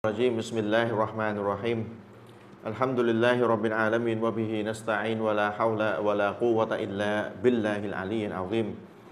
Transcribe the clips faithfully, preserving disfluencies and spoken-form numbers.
الرجيم بسم الله الرحمن الرحيم الحمد لله رب العالمين وبه نستعين ولا حول ولا قوة إلا بالله العلي العظيم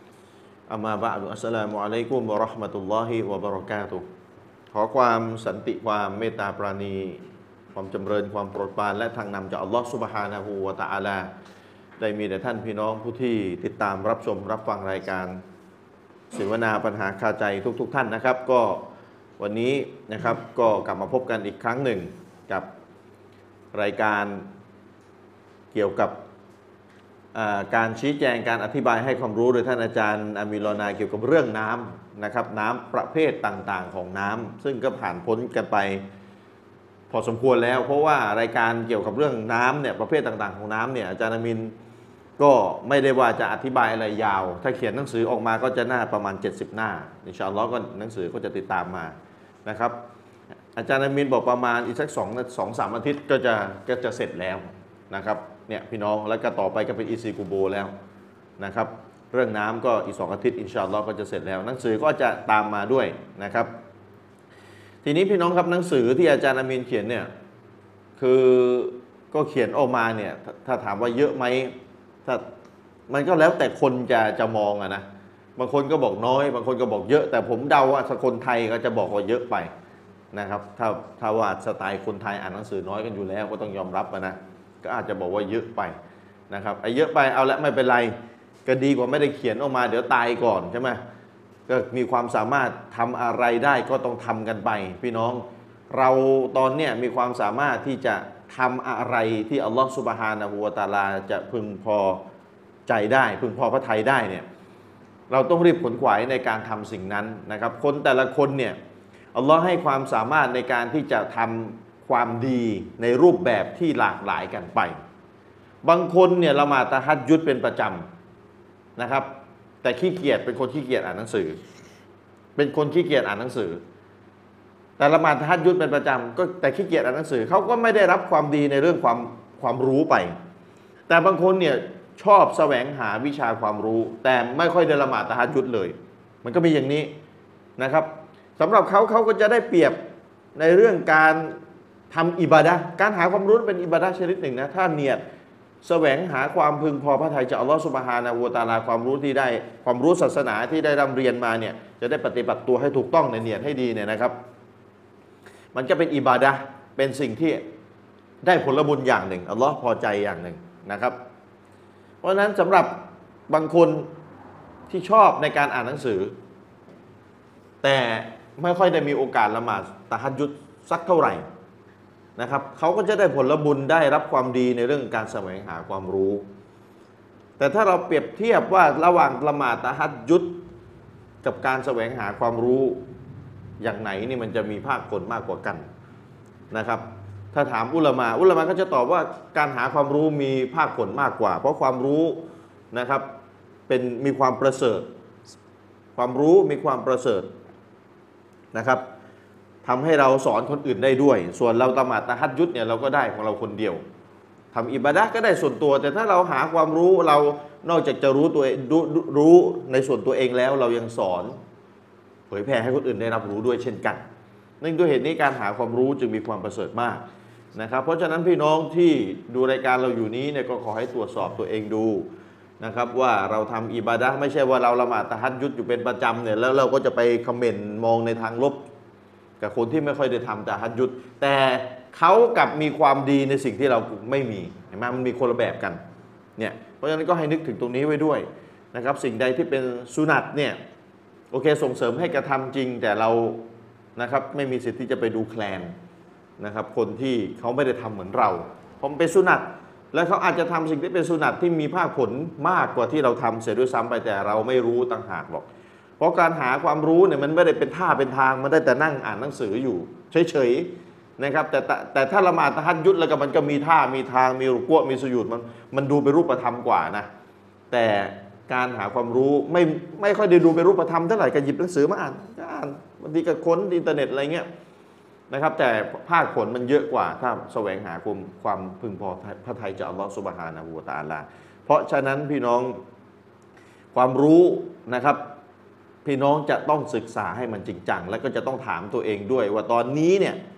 أما بعد السلام عليكم ورحمة الله وبركاته ขอความสันติความเมตตาปราณีความจำเริญความโปรดปรานและทางนำจากอัลลอฮฺซุบฮานะฮูวะตะอาลาได้มีแด่ท่านพี่น้องผู้ที่ติดตามรับชมรับฟังรายการเสวนาปัญหาคาใจทุกๆ ท่านนะครับก็วันนี้นะครับก็กลับมาพบกันอีกครั้งหนึ่งกับรายการเกี่ยวกับการชี้แจงการอธิบายให้ความรู้โดยท่านอาจารย์อามีรอนาเกี่ยวกับเรื่องน้ำนะครับน้ำประเภทต่างๆของน้ำซึ่งก็ผ่านพ้นกันไปพอสมควรแล้วเพราะว่ารายการเกี่ยวกับเรื่องน้ำเนี่ยประเภทต่างๆของน้ำเนี่ยอาจารย์อามีนก็ไม่ได้ว่าจะอธิบายอะไรยาวถ้าเขียนหนังสือออกมาก็จะหน้าประมาณเจ็ดสิบหน้าอินชาอัลลอฮ์ก็หนังสือก็จะติดตามมานะครับอาจารย์อามีนบอกประมาณอีกสักสองสองสามอาทิตย์ก็จะก็จะเสร็จแล้วนะครับเนี่ยพี่น้องแล้วก็ต่อไปก็เป็นอีซีกูโบแล้วนะครับเรื่องน้ำก็อีกสองอาทิตย์อินชาอัลลอฮ์ก็จะเสร็จแล้วหนังสือก็จะตามมาด้วยนะครับทีนี้พี่น้องครับหนังสือที่อาจารย์อามีนเขียนเนี่ยคือก็เขียนออกมาเนี่ยถ้าถามว่าเยอะไหมถ้ามันก็แล้วแต่คนจะจะมองอะนะบางคนก็บอกน้อยบางคนก็บอกเยอะแต่ผมเดาว่าคนไทยก็จะบอกว่าเยอะไปนะครับถ้าถ้าว่าสไตล์คนไทยอ่านหนังสือน้อยกันอยู่แล้วก็ต้องยอมรับนะก็อาจจะบอกว่าเยอะไปนะครับไอ้เยอะไปเอาละไม่เป็นไรก็ดีกว่าไม่ได้เขียนออกมาเดี๋ยวตายก่อนใช่ไหมก็มีความสามารถทำอะไรได้ก็ต้องทำกันไปพี่น้องเราตอนเนี้ยมีความสามารถที่จะทำอะไรที่อัลลอฮฺซุบฮานะฮูวะตะอาลาจะพึงพอใจได้พึงพอพระทัยได้เนี่ยเราต้องรีบขนขวายในการทำสิ่งนั้นนะครับคนแต่ละคนเนี่ยอัลลอฮ์ให้ความสามารถในการที่จะทำความดีในรูปแบบที่หลากหลายกันไปบางคนเนี่ยละหมาดตะฮัจญุดเป็นประจำนะครับแต่ขี้เกียจเป็นคนขี้เกียจอ่านหนังสือเป็นคนขี้เกียจอ่านหนังสือแต่ละหมาดตะฮัจญุดเป็นประจำก็แต่ขี้เกียจอ่านหนังสือเขาก็ไม่ได้รับความดีในเรื่องความความรู้ไปแต่บางคนเนี่ยชอบแสวงหาวิชาความรู้แต่ไม่ค่อยได้ละหมาดตะฮัจญุดเลยมันก็มีอย่างนี้นะครับสำหรับเขาเขาก็จะได้เปรียบในเรื่องการทำอิบาดะห์การหาความรู้เป็นอิบาดะห์ชนิดหนึ่งนะถ้าเนียดแสวงหาความพึงพอพระทัยจากอัลลอฮฺซุบฮานะฮูวะตะอาลาความรู้ที่ได้ความรู้ศาสนาที่ได้ร่ำเรียนมาเนี่ยจะได้ปฏิบัติตัวให้ถูกต้องในเนียดให้ดีเนี่ยนะครับมันจะเป็นอิบาดะห์เป็นสิ่งที่ได้ผลบุญอย่างหนึ่งอัลลอฮ์พอใจอย่างหนึ่งนะครับเพราะฉะนั้นสำหรับบางคนที่ชอบในการอ่านหนังสือแต่ไม่ค่อยได้มีโอกาสละหมาดตะฮัจญุดสักเท่าไหร่นะครับเขาก็จะได้ผลบุญได้รับความดีในเรื่องการแสวงหาความรู้แต่ถ้าเราเปรียบเทียบว่าระหว่างละหมาดตะฮัจญุดกับการแสวงหาความรู้อย่างไหนนี่มันจะมีภาคผลมากกว่ากันนะครับถ้าถามอุลามะอุลามะก็จะตอบว่าการหาความรู้มีภาคผลมากกว่าเพราะความรู้นะครับเป็นมีความประเสริฐความรู้มีความประเสริฐนะครับทำให้เราสอนคนอื่นได้ด้วยส่วนเราละหมาดตะฮัจญุดเนี่ยเราก็ได้ของเราคนเดียวทำอิบาดะห์ก็ได้ส่วนตัวแต่ถ้าเราหาความรู้เรานอกจากจะรู้ตัวรู้รู้ในส่วนตัวเองแล้วเรายังสอนเผยแผ่ให้คนอื่นได้รับรู้ด้วยเช่นกันนั่นด้วยเหตุนี้การหาความรู้จึงมีความประเสริฐมากนะครับเพราะฉะนั้นพี่น้องที่ดูรายการเราอยู่นี้เนี่ยก็ขอให้ตรวจสอบตัวเองดูนะครับว่าเราทำอิบาดะห์ไม่ใช่ว่าเราละหมาดตะฮัจญุดอยู่เป็นประจำเนี่ยแล้วเราก็จะไปคอมเมนต์มองในทางลบกับคนที่ไม่ค่อยได้ทำตะฮัจญุดแต่เขากับมีความดีในสิ่งที่เราไม่มีเห็นไหมมันมีคนละแบบกันเนี่ยเพราะฉะนั้นก็ให้นึกถึงตรงนี้ไว้ด้วยนะครับสิ่งใดที่เป็นสุนัตเนี่ยโอเคส่งเสริมให้กระทำจริงแต่เรานะครับไม่มีสิทธิ์ที่จะไปดูแคลนนะครับคนที่เขาไม่ได้ทำเหมือนเราผมเป็นสุนัตและเขาอาจจะทำสิ่งที่เป็นสุนัตที่มีภาคผลมากกว่าที่เราทำเสียด้วยซ้ำไปแต่เราไม่รู้ต่างหากหรอกเพราะการหาความรู้เนี่ยมันไม่ได้เป็นท่าเป็นทางมันได้แต่นั่งอ่านหนังสืออยู่เฉยๆนะครับแต่แต่แต่ถ้าละหมาดตะฮัจญุดแล้วก็มันก็มีท่ามีทางมีรุกูอ์มีสุญูดมันมันดูเป็นรูปธรรมกว่านะแต่การหาความรู้ไม่ไม่ค่อยได้ดูเป็นรูปธรรมเท่าไหร่ก็หยิบหนังสือมาอ่านก็อ่านบางทีก็ค้นอินเทอร์เน็ตอะไรเงี้ยนะครับแต่ภาคผลมันเยอะกว่าถ้าแสวงหาความความพึงพอพระทัยจากอัลลอฮฺซุบฮานะฮูวะตะอาลาเพราะฉะนั้นพี่น้องความรู้นะครับพี่น้องจะต้องศึกษาให้มันจริงจังแล้วก็จะต้องถามตัวเองด้วยว่าตอนนี้เนี่ย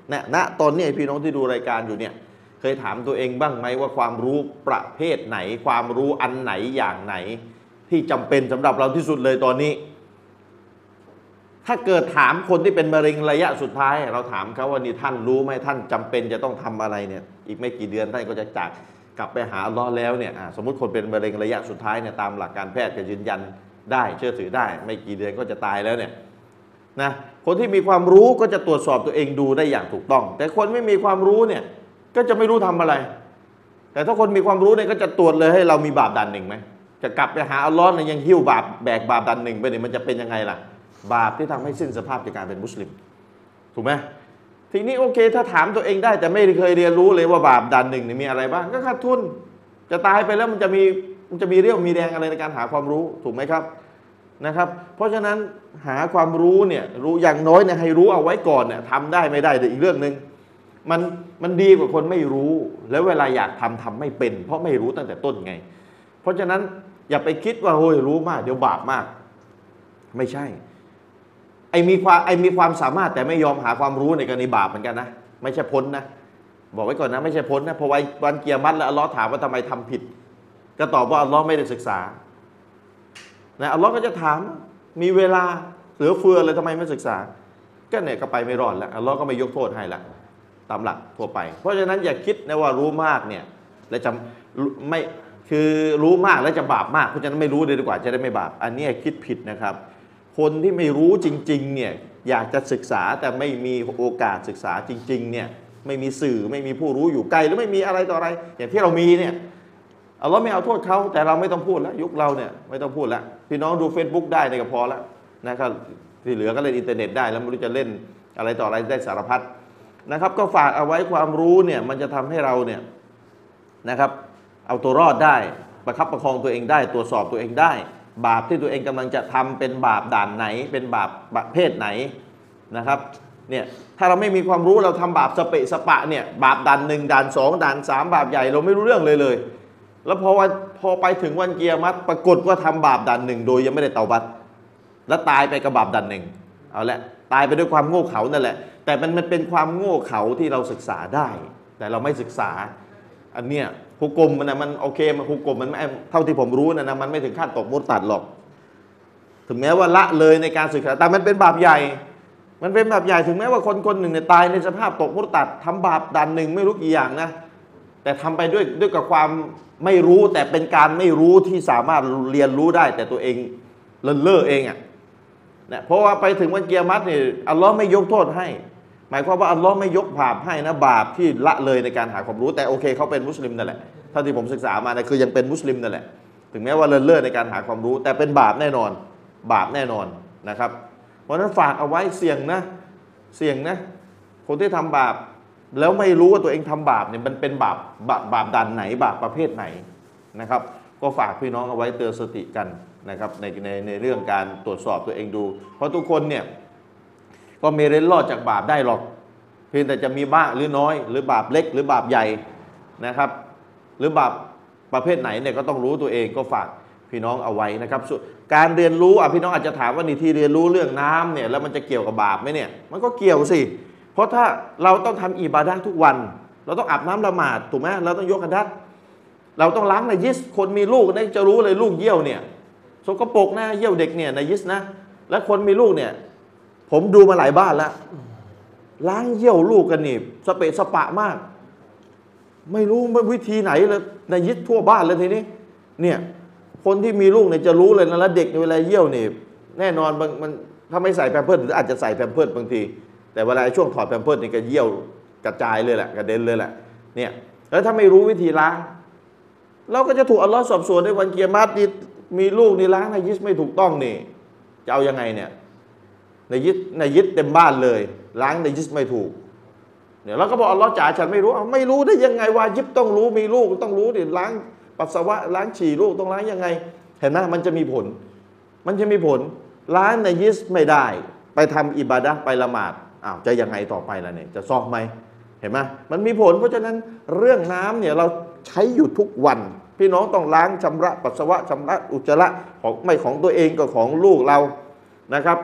นะณตอนนี้พี่น้องที่ดูรายการอยู่เนี่ยเคยถามตัวเองบ้างไหมว่าความรู้ประเภทไหนความรู้อันไหนอย่างไหนที่จำเป็นสำหรับเราที่สุดเลยตอนนี้ถ้าเกิดถามคนที่เป็นมะเร็งระยะสุดท้ายเราถามเขาว่านี่ท่านรู้ไหมท่านจำเป็นจะต้องทำอะไรเนี่ยอีกไม่กี่เดือนท่านก็จะจากกลับไปหาอัลเลาะห์แล้วเนี่ยสมมติคนเป็นมะเร็งระยะสุดท้ายเนี่ยตามหลักการแพทย์จะยืนยันได้เชื่อถือได้ไม่กี่เดือนก็จะตายแล้วเนี่ยนะคนที่มีความรู้ก็จะตรวจสอบตัวเองดูได้อย่างถูกต้องแต่คนไม่มีความรู้เนี่ยก็จะไม่รู้ทำอะไรแต่ถ้าคนมีความรู้เนี่ยก็จะตรวจเลยให้เรามีบาปด่านหนึ่งไหมจะกลับไปหาอัลเลาะห์เนี่ยยังหิ้วบาปแบกบาปด่านหนึ่งไปเนี่ยมันจะเป็นยังไงล่ะบาปที่ทำให้สิ้นสภาพจากการเป็นมุสลิมถูกไหมทีนี้โอเคถ้าถามตัวเองได้แต่ไม่เคยเรียนรู้เลยว่าบาปด่านหนึ่งนี่มีอะไรบ้างก็ขาดทุนจะตายไปแล้วมันจะมีมันจะมีเรี่ยวมีแรงอะไรในการหาความรู้ถูกไหมครับนะครับเพราะฉะนั้นหาความรู้เนี่ยรู้อย่างน้อยเนี่ยให้รู้เอาไว้ก่อนเนี่ยทำได้ไม่ได้แต่อีกเรื่องหนึ่งมันมันดีกว่าคนไม่รู้แล้วเวลาอยากทำทำไม่เป็นเพราะไม่รู้ตั้งแต่ต้นไงเพราะฉะนั้นอย่าไปคิดว่าโอ้ยรู้มากเดี๋ยวบาปมากไม่ใช่ไอ้มีความไอ้มีความสามารถแต่ไม่ยอมหาความรู้ในกรณีบาปเหมือนกันนะไม่ใช่พ้นนะบอกไว้ก่อนนะไม่ใช่พ้นนะเพราะวันเกียรติแล้วอัลเลาะห์ถามว่าทำไมทำผิดก็ตอบว่าอัลเลาะห์ไม่ได้ศึกษานะอัลเลาะห์ก็จะถามมีเวลาเหลือเฟือเลยทำไมไม่ศึกษาก็เนี่ยก็ไปไม่รอดแล้วอัลเลาะห์ก็ไม่ยกโทษให้ละตามหลักทั่วไปเพราะฉะนั้นอย่าคิดนะว่ารู้มากเนี่ยและจะไม่คือรู้มากแล้วจะบาปมากเพราะฉะนั้นไม่รู้เลยดีกว่าจะได้ไม่บาปอันนี้คิดผิดนะครับคนที่ไม่รู้จริงๆเนี่ยอยากจะศึกษาแต่ไม่มีโอกาสศึกษาจริงๆเนี่ยไม่มีสื่อไม่มีผู้รู้อยู่ไกลหรือไม่มีอะไรต่ออะไรอย่างที่เรามีเนี่ยอัลเลาะห์ไม่เอาโทษเขาแต่เราไม่ต้องพูดแล้วยุคเราเนี่ยไม่ต้องพูดแล้วพี่น้องดู Facebook ได้เนี่ยก็พอแล้วนะครับที่เหลือก็เล่นอินเทอร์เน็ตได้แล้วไม่รู้จะเล่นอะไรต่ออะไรได้สารพัดนะครับก็ฝากเอาไว้ความรู้เนี่ยมันจะทำให้เราเนี่ยนะครับเอาตัวรอดได้ประคับประคองตัวเองได้ตรวจสอบตัวเองได้บาปที่ตัวเองกำลังจะทำเป็นบาปด่านไหนเป็นบาปประเภทไหนนะครับเนี่ยถ้าเราไม่มีความรู้เราทำบาปสเปะสปะเนี่ยบาปด่านหนึ่งด่านสองด่านสามบาปใหญ่เราไม่รู้เรื่องเลยเลยแล้วพอวันพอไปถึงวันเกียรติปรากฏว่าทำบาปด่านหนึ่งโดยยังไม่ได้เตาบัตแล้วตายไปกับบาปด่านหนึ่งเอาละตายไปด้วยความโง่เขลานั่นแหละแต่มันมันเป็นความโง่เขลาที่เราศึกษาได้แต่เราไม่ศึกษาอันเนี้ยฮุกกลมมันนะมันโอเคมันฮุกกลมมันไม่เท่าที่ผมรู้นะนะมันไม่ถึงขั้นตกมุตตัดหรอกถึงแม้ว่าละเลยในการศึกษาแต่มันเป็นบาปใหญ่มันเป็นบาปใหญ่ถึงแม้ว่าคนคนหนึ่งเนี่ยตายในสภาพตกมุตตัดทำบาปด่านหนึ่งไม่รู้กี่อย่างนะแต่ทำไปด้วยด้วยกับความไม่รู้แต่เป็นการไม่รู้ที่สามารถเรียนรู้ได้แต่ตัวเองเลินเล่อเองอ่ะเนี่ยเพราะว่าไปถึงวันเกียรติเนี่ยอัลลอฮ์ไม่ยกโทษให้หมายความว่าอัลลอฮ์ไม่ยกบาปให้นะบาปที่ละเลยในการหาความรู้แต่โอเคเขาเป็นมุสลิมนั่นแหละเท่าที่ผมศึกษามานะคือยังเป็นมุสลิมนั่นแหละถึงแม้ว่าเลินเล่อในการหาความรู้แต่เป็นบาปแน่นอนบาปแน่นอนนะครับเพราะฉะนั้นฝากเอาไว้เสี่ยงนะเสี่ยงนะคนที่ทำบาปแล้วไม่รู้ว่าตัวเองทำบาปเนี่ยมันเป็นบาปบาปบาปด่านไหนบาปประเภทไหนนะครับก็ฝากพี่น้องเอาไว้เตือนสติกันนะครับในในในเรื่องการตรวจสอบตัวเองดูเพราะทุกคนเนี่ยก็ไม่เร้นรอดจากบาปได้หรอกเพียงแต่จะมีบ้างหรือน้อยหรือบาปเล็กหรือบาปใหญ่นะครับหรือบาปประเภทไหนเนี่ยก็ต้องรู้ตัวเองก็ฝากพี่น้องเอาไว้นะครับการเรียนรู้อ่ะพี่น้องอาจจะถามว่านี่ที่เรียนรู้เรื่องน้ำเนี่ยแล้วมันจะเกี่ยวกับบาปไหมเนี่ยมันก็เกี่ยวสิเพราะถ้าเราต้องทำอิบาดะห์ทุกวันเราต้องอาบน้ำละหมาดถูกไหมเราต้องยกกระดัษเราต้องล้างในยิสคนมีลูกได้จะรู้เลยลูกเยี่ยวเนี่ยสกปรกนะเยี่ยวเด็กเนี่ยในยิสนะและคนมีลูกเนี่ยผมดูมาหลายบ้านแล้วล้างเยี่ยวลูกกันนี่สเปะสปะมากไม่รู้วิธีไหนเลยในยิสทั่วบ้านเลยทีนี้เนี่ยคนที่มีลูกเนี่ยจะรู้เลยนะแล้วเด็กเวลาเยี่ยวนี่แน่นอนบางมันถ้าไม่ใส่แพมเพิร์สหรืออาจจะใส่แพมเพิร์สบางทีแต่เวลาช่วงถอดแพมเพิร์สนี่ก็เยี่ยวกระจายเลยแหละกระเด็นเลยแหละเนี่ยแล้วถ้าไม่รู้วิธีล้างเราก็จะถูกอัลลอฮ์สอบสวนในวันเกียรตินี่มีลูกนี่ล้างในยิสไม่ถูกต้องนี่จะเอายังไงเนี่ยในยิสในยิสเต็มบ้านเลยล้างในยิสไม่ถูกเนี่ยเราก็บอกอัลลอฮ์จ๋าฉันไม่รู้เอาไม่รู้ได้ยังไงวาญิบต้องรู้มีลูกต้องรู้ดิล้างปัสสาวะล้างฉี่ลูกต้องล้างยังไงเห็นไหมมันจะมีผลมันจะมีผลล้างในยิสไม่ได้ไปทำอิบาดะห์ไปละหมาดอ้าวจะยังไงต่อไปล่ะเนี่ยจะซอกไหมเห็นไหมมันมีผลเพราะฉะนั้นเรื่องน้ำเนี่ยเราใช้อยู่ทุกวันพี่น้องต้องล้างชำระปัสสาวะชำระอุจจาระของไม่ของตัวเองก็ของลูกเรานะครับ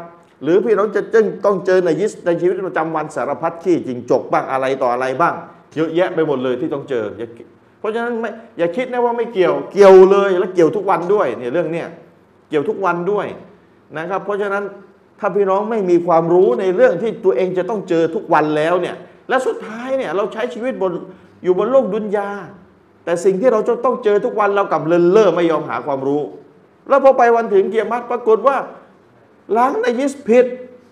หรือพี่น้องจะต้องเจอในยิสในชีวิตประจำวันสารพัดขี้จิงจกบ้างอะไรต่ออะไรบ้างเยอะแยะไปหมดเลยที่ต้องเจอเพราะฉะนั้นไม่อย่าคิดนะว่าไม่เกี่ยวเกี่ยวเลยและเกี่ยวทุกวันด้วยเนี่ยเรื่องเนี้ยเกี่ยวทุกวันด้วยนะครับเพราะฉะนั้นถ้าพี่น้องไม่มีความรู้ในเรื่องที่ตัวเองจะต้องเจอทุกวันแล้วเนี่ยและสุดท้ายเนี่ยเราใช้ชีวิตบนอยู่บนโลกดุนยาแต่สิ่งที่เราจะต้องเจอทุกวันเรากลับเลินเล่อไม่ยอมหาความรู้แล้วพอไปวันถึงเกียรติปรากฏว่าล้างในยิสผิด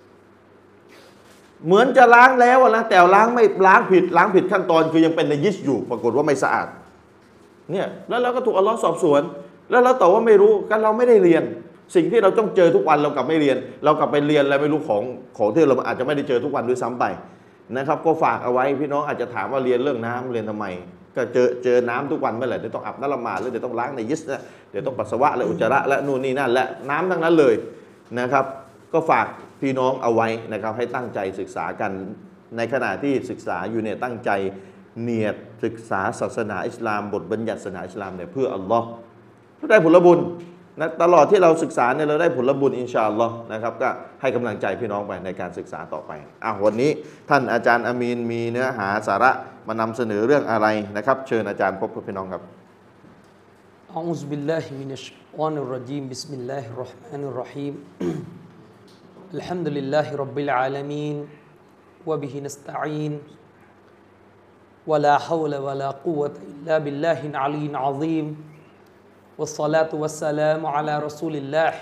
เหมือนจะล้างแล้วนะแต่ล้างไม่ล้างผิดล้างผิดขั้นตอนคือยังเป็นในยิสอยู่ปรากฏว่าไม่สะอาดเนี่ยแล้วเราก็ถูกอัลลอฮ์สอบสวนแล้วเราตอบว่าไม่รู้กันเราไม่ได้เรียนสิ่งที่เราต้องเจอทุกวันเรากลับไม่เรียนเรากลับไปเรียนอะไรไม่รู้ของของที่เราอาจจะไม่ได้เจอทุกวันด้วยซ้ำไปนะครับก็ฝากเอาไว้พี่น้องอาจจะถามว่าเรียนเรื่องน้ำเรียนทำไมก็เจอเจอน้ำทุกวันเมื่อไหร่เดี๋ยวต้องอาบน้ำละหมาดหรือเดี๋ยวต้องล้างในยิสนะเดี๋ยวต้องปัสสาวะและอุจจาระและนู่นนี่นั่นและน้ำทั้งนั้นเลยนะครับก็ฝากพี่น้องเอาไว้นะครับให้ตั้งใจศึกษากันในขณะที่ศึกษาอยู่เนี่ยตั้งใจเนียดศึกษาศาสนาอิสลามบทบัญญัติศาสนาอิสลามเนี่ยเพื่ออัลลอฮ์ได้ผลบุญนะตลอดที่เราศึกษาเนี่ยเราได้ผลบุญอินชาอัลลอฮ์นะครับก็ให้กำลังใจพี่น้องไปในการศึกษาต่อไปอ่ะวันนี้ท่านอาจารย์อามีนมีเนื้อหาสาระมานำเสนอเรื่องอะไรนะครับเชิญอาจารย์พบกับพี่น้องครับอะอูซุบิลลาฮิมินัชชัยฏอนิรเราะญีมบิสมิลลาฮิรเราะห์มานิรเราะฮีมอัลฮัมดุลิลลาฮิร็อบบิลอาลามีนวะบิฮินัสตะอีนวะลาฮาวละวะลากุวะตะอิลลาบิลลาฮิลอะลียลอะซีมوالصلاة والسلام على رسول الله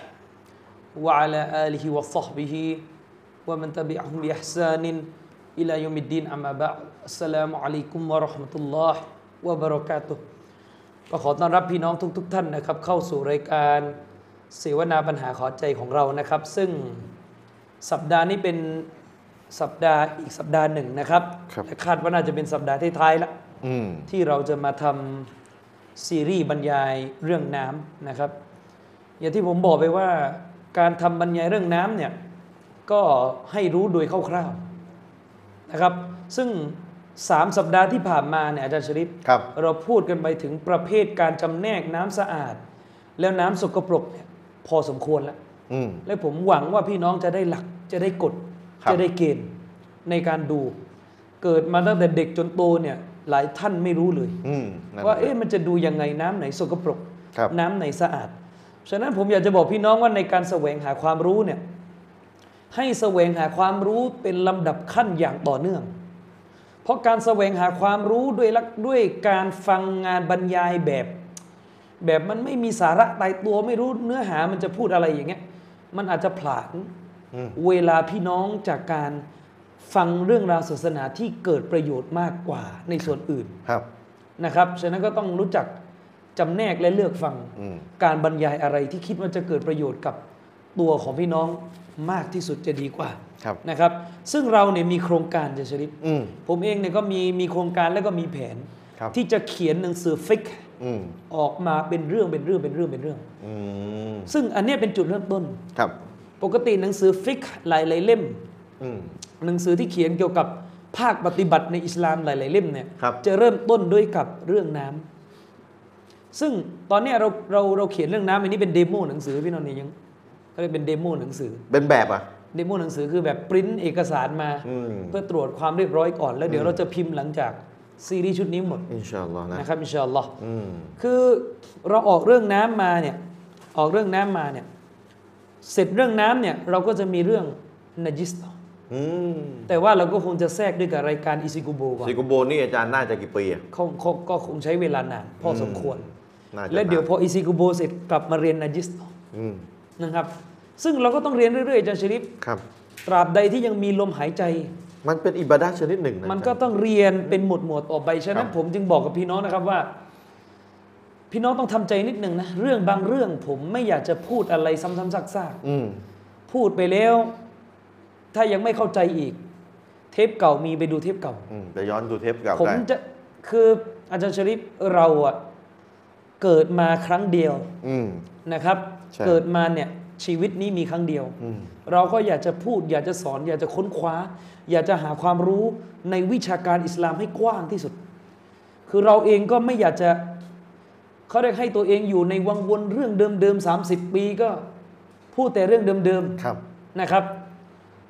وعلى آله وصحبه ومن تبعهم بإحسان إلى يوم الدين أما بعد السلام عليكم ورحمة الله وبركاته ก็ขอต้อนรับพี่น้องทุกๆท่านนะครับเข้าสู่รายการเสวนาปัญหาขอใจของเรานะครับซึ่งสัปดาห์นี้เป็นสัปดาห์อีกสัปดาห์หนึ่งนะครับและคาดว่าน่าจะเป็นสัปดาห์ท้ายๆแล้วที่เราจะมาทำซีรีส์บรรยายเรื่องน้ำนะครับอย่างที่ผมบอกไปว่าการทำบรรยายเรื่องน้ำเนี่ยก็ให้รู้โดยคร่าวๆนะครับซึ่งสามสัปดาห์ที่ผ่านมาเนี่ยอาจารย์ชริฟเราพูดกันไปถึงประเภทการจำแนกน้ำสะอาดแล้วน้ำสกปรกเนี่ยพอสมควรแล้วและผมหวังว่าพี่น้องจะได้หลักจะได้กฎจะได้เกณฑ์ในการดูเกิดมาตั้งแต่เด็กจนโตเนี่ยหลายท่านไม่รู้เลยว่าเอ๊ะมันจะดูยังไงน้ำไหนสกปรกน้ำไหนสะอาดฉะนั้นผมอยากจะบอกพี่น้องว่าในการแสวงหาความรู้เนี่ยให้แสวงหาความรู้เป็นลำดับขั้นอย่างต่อเนื่องเพราะการแสวงหาความรู้ด้วยด้วยการฟังงานบรรยายแบบแบบมันไม่มีสาระตายตัวไม่รู้เนื้อหามันจะพูดอะไรอย่างเงี้ยมันอาจจะผลาญเวลาพี่น้องจากการฟังเรื่องราวศาสนาที่เกิดประโยชน์มากกว่าในส่วนอื่นนะครับฉะนั้นก็ต้องรู้จักจำแนกและเลือกฟังการบรรยายอะไรที่คิดว่าจะเกิดประโยชน์กับตัวของพี่น้องมากที่สุดจะดีกว่านะครับซึ่งเราเนี่ยมีโครงการจะชริปผมเองเนี่ยก็มีมีโครงการและก็มีแผนที่จะเขียนหนังสือฟิกออกมาเป็นเรื่องเป็นเรื่องเป็นเรื่องเป็นเรื่องซึ่งอันนี้เป็นจุดเริ่มต้นปกติหนังสือฟิกหลายหลายเล่มหนังสือที่เขียนเกี่ยวกับภาคปฏิบัติในอิสลามหลายๆเล่มเนี่ยจะเริ่มต้นด้วยกับเรื่องน้ำซึ่งตอนนี้เราเราเราเขียนเรื่องน้ำอันนี้เป็นเดโมหนังสือพี่น้องนี่ยังก็เลยเป็นเดโมหนังสือเป็นแบบอ่ะเดโมหนังสือคือแบบปริ้นเอกสารมาเพื่อตรวจความเรียบร้อยก่อนแล้วเดี๋ยวเราจะพิมพ์หลังจากซีรีส์ชุดนี้หมดอินชาอัลลอฮ์นะครับอินชาอัลลอฮ์คือเราออกเรื่องน้ำมาเนี่ยออกเรื่องน้ำมาเนี่ยเสร็จเรื่องน้ำเนี่ยเราก็จะมีเรื่องนัจิสแต่ว่าเราก็คงจะแทรกด้วยกับรายการอิซิกุโบก่อนอิซิกุโบนี่อาจารย์น่าจะกี่ปีอ่ะเขาก็คงใช้เวลานานพอสมควรและเดี๋ยวพออิซิกุโบเสร็จกลับมาเรียนนัจิสนะครับซึ่งเราก็ต้องเรียนเรื่อยๆอาจารย์ชริฟตราบใดที่ยังมีลมหายใจมันเป็นอิบาดะห์ชนิดหนึ่งนะมันก็ต้องเรียนเป็นหมวดหมวดต่อไปฉะนั้นผมจึงบอกกับพี่น้องนะครับว่าพี่น้องต้องทำใจนิดหนึ่งนะเรื่องบางเรื่องผมไม่อยากจะพูดอะไรซ้ำๆซากๆพูดไปแล้วถ้ายังไม่เข้าใจอีกเทปเก่ามีไปดูเทปเก่าแต่ย้อนดูเทปเก่าได้ผมจะคืออาจารย์ชริฟเราอะเกิดมาครั้งเดียวนะครับเกิดมาเนี่ยชีวิตนี้มีครั้งเดียวเราก็อยากจะพูดอยากจะสอนอยากจะค้นคว้าอยากจะหาความรู้ในวิชาการอิสลามให้กว้างที่สุดคือเราเองก็ไม่อยากจะเขาได้ให้ตัวเองอยู่ในวังวนเรื่องเดิมๆสามสิบปีก็พูดแต่เรื่องเดิมๆนะครับ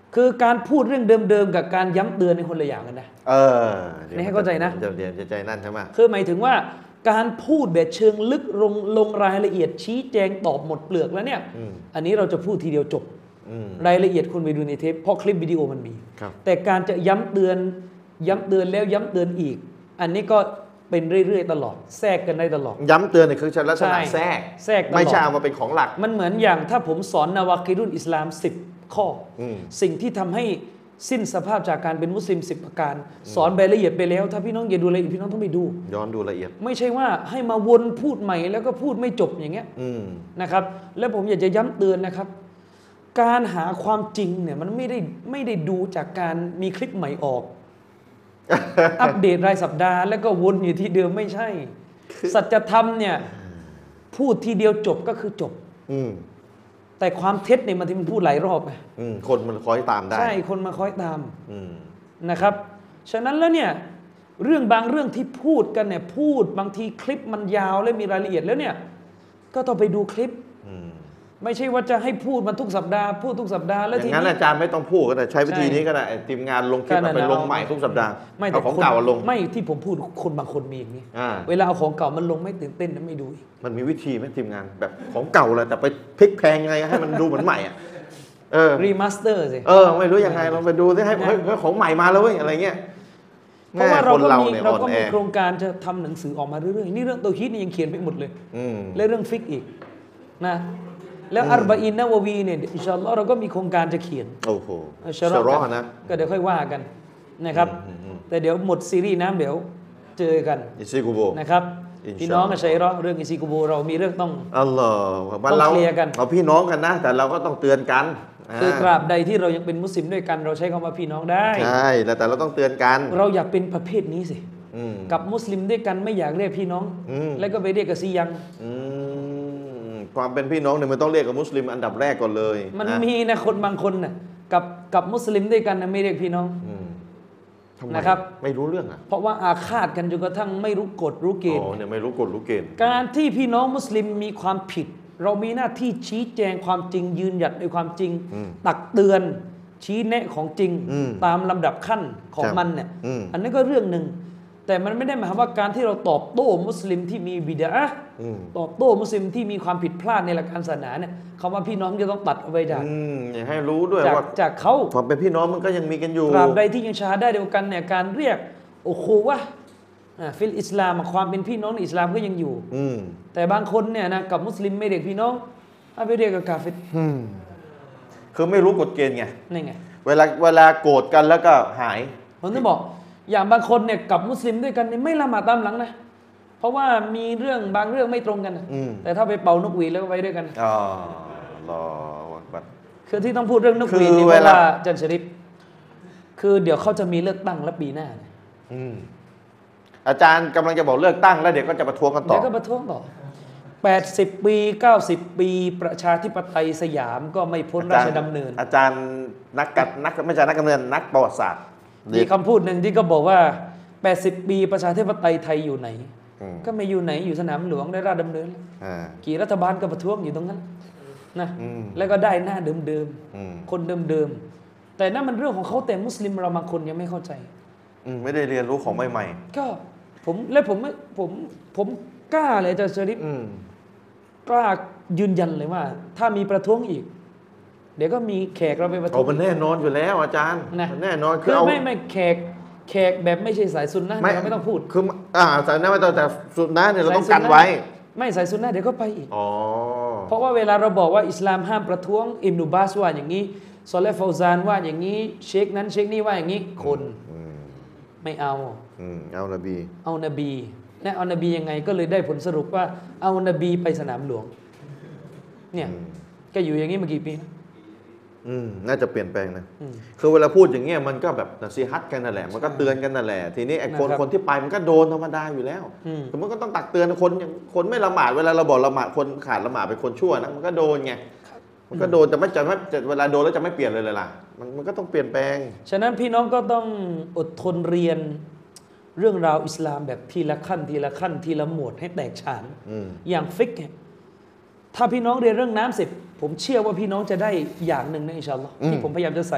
คือการพูดเรื่องเดิมๆกับการย้ำเตือนในคนละอย่างกันนะเออนี่ให้เข้าใจนะเดี๋ยวเดี๋ยวจะใจนั่นใช่ไหมคือหมายถึงว่าการพูดแบบเชิงลึกลงลงรายละเอียดชี้แจงตอบหมดเปลือกแล้วเนี่ยอันนี้เราจะพูดทีเดียวจบรายละเอียดคุณไปดูในเทปเพราะคลิปวิดีโอมันมีแต่การจะย้ำเตือนย้ำเตือนแล้วย้ำเตือนอีกอันนี้ก็เป็นเรื่อยๆตลอดแทรกกันได้ตลอดย้ำเตือนเนี่ยคือลักษณะแทรกแทรกไม่ใช่เอามาเป็นของหลักมันเหมือนอย่างถ้าผมสอนนาวากิรุนอิสลามสิบข้อสิ่งที่ทำให้สิ้นสภาพจากการเป็นมุสลิมสิบประการสอนรายละเอียดไปแล้วถ้าพี่น้องอย่าดูรายละเอียดพี่น้องต้องไปดูย้อนดูละเอียดไม่ใช่ว่าให้มาวนพูดใหม่แล้วก็พูดไม่จบอย่างเงี้ยนะครับแล้วผมอยากจะย้ำเตือนนะครับการหาความจริงเนี่ยมันไม่ได้ไม่ได้ดูจากการมีคลิปใหม่ออก อัปเดตรายสัปดาห์แล้วก็วนอยู่ที่เดิมไม่ใช่สัจธรรมเนี่ยพูดทีเดียวจบก็คือจบแต่ความเท็จเนี่ยมันที่มันพูดหลายรอบไงคนมันคอยตามได้ใช่คนมาคอยตามนะครับฉะนั้นแล้วเนี่ยเรื่องบางเรื่องที่พูดกันเนี่ยพูดบางทีคลิปมันยาวและมีรายละเอียดแล้วเนี่ยก็ต้องไปดูคลิปไม่ใช่ว่าจะให้พูดมันทุกสัปดาห์พูดทุกสัปดาห์แล้วทีนี้งั้นอาจารย์ไม่ต้องพูดก็ได้ใช้วิธีนี้ก็ได้ทีมงานลงคลิปไปลงใหม่ทุกสัปดาห์เอาของเก่าลงไม่ที่ผมพูดคนบางคนมีอย่างนี้เวลาเอาของเก่ามันลงไม่ตื่นเต้นไม่ดูมันมีวิธีไหมทีมงานแบบของเก่าเลยแต่ไปพลิกแพงไงให้มันดูเหมือนใหม่อ่ะเออรีมาสเตอร์สิเออไม่รู้ยังไงลองไปดูสิให้ของใหม่มาแล้วเว้ยอะไรเงี้ยเพราะว่าเราก็มีเราก็มีโครงการจะทำหนังสือออกมาเรื่อยๆนี่เรื่องตัวฮิตนี่ยังเขียนไปหมดเลยและเรื่องฟิกอีกนะแล้วอัรบะอีนนะวะวีเนี่ยอินชาอัลลอฮ์เราก็มีโครงการจะเขียนโอ้โหชะรอห์นะก็เดี๋ยวค่อยว่ากันนะครับแต่เดี๋ยวหมดซีรีส์น้ำเดี๋ยวเจอกันอิซิกุโบนะครับพี่น้องกับชัยรอเรื่องอิซิกุโบเรามีเรื่องต้องอัลลอฮ์ต้องเคลียร์กันเราพี่น้องกันนะแต่เราก็ต้องเตือนกันคือตราบใดที่เรายังเป็นมุสลิมด้วยกันเราใช้คำว่าพี่น้องได้ใช่แต่เราต้องเตือนกันเราอยากเป็นประเภทนี้สิกับมุสลิมด้วยกันไม่อยากเรียกพี่น้องแล้วก็ไปเรียกกับซียังความเป็นพี่น้องเนี่ยมันต้องเรียกกับมุสลิมอันดับแรกก่อนเลยมันมีนะคนบางคนน่ะกับกับมุสลิมด้วยกันนะไม่เรียกพี่น้องนะครับไม่รู้เรื่องอ่ะเพราะว่าอาฆาตกันจนกระทั่งไม่รู้กฎรู้เกณฑ์อ๋อเนี่ยไม่รู้กฎรู้เกณฑ์การที่พี่น้องมุสลิมมีความผิดเรามีหน้าที่ชี้แจงความจริงยืนหยัดในความจริงตักเตือนชี้แนะของจริงตามลำดับขั้นของมันเนี่ยอันนี้ก็เรื่องหนึ่งแต่มันไม่ได้หมายความว่าการที่เราตอบโต้มุสลิมที่มีบิดาตอบโต้มุสลิมที่มีความผิดพลาดในหลักการศาสนาเนี่ยคำว่าพี่น้องจะต้องตัดเอาไว้จากอย่าให้รู้ด้วยว่าจากเขาความเป็นพี่น้องมันก็ยังมีกันอยู่ตราบใดที่ยังชาได้เดียวกันเนี่ยการเรียกโอ้โหวะฟิลอิสลามความเป็นพี่น้องในอิสลามก็ยังอยู่แต่บางคนเนี่ยนะกับมุสลิมไม่เรียกพี่น้องเอาไปเรียกกับกาเฟรคือไม่รู้กฎเกณฑ์ไงนี่ไงเวลาเวลาโกรธกันแล้วก็หายผมต้องบอกอย่างบางคนเนี่ยกับมุสลิมด้วยกันเนี่ยไม่ละหมาดตามหลังนะเพราะว่ามีเรื่องบางเรื่องไม่ตรงกันแต่ถ้าไปเป่านกหวีดแล้วก็ไปด้วยกันอ๋อรอวัดคือที่ต้องพูดเรื่องนกหวีดนี่เพราะว่าจันชริปคือเดี๋ยวเขาจะมีเลือกตั้งแล้วปีหน้าอาจารย์กำลังจะบอกเลือกตั้งแล้วเดี๋ยวก็จะประท้วงกันต่อเดี๋ยวก็ประท้วงต่อแปดสิบปีเก้าสิบปีประชาธิปไตยสยามก็ไม่พ้นราชดำเนินอาจารย์นักกัดนักไม่ใช่นักการเมืองนักประวัติศาสตร์มีคำพูดหนึ่งที่ก็บอกว่าแปดสิบปีประชาธิปไตยไทยอยู่ไหนก็ไม่อยู่ไหนอยู่สนามหลวงได้ราชดำเนินกี่รัฐบาลก็ประท้วงอยู่ตรงนั้นนะแล้วก็ได้หน้าเดิมๆคนเดิมๆแต่นั่นมันเรื่องของเขาแต่มุสลิมเราบางคนยังไม่เข้าใจไม่ได้เรียนรู้ของใหม่ๆก็ผมและผมผมผมกล้าเลยจะชริปกล้ายืนยันเลยว่าถ้ามีประท้วงอีกเดี๋ยวก็มีแขกเราไปประท้วงมันแน่นอนอยู่แล้วอาจารย์แน่นอนคือไม่ไม่แขกแขกแบบไม่ใช่สายซุนนะเราไม่ต้องพูดคืออ่าสายนะไม่ต้องแต่ซุนนะเนี่ยเราต้องกันไว้ไม่สายซุนนะเดี๋ยวก็ไปอีกเพราะว่าเวลาเราบอกว่าอิสลามห้ามประท้วงอิบนุบาสว่าอย่างนี้ซอเลห์ฟาวซานว่าอย่างนี้เชคนั้นเชคนี่ว่าอย่างนี้คนไม่เอาเอานบีเอานบีและเอานบียังไงก็เลยได้ผลสรุปว่าเอานบีไปสนามหลวงเนี่ยก็อยู่อย่างนี้มากี่ปีนะอืมน่าจะเปลี่ยนแปลงนะคือเวลาพูดอย่างเงี้ยมันก็แบบนัซีฮัตกันนั่นแหละมันก็เตือนกันนั่นแหละทีนี้ไอ้คนคนที่ไปมันก็โดนธรรมดาอยู่แล้วแต่มันก็ต้องตักเตือนคนอย่างคนไม่ละหมาดเวลาเราบอกละหมาดคนขาดละหมาดเป็นคนชั่วนะมันก็โดนไงมันก็โดนแต่ไม่จะไม่เวลาโดนแล้วจะไม่เปลี่ยนเลยเลยล่ะมันมันก็ต้องเปลี่ยนแปลงฉะนั้นพี่น้องก็ต้องอดทนเรียนเรื่องราวอิสลามแบบทีละขั้นทีละขั้นทีละหมวดให้แตกฉานอย่างฟิกเนี่ยถ้าพี่น้องเรียนเรื่องน้ำเสร็จผมเชื่อว่าพี่น้องจะได้อย่างหนึ่งนะอินชาอัลลอฮ์ที่ผมพยายามจะใส่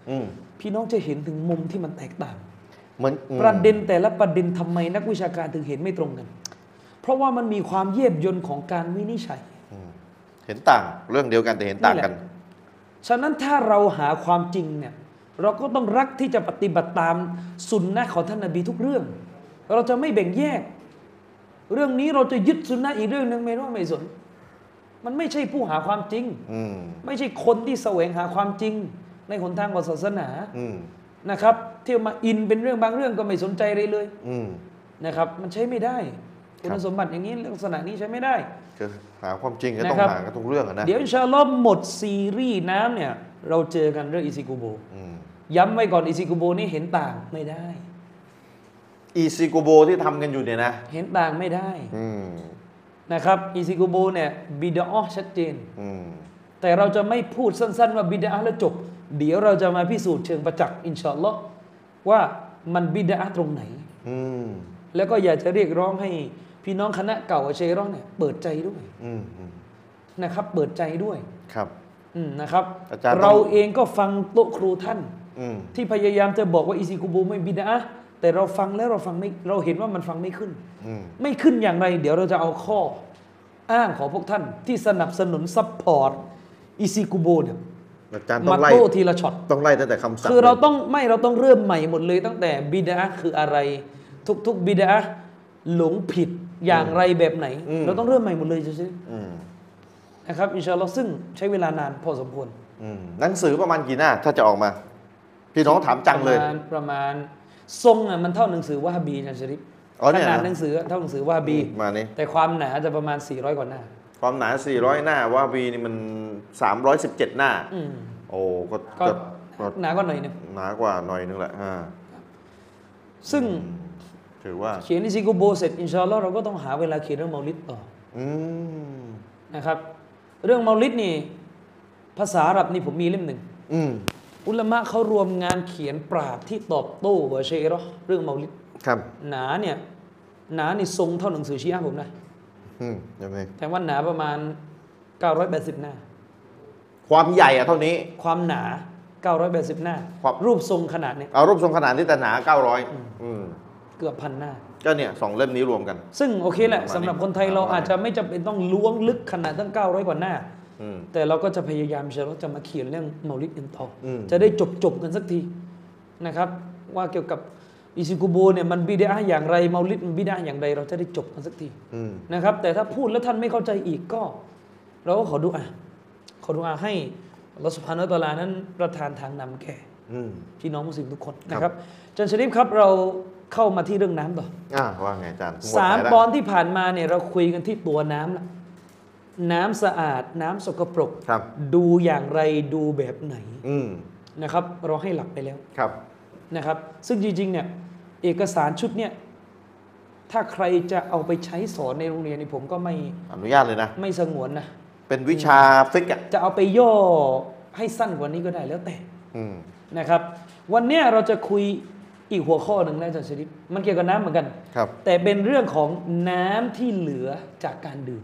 พี่น้องจะเห็นถึงมุมที่มันแตกต่างเหมือนประเด็นแต่ละประเด็นทำไมนักวิชาการถึงเห็นไม่ตรงกันเพราะว่ามันมีความเยียบยนต์ของการวินิจฉัยเห็นต่างเรื่องเดียวกันแต่เห็นต่างกันฉะนั้นถ้าเราหาความจริงเนี่ยเราก็ต้องรักที่จะปฏิบัติตามสุนนะของท่านนบีทุกเรื่องเราจะไม่แบ่งแยกเรื่องนี้เราจะยึดสุนนะอีกเรื่องนึงไม่รู้ไม่สนมันไม่ใช่ผู้หาความจริงไม่ใช่คนที่แสวงหาความจริงในหนทางของศาสนานะครับที่มาอินเป็นเรื่องบางเรื่องก็ไม่สนใจเลยเลยนะครับมันใช้ไม่ได้คุณสมบัติอย่างนี้ลักษณะนี้ใช้ไม่ได้หาความจริงก็ต้องหากันทุกเรื่องนะเดี๋ยวอินชาอัลลอฮ์หมดซีรีส์น้ำเนี่ยเราเจอกันเรื่องอิซิกุโบย้ำไว้ก่อนอิซิกุโบนี่เห็นต่างไม่ได้อิซิกุโบที่ทำกันอยู่เนี่ยนะเห็นต่างไม่ได้นะครับอิซิกุโบเนี่ยบิดอะห์ชัดเจนแต่เราจะไม่พูดสั้นๆว่าบิดอะห์แล้วจบเดี๋ยวเราจะมาพิสูจน์เชิงประจักษ์อินชาอัลลอฮ์ว่ามันบิดอะห์ตรงไหนแล้วก็อยากจะเรียกร้องให้พี่น้องคณะเก่าเชร้องเนี่ยเปิดใจด้วยนะครับเปิดใจด้วยครับนะครับเราเองก็ฟังโต๊ะครูท่านที่พยายามจะบอกว่าอิซิกุโบไม่บิดอะห์แต่เราฟังแล้วเราฟังไม่เราเห็นว่ามันฟังไม่ขึ้นไม่ขึ้นอย่างไรเดี๋ยวเราจะเอาข้ออ้างของพวกท่านที่สนับสนุนซัพพอร์ตอิซิกุโบเนี่ยมาโต้ทีละช็อตต้องไล่ตั้งแต่คำสั่งคือเราต้องไม่เราต้องเริ่มใหม่หมดเลยตั้งแต่บิดอะห์คืออะไรทุกๆบิดอะห์หลงผิดอย่างไรแบบไหนเราต้องเริ่มใหม่หมดเลยใช่ไหมนะครับอินชาอัลลอฮ์ซึ่งใช้เวลานานพอสมควรหนังสือประมาณกี่หน้าถ้าจะออกมาพี่น้องถามจังเลยประมาณทรงอ่ะมันเท่าหนังสือวะฮาบีนะชริฟขนาดหนังสือเท่าหนังสือวะฮาบีมานี่แต่ความหนาจะประมาณสี่ร้อยกว่าหน้าความหนาสี่ร้อยหน้าวะฮาบีนี่มันสามร้อยสิบเจ็ดหน้าโอ้ก็หนากว่าหน่อยนึงหนากว่าหน่อยนึงแหละซึ่งถือว่าเขียนอิซิกุโบเสร็จอินชาอัลลอฮ์เราก็ต้องหาเวลาเขียนเรื่องเมาลิดต่อนะครับเรื่องเมาลิดนี่ภาษาอาหรับนี่ผมมีเล่มหนึ่งอุลามะเขารวมงานเขียนปราดที่ตอบโต้กับเชรอเรื่องเมาลิดครับหนาเนี่ยหนานี่ทรงเท่าหนังสือชีอะห์ผมนะอืมยังไงแต่ว่าหนาประมาณเก้าร้อยแปดสิบหน้าความใหญ่อะเท่านี้ความหนาเก้าร้อยแปดสิบหน้ารูปทรงขนาดนี้เอารูปทรงขนาดนี้แต่หนาเก้าร้อยอืมเกือบพันหน้าก็เนี่ยสองเล่มนี้รวมกันซึ่งโอเคแหละสำหรับคนไทยเราอาจจะไม่จำเป็นต้องล้วงลึกขนาดตั้งเก้าร้อยกว่าหน้าแต่เราก็จะพยายามเชื่อว่าจะมาเขียนเรื่องเมาลิดอินทอจะได้จบจบกันสักทีนะครับว่าเกี่ยวกับอิซิกุโบเนี่ยมันบิดอะห์อย่างไรเมาลิดมันบิดอะห์อย่างไรเราจะได้จบกันสักทีนะครับแต่ถ้าพูดแล้วท่านไม่เข้าใจอีกก็เราก็ขอดุอาขอดุอาให้อัลเลาะห์ซุบฮานะฮูวะตะอาลานั้นประทานทางนำแก่พี่น้องมุสลิมทุกคนนะครับอาจารย์ชะรีฟครับเราเข้ามาที่เรื่องน้ำต่ออ่าว่าไงอาจารย์สามตอนที่ผ่านมาเนี่ยเราคุยกันที่ตัวน้ำละน้ำสะอาดน้ำสกปรกดูอย่างไรดูแบบไหนนะครับเราให้หลักไปแล้วนะครับซึ่งจริงๆเนี่ยเอกสารชุดเนี่ยถ้าใครจะเอาไปใช้สอนในโรงเรียนนี่ผมก็ไม่อนุญาตเลยนะไม่สงวนนะเป็นวิชาฟิกอ่ะจะเอาไปย่อให้สั้นกว่านี้ก็ได้แล้วแต่นะครับวันนี้เราจะคุยอีกหัวข้อหนึ่งนะอาจารย์ชริฟมันเกี่ยวกับน้ำเหมือนกันแต่เป็นเรื่องของน้ำที่เหลือจากการดื่ม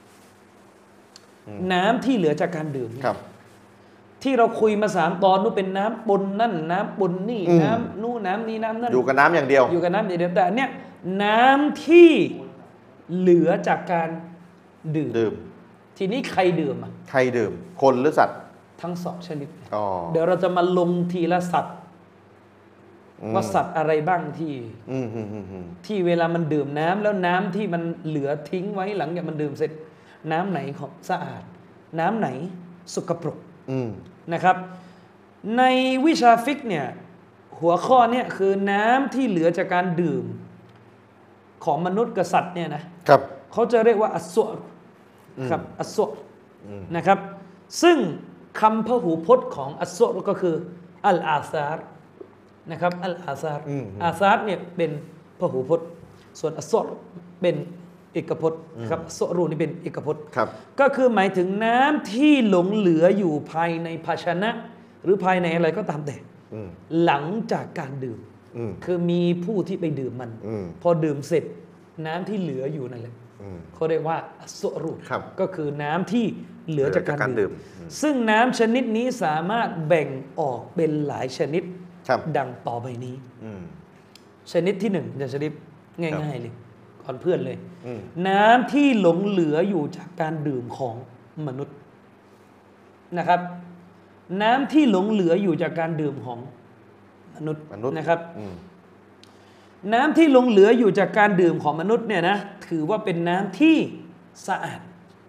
น้ำที่เหลือจากการดื่มที่เราคุยมาสามตอนนู้นเป็นน้ำปนนั่นน้ำปนนี่น้ำนู่นน้ำนี้น้ำนั่นอยู่กับน้ำอย่างเดียวอยู่กับน้ำอย่างเดียวแต่เนี้ยน้ำที่เหลือจากการดื่มดื่มทีนี้ใครดื่มอ่ะใครดื่มคนหรือสัตว์ทั้งสองชนิดเดี๋ยวเราจะมาลงทีละสัตว์ว่าสัตว์อะไรบ้างที่ที่เวลามันดื่มน้ำแล้วน้ำที่มันเหลือทิ้งไว้หลังจากมันดื่มเสร็จน้ำไหนของสะอาดน้ำไหนสกปรกนะครับในวิชาฟิกเนี่ยหัวข้อเนี่ยคือน้ำที่เหลือจากการดื่มของมนุษย์กับสัตว์เนี่ยนะครับเขาจะเรียกว่าอัสซอรครับอัสซอรนะครับซึ่งคำพหูพจน์ของอัสซอรก็คืออัลอาซาร์นะครับอัลอาซาร์อาซาร์เนี่ยเป็นพหูพจน์ส่วนอัสซอรเป็นเอกพจน์ครับอัสซอรูนี่เป็นเอกพจน์ก็คือหมายถึงน้ำที่หลงเหลืออยู่ภายในภาชนะหรือภายในอะไรก็ตามแต่หลังจากการดื่มคือมีผู้ที่ไปดื่มมันพอดื่มเสร็จน้ำที่เหลืออยู่นั่นแหละเขาเรียกว่าอัสซุรุครับก็คือน้ำที่เหลือจากการดื่มอืมซึ่งน้ำชนิดนี้สามารถแบ่งออกเป็นหลายชนิดครับดังต่อไปนี้อืมชนิดที่หนึ่งจะชนิดง่ายๆเลยก่อนเพื่อนเลยอืมน้ำที่หลงเหลืออยู่จากการดื่มของมนุษย์นะครับ น้ำที่หลงเหลืออยู่จากการดื่มของมนุษย์มนุษย์นะครับอืมน้ำที่หลงเหลืออยู่จากการดื่มของมนุษย์เนี่ยนะถือว่าเป็นน้ำที่สะอาด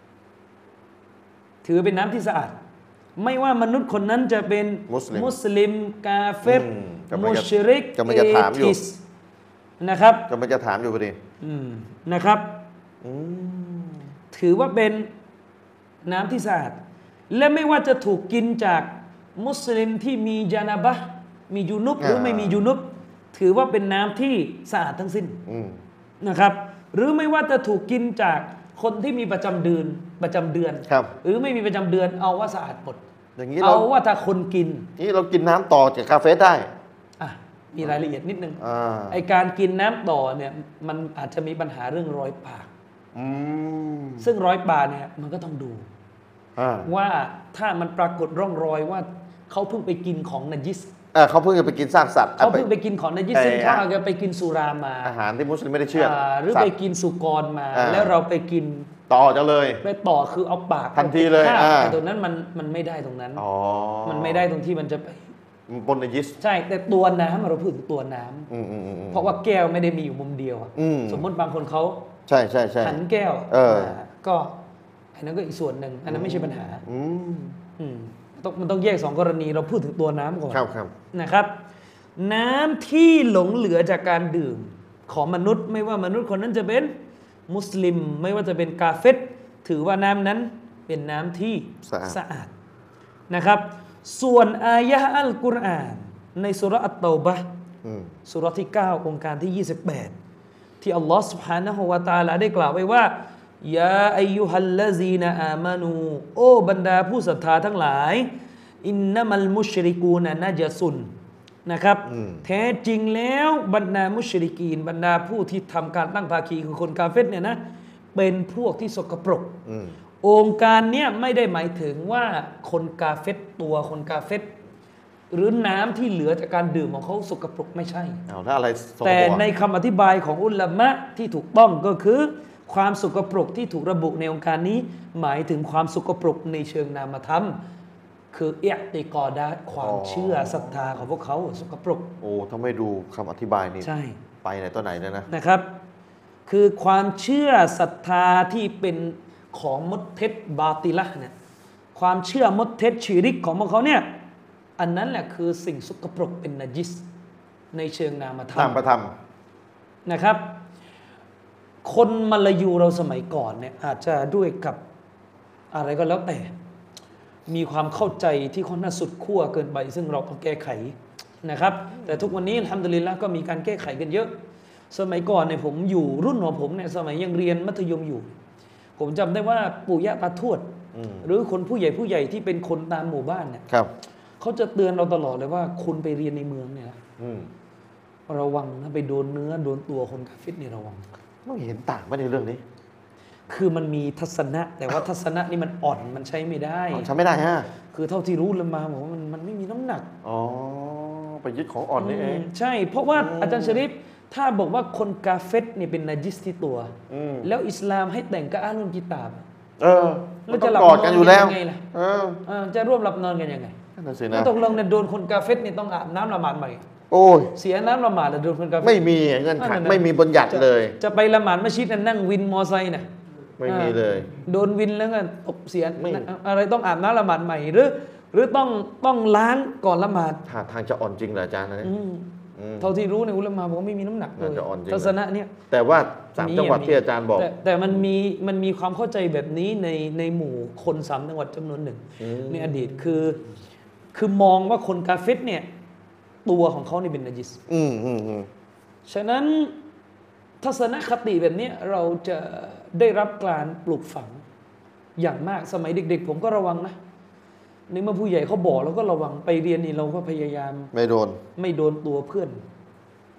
ถือเป็นน้ำที่สะอาด ไม่ว่ามนุษย์คนนั้นจะเป็นมุสลิมมุสลิมกาเฟรอืมกำลังจะมุชริกกำลังจะถามอยู่เอทิสนะครับก็มันจะถามอยู่พอดีอืมนะครับอืมถือว่าเป็นน้ำที่สะอาด และไม่ว่าจะถูกกินจากมุสลิมที่มีญานาบะห์มียูนุบหรือไม่มียูนุบถือว่าเป็นน้ำที่สะอาดทั้งสิ้นอืมนะครับ หรือไม่ว่าจะถูกกินจากคนที่มีประจำเดือนประจำเดือนครับหรือไม่มีประจำเดือนเอาว่าสะอาดหมดอย่างนี้เราเอาว่าถ้าคนกินนี่เรากินน้ำต่อจากคาเฟ่ได้อ่ะมีรายละเอียดนิดนึงอ่าไอการกินน้ำต่อเนี่ยมันอาจจะมีปัญหาเรื่องรอยปากอืมซึ่งรอยปากเนี่ยมันก็ต้องดูอ่าว่าถ้ามันปรากฏร่องรอยว่าเขาเพิ่งไปกินของนัจิสอ่าเขาเพิ่งจะไปกินซากสัตว์เขาเพิ่งไปกินของนัจิสไอ้ซึ่งเขาอาจจะไปกินสุรามาอาหารที่มุสลิมไม่ได้เชื่ออ่าหรือสัตไปว์กินสุกรมาอ่าแล้วเราไปกินต่อจะเลยไปต่อคือเอาปากทันทีเลยข้าวอ่าแต่ตรงนั้นมันมันไม่ได้ตรงนั้นอ๋อมันไม่ได้ตรงที่มันจะไปมันปนในยิสใช่แต่ตัวน้ำเราพูดถึงตัวน้ำอืมอืมอืมเพราะว่าแก้วไม่ได้มีอยู่มุมเดียวอะอืมสมมติบางคนเขาใช่ใช่ใช่หันแก้วเออมาก็อันนั้นก็อีกส่วนหนึ่งอันนั้นไม่ใช่ปัญหาอืมอืมต้องมันต้องแยกสองกรณีเราพูดถึงตัวน้ำก่อนครับครับนะครับ น้ำที่หลงเหลือจากการดื่มของมนุษย์ ไม่ว่ามนุษย์คนนั้นจะเป็นมุสลิม ไม่ว่าจะเป็นกาเฟตถือว่าน้ำนั้นเป็นน้ำที่สะอาดสะอาดนะครับ ส่วนอายะห์อัลกุรอานในสุราะห์อัตเตาบะห์อืมสุราะห์ที่เก้าองค์การที่ยี่สิบแปดที่อัลลอฮ์ سبحانه และ تعالى ได้กล่าวไว้ว่ายาอายุฮัลลซีนอามานูโอ้บรรดาผู้ศรัทธาทั้งหลายอินนัมัลมุชริกูนนะจะซุนนะครับอืมแท้จริงแล้วบรรดามุชริกีน บรรดาผู้ที่ทำการตั้งภาคีคือคนกาเฟตเนี่ยนะเป็นพวกที่สกปรกอืมองค์การเนี้ยไม่ได้หมายถึงว่าคนกาเฟตตัวคนกาเฟตหรือน้ำที่เหลือจากการดื่มของเขาสกปรกไม่ใช่เอาถ้าอะไรสกปรกแต่ในคำอธิบายของอุลามะที่ถูกต้องก็คือ ความสกปรกที่ถูกระบุในองค์การนี้ หมายถึงความสกปรกในเชิงนามธรรม คือเอะติกอดาตความเชื่อศรัทธาของพวกเขาสกปรกโอ้ถ้าไม่ดูคำอธิบายนี่ใช่ไปไหนตัวไหนเลยนะนะครับ คือความเชื่อศรัทธาที่เป็นของมดเท็จบาติละห์เนี่ยความเชื่อมดเท็จชีริกของพวกเขาเนี่ยอันนั้นแหละคือสิ่งสกปรกเป็นนัจิสในเชิงนามธรรตามมประธรรมนะครับ คนมาลายูเราสมัยก่อนเนี่ยอาจจะด้วยกับอะไรก็แล้วแต่ มีความเข้าใจที่ค่อนข้างสุดขั้วเกินไป ซึ่งเราต้องแก้ไขนะครับ แต่ทุกวันนี้อัลฮัมดุลิลละห์ก็มีการแก้ไขกันเยอะ สมัยก่อนเนี่ยผมอยู่รุ่นของผมเนี่ยสมัยยังเรียนมัธยมอยู่ ผมจำได้ว่าปู่ย่าตาทวดอืมหรือคนผู้ใหญ่ผู้ใหญ่ที่เป็นคนตามหมู่บ้านเนี่ยครับเขาจะเตือนเราตลอดเลยว่าคุณไปเรียนในเมืองเนี่ยนะอืมระวังนะไปโดนเนื้อโดนตัวคนกาเฟตเนี่ยระวังไม่เห็นต่างไหมในเรื่องนี้คือมันมีทัศนะ แต่ว่าทัศนะนี่มันอ่อนมันใช้ไม่ได้อ๋อใช้ไม่ได้ฮะคือเท่าที่รู้เลยมาบอกว่ามันมันไม่มีน้ำหนักอ๋อไปยึดของอ่อนนี่เองมใช่ เพราะว่าอาจารย์ชริฟถ้าบอกว่าคนกาเฟตนี่เป็นนาจิสที่ตัวอืมแล้วอิสลามให้แต่งกับอาลุนกิตาบเออแล้วมันต้จะองหลับกอดกันอยู่แล้วนอนกันยังไงล่ะเออเออจะร่วมหลับนอนกันยังไงนั่นนะสิแล้นะวตกลงเนี่ยโดนคนกาเฟตนี่ต้องอาบน้ำละหมาดใหม่โอ้ยเสียน้ำละหมาดแล้วโดนคนกาเฟตไม่มีเงื่อนไขนั่นน่ะไม่มีบัญญัติจะเลยจะไปละหมาดมัสยิดน่ะนั่งวินมอไซค์น่ะไม่มีเลยโดนวินแล้วก็ตบเสียไม่อะไรต้องอาบน้ำละหมาดใหม่หรือ หรือต้องต้องล้างก่อนละหมาดท่าทางจะอ่อนจริงเหรออาจารย์นะอืมอืมเท่าที่รู้ในยอุลามะบอกว่าไม่มีน้ำหนักเลน่าย จะอ่อนจริงทัศนะเนี่ยแต่ว่าสามมีจังหวัดมีที่อาจารย์บอกแต่แต่มันมีมันมีความเข้าใจแบบนี้ในในหมู่คนสามจังหวัดจำนวนหนึ่งอืมในอดีตคือคือมองว่าคนกาเฟตเนี่ยตัวของเขานี่เป็นนาจิสอืมอืมอืมฉะนั้นทัศนคติแบบนี้เราจะได้รับการปลูกฝังอย่างมากสมัยเด็กๆผมก็ระวังนะในเมื่อผู้ใหญ่เขาบอกเราก็ระวังไปเรียนนี่เราก็พยายามไม่โดนไม่โดนตัวเพื่อน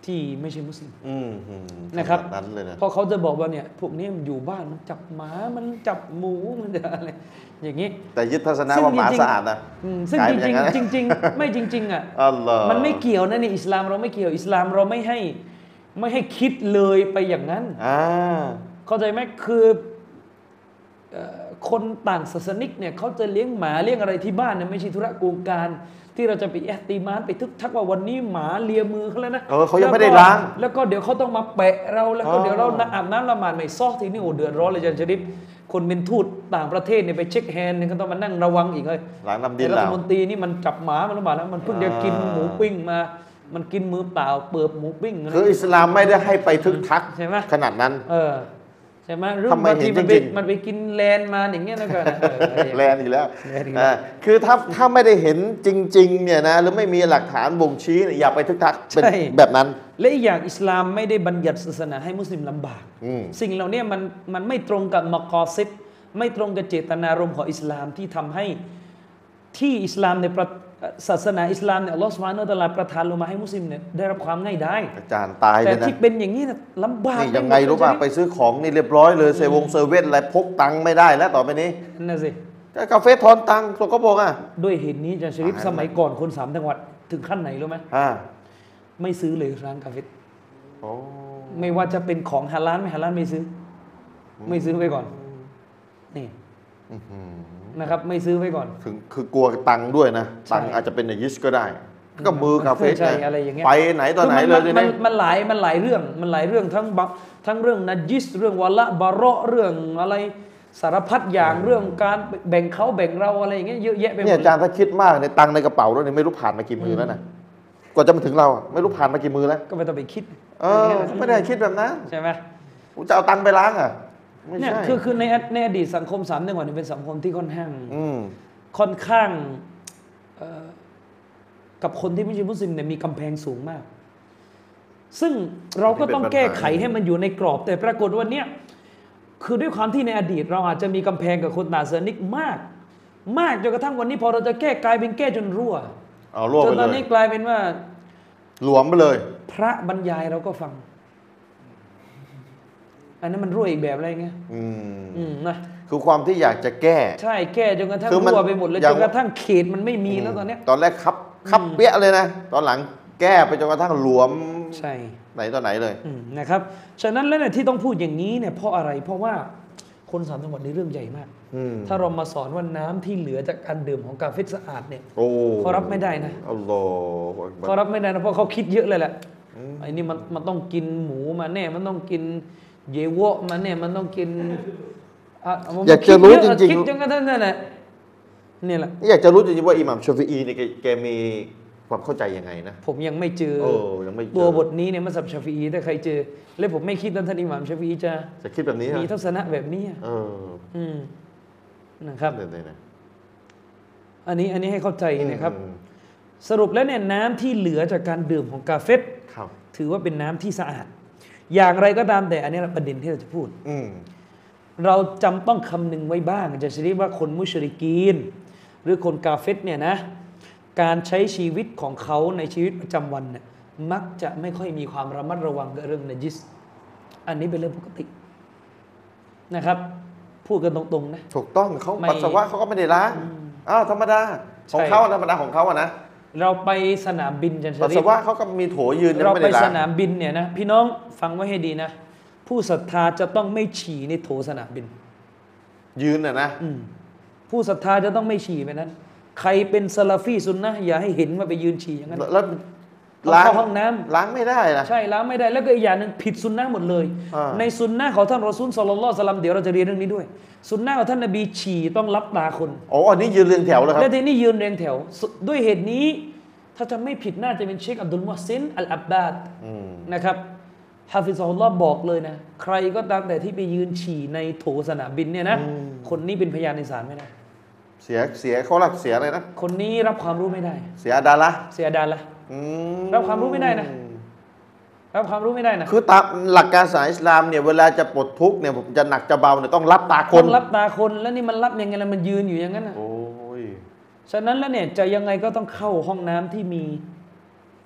ที่ไม่ใช่มุสลิมอืมอืมนะครับขนาดนั้นเลยนะเพราะเขาจะบอกว่าเนี่ยพวกนี้มันอยู่บ้านมันจับหมามันจับหมูมันจะอะไรอย่างนี้แต่ยึดทัศนะซึ่งว่าหมาจริงๆสะอาดนะอืมซึ่งกลายจเป็นอริย่าง งนั้นๆจริง ๆ ไม่จริง ๆอ่ะอัลลอฮ์มันไม่เกี่ยวนะนี่อิสลามเราไม่เกี่ยวอิสลามเราไม่ให้ไม่ให้คิดเลยไปอย่างนั้นอ่าเข้าใจไหมคือเอ่อคนต่างศาสนิกเนี่ยเขาจะเลี้ยงหมาเลี้ยงอะไรที่บ้านเนี่ยไม่ใช่ธุระโกงการที่เราจะไปแอตติมานไปทึกทักว่าวันนี้หมาเลียมือเขาแล้วนะเออเขายังไม่ได้ล้างแล้วก็เดี๋ยวเขาต้องมาแปะเราแล้วก็อ๋อเดี๋ยวเราอาบน้ำละหมาดไม่ซอกทีนี่โอ้เดือดร้อนเลยอาจารย์ชริปคนเป็นทูตต่างประเทศเนี่ยไปเช็คแฮนด์เนี่ยก็ต้องมานั่งระวังอีกเลยหลังน้ำดินรัแล้ฐวมนตรีนี่มันจับหมามันละหมาดแล้วมันเพิ่งจะกินอ่าหมูปิ้งมา มันกินมือเปล่าเปิบหมูปิ้งนะคืออิสลามไม่ได้ให้ไปทึกทักใช่ไหมขนาดนั้นเออใช่ไหมเรื่ทำไมบางทีเห็นมันไปจริงๆมันไปกินแลนด์มาอย่างเงี้ยนะก็นะเอออะไรอย่างแลเงี้ยนอีกแล้วแลนอีกแล้วอ่าคือถ้าถ้าไม่ได้เห็นจริง ๆ เนี่ยนะหรือไม่มีหลักฐานบ่งชี้เนี่ยอย่าไปทึกทักเป็นใช่แบบนั้นและอีกอย่างอิสลามไม่ได้บัญญัติศาสนาให้มุสลิมลำบากอืมสิ่งเหล่านี้มันมันไม่ตรงกับมกอซิดไม่ตรงกับเจตนารมณ์ของอิสลามที่ทำให้ที่อิสลามในประศาสนาอิสลามเนี่ยอัลลอฮฺซุบฮานะฮูวะตะอาลาประทานลงมาให้มุสลิมเนี่ยได้รับความง่ายได้อาจารย์ตายเลแต่ยนะที่เป็นอย่างนี้นะลำบากนี่ยังไงรู้ป่ะไปซื้อของนี่เรียบร้อยเลยเซวงเซเว่นอะไรพกตังค์ไม่ได้แล้วต่อไปนี้นั่นสิจะกาเฟ่ทอนตังค์สกปรกอ่ะด้วยเหตุนี้อาจารย์ชริฟตายแล้วสมัยก่อนคนสามจังหวัดถึงขั้นไหนรู้ไหมอ่าไม่ซื้อเลยร้านกาแฟโอ้ไม่ว่าจะเป็นของฮาลาลไม่ฮาลาลไม่ซื้อ ไม่ซื้อไว้ก่อนนี่อื้อหือนะครับ ไม่ซื้อไว้ก่อนถึงคือกลัวตังค์ด้วยนะใช่ตังค์อาจจะเป็นในยิสก็ได้ ก็มือกาเฟ่ใช่ไงอะไรอย่างเงี้ยไปไหนต่อไหนคือเลยมัทีมันี้มันหลายมันหลายเรื่องมันหลายเรื่องทั้งบะทั้งเรื่องนัจิสเรื่องวะละบาเราะห์เรื่องอะไรสารพัดอย่างเรื่องการแบ่งเขาแบ่งเราอะไรอย่างเงี้ยเยอะแยะไปหมเนี่ยดอาจารย์ถ้าคิดมากในยตังค์ในกระเป๋าแล้วเนี่ยไม่รู้ผ่านมากี่มือแล้วนะกว่าจะมาถึงเราอะไม่รู้ผ่านมากี่มือแล้วก็ไม่ต้องไปคิดเออเขาไม่ได้คิดแบบนั้นใช่ไหมกูจะเอาตังค์ไปล้างอ่ะไม่เนี่ยใช่คือคือในในอดีตสังคมสามจังหวัดเนี่ยเป็นสังคมที่ค่อนข้างอืมค่อนข้างเอ่อกับคนที่ไม่ใช่มุสลิมเนี่ยมีกำแพงสูงมาก ซึ่งเราก็ต้องแก้ไขให้มันอยู่ในกรอบ แต่ปรากฏว่าเนี่ยคือด้วยความที่ในอดีต เราอาจจะมีกำแพงกับคนต่างศาสนิกมาก มากจนกระทั่งวันนี้พอเราจะแก้กลายเป็นแก้จนรั่วเอารั่วจไปนเลตอนยนี้กลายเป็นว่าหลวมไปเลยพระบรรยายเราก็ฟัง อันนั้นมันรั่วอีกแบบอะไรเงี้ยอืมอืมนะคือความที่อยากจะแก้ใช่แก้จนกระทั่งคือมันรั่วไปหมดเลยอย่าจงนกระทั่งเขตมันไม่มีแล้วตอนเนี้ยตอนแรกคับคับเปี้ยเลยนะ ตอนหลังแก้ไปจนกระทั่งหลวมใช่ไหนต่อไหนเลยอืมนะครับ ฉะนั้นแล้วเนี่ยที่ต้องพูดอย่างนี้เนี่ยเพราะอะไร เพราะว่าคนสามจังหวัดในเรื่องใหญ่มากอืมถ้าเรามาสอนว่าน้ำที่เหลือจากการดื่มของกาเฟสะอาดเนี่ยโอ้เขารับไม่ได้นะอัลลอฮฺเขารับไม่ได้นะเพราะเขาคิดเยอะเลยแหละไอ้นี่มันมันต้องกินหมูมาแน่ มันต้องกินเยวะมาแน่ มันต้องกินอ่ะมันอยากจะรู้คิดจเยอะริงคิดจนกระทั่งนั่นแหละเนี่ยแหละๆอยากจะรู้จริงๆว่าอิหม่ามชาฟิอีเนี่ยแกแกมีความเข้าใจยังไงนะผมยังไม่เจอโอ้ยังไม่เจอตัวบทนี้ในมัสยิดชาฟีอีถ้าใครเจอ และผมไม่คิดว่าท่านอิหม่ามชาฟีอีจะจะคิดแบบนี้มีนะทัศนะแบบนี้อ่ะเอออืมนะครับเนี่ยเนี่ยเนี่ยอันนี้อันนี้ให้เข้าใจนะครับอืมสรุปแล้วเนี่ยน้ำที่เหลือจากการดื่มของกาเฟสครับถือว่าเป็นน้ำที่สะอาด อย่างไรก็ตามแต่อันนี้ประเด็นที่เราจะพูดอืมเราจำต้องคำนึงไว้บ้างจะชริว่าคนมุชริกีน หรือคนกาเฟสเนี่ยนะการใช้ชีวิตของเขาในชีวิตประจำวันเนี่ยมักจะไม่ค่อยมีความระมัดระวังกับเรื่องนัจิส อันนี้เป็นเรื่องปกตินะครับ พูดกันตรงๆนะถูกต้องเขาไม่ปัสสาวะเขาก็ไม่ได้ล้างอ้าวธรรมดาของใช่เขาธรรมดาของเขาอะนะเราไปสนามบินจันทปัสริสาวะเขาก็มีโถยืนยังเราไม่ไปได้ล้าสงนามบินเนี่ยนะพี่น้องฟังไว้ให้ดีนะ ผู้ศรัทธาจะต้องไม่ฉี่ในโถสนามบินยืนน่ะนะอืมผู้ศรัทธาจะต้องไม่ฉี่ไปนั้น ใครเป็นซาลาฟีซุนนะห์อย่าให้เห็นว่าไปยืนฉี่อย่างนั้นแล้วต้องล้างเข้าห้องน้ำล้างไม่ได้นะใช่ล้างไม่ได้แล้วก็อีกอย่างหนึ่งผิดซุนนะห์หมดเลยอ่าในซุนนะห์ของท่านรอซูลศ็อลลัลลอฮุอะลัยฮิวะซัลลัมเดี๋ยวเราจะเรียนเรื่องนี้ด้วยซุนนะห์ของท่านนบีฉี่ต้องรับตาคนโอ้อันนี้ยืนเรียงแถวเลยครับและทีนี้ยืนเรียงแถวสุด้วยเหตุนี้ ถ้าจะไม่ผิดน่าจะเป็นเชคอับดุลมุฮซินอัลอับบาดอืมนะครับฮาฟิซอฮุลลอฮ์บอกเลยนะ ใครก็ตามแต่ที่ไปยืนฉี่ในโถสนามบินเนี่ยนะ คนนี้เป็นพยานในศาลไม่ได้เสียเสียเขาหลักเสียอะไรนะคนนี้รับความรู้ไม่ได้เสียดาละเสียดานละอืมรับความรู้ไม่ได้นะ รับความรู้ไม่ได้นะคือตามหลักการศาสนาอิสลามเนี่ยเวลาจะปลดทุกข์เนี่ยผมจะหนักจะเบาเนี่ยต้องรับตาคคน นรับตาคนแล้วนี่มันรับยังไงล่ะมันยืนอยู่อย่างนั้นนะโอ้ยฉะนั้นแล้วเนี่ยจะยังไงก็ต้องเข้าห้องน้ำที่มี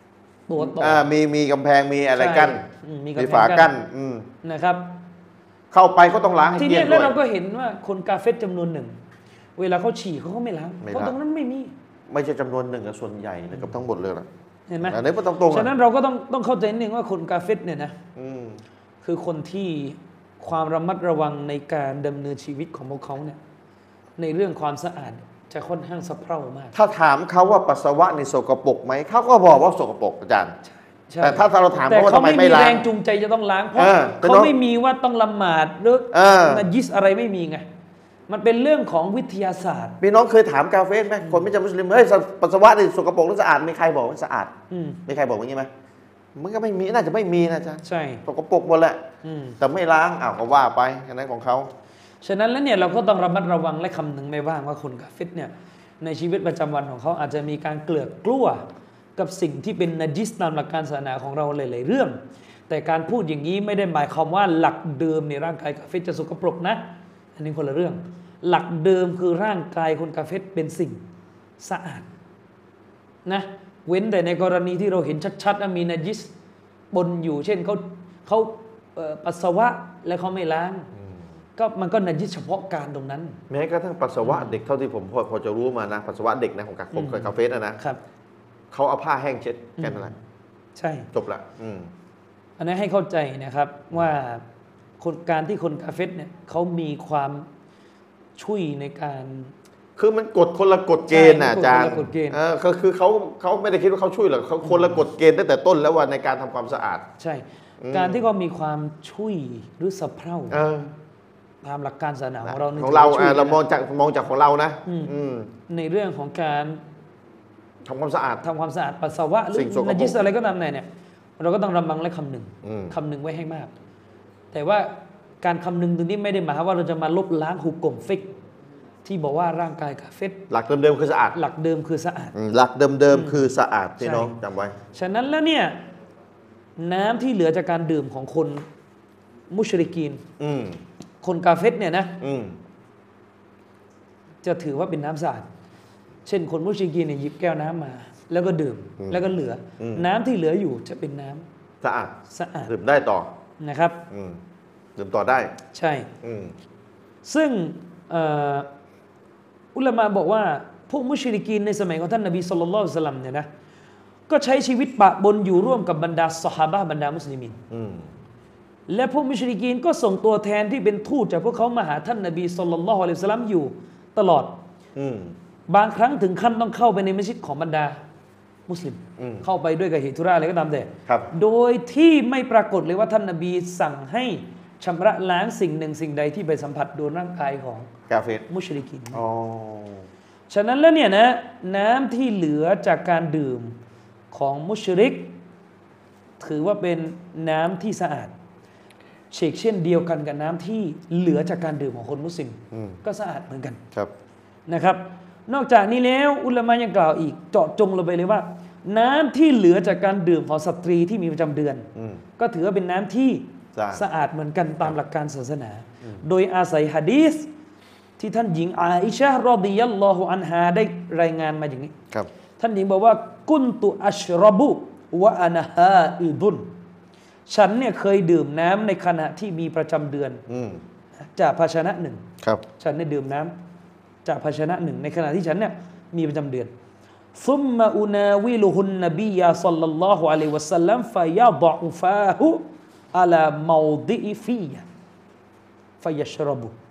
ตัวต่ออ่ามีมีกำแพงมีอะไรกั้นใช่อืมมีกำแพงมีฝากั้นอืมนะครับเข้าไปก็ต้องล้างให้ทีเกลี้นี้ยงด้แล้ว วย เราก็เห็นว่าคนกาเฟสจำนวนหนึ่ง เวลาเขาฉี่เขาก็ไม่ล้างไม่เพราะล้างตรงนั้นไม่มีไม่ใช่จำนวนหนึ่งอะส่วนใหญ่นะกับทั้งหมดเลยล่ะเห็นไหมอันนี้มันต้องตรงๆฉะนั้นอะเราก็ต้องต้องเข้าใจนิดนึงว่าคนกาเฟสเนี่ยนะอืมคือคนที่ความระมัดระวังในการดำเนินชีวิตของพวกเขาเนี่ยในเรื่องความสะอาดจะค่อนข้างสะเพร่ามากถ้าถามเขาว่าปัสสาวะในสกปรกไหมเขาก็บอกว่าสกปรกอาจารย์ใช่แต่ถ้าเราถามแต่เขาว่าเขาทำไมไม่ไม่มีล้าแรง งจูงใจจะต้องล้างเพราะเออแต่เขาน้องไม่มีว่าต้องละหมาดหรือเออนัจิสอะไรไม่มีไงมันเป็นเรื่องของวิทยาศาสตร์พี่น้องเคยถามกาเฟสไหมคนไม่ใช่มุสลิมเฮ้ยปัสสาวะในสกปรกหรือสะอาดมีใครบอกว่าสะอาดอืมมีใครบอกอย่างนี้ไหมมันก็ไม่มีน่าจะไม่มีนะจ๊ะใช่สกปรกหมดแหละอืมแต่ไม่ล้างอ้าวก็ว่าไปอันนั้นของเขาฉะนั้นแล้วเนี่ยเราก็ต้องระมัดระวังและคำนึงไม่บ้างว่าคนกาเฟสเนี่ยในชีวิตประจำวันของเขาอาจจะมีการเกลือกกลัวกับสิ่งที่เป็นนัจิสตามหลักการศาสนาของเราหลายๆเรื่อง แต่การพูดอย่างนี้ไม่ได้หมายความว่าหลักเดิมในร่างกายกาเฟสจะสกปรกนะอันนี้คนละเรื่อง หลักเดิมคือร่างกายคนกาเฟสเป็นสิ่งสะอาดนะเว้นแต่ในกรณีที่เราเห็นชัดๆว่ามีนัจิสปนอยู่ เช่นเขาเขาเอ่อปัสสาวะและเขาไม่ล้างก็มันก็นัจิสเฉพาะการตรงนั้นแม้กระทั่งปัสสาวะเด็กเท่าที่ผมพอพอจะรู้มานะปัสสาวะเด็กนะของกาของกาเฟสนะนะครับ เขาเอาผ้าแห้งเช็ดแค่นั้นแหละใช่จบละอืมอันนี้นให้เข้าใจนะครับว่าคนการที่คนกาเฟสเนี่ยเขามีความช่วยในการคือมันกฎคนละกฎเกณฑ์นะใช่อาจารย์คนละกฎเกณฑ์เออก็คือเขาเขาไม่ได้คิดว่าเขาช่วยหรอกเขาคนละกฎเกณฑ์ตั้งแต่ต้นแล้วว่าในการทำความสะอาดใช่ การที่เขามีความช่วยหรือสะเพร่าเออตามหลักการศาสนาของเรานี่ของเราถืว่ช่วยอ่ะเรามองนะจากมองจากของเรานะอืมอืมในเรื่องของการทำความสะอาดทำความสะอาดปัสสาวะหรือสิ่งสกปรกนัจิสอะไรก็ตามแต่เนี่ยเราก็ต้องระวังและคำนึงอืมคำนึงไว้ให้มาก แต่ว่าการคำนึงตรงนี้ไม่ได้หมายความว่าเราจะมาลบล้างหุกกลมฟิกที่บอกว่าร่างกายกาเฟสหลักเดิมๆคือสะอาดหลักเดิมคือสะอาดอืมหลักเดิมๆคือสะอาดพี่ใช่น้องจำไว้ฉะนั้นแล้วเนี่ยน้ำที่เหลือจากการดื่มของคนมุชริกีนอืมคนกาเฟสเนี่ยนะอืมจะถือว่าเป็นน้ำสะอาด เช่นคนมุชริกีนเนี่ยหยิบแก้วน้ำมา แล้วก็ดื่ม แล้วก็เหลืออน้ำที่เหลืออยู่จะเป็นน้ำสะอาดสะอาดดื่มได้ต่อนะครับอืมดื่มต่อได้ใช่อืมซึ่งเอ่ออุลามะบอกว่าพวกมุชริกีนในสมัยของท่านนบีศ็อลลัลลอฮุอะลัยฮิวะซัลลัมเนี่ยนะก็ใช้ชีวิตปะปนอยู่ร่วมกับบรรดาซอฮาบะห์บรรดามุสลิมินอืมและพวกมุชริกีนก็ส่งตัวแทนที่เป็นทูตจากพวกเขามาหาท่านนบีศ็อลลัลลอฮุอะลัยฮิวะซัลลัมอยู่ตลอดอืมบางครั้งถึงขั้นต้องเข้าไปในมัสยิดของบรรดามุสลิมอืมเข้าไปด้วยกับเหตุธุระอะไรก็ตามแต่ครับโดยที่ไม่ปรากฏเลยว่าท่านนบีสั่งให้ชำระล้างสิ่งหนึ่งสิ่งใดที่ไปสัมผัสโดนร่างกายของกาเฟสมุชริกีนอ๋อฉะนั้นแล้วเนี่ยนะน้ำที่เหลือจากการดื่มของมุชริก ถือว่าเป็นน้ำที่สะอาดเชกเช่นเดียวกันกับน้ำที่เหลือจากการดื่มของคนมุสลิมอืมก็สะอาดเหมือนกันครับนะครับ นอกจากนี้แล้วอุลามะยังกล่าวอีกเจาะจงลงไปเลยว่า น้ำที่เหลือจากการดื่มของสตรีที่มีประจำเดือนอืมก็ถือว่าเป็นน้ำที่สะอาดสะอาดเหมือนกันตามหลักการศาสนา โดยอาศัยหะดีษที่ท่านหญิงอาอิชะห์รอฎิยัลลอฮุอันฮาได้รายงานมาอย่างนี้ครับท่านหญิงบอกว่ากุนตุอัชรบุวะอานะฮาอิดุนฉันเนี่ยเคยดื่มน้ำในขณะที่มีประจำเดือนอืมจากภาชนะหนึ่งครับฉันได้ดื่มน้ำจากภาชนะหนึ่งในขณะที่ฉันเนี่ยมีประจำเดือนซุมมาอุนาวิลุฮุนนบียาซัลลัลลอฮุอะลัยฮิวะซัลลัมฟะยะฎอฟาฮุอะลาเมาดิอิฟียะฟะยัชรบุ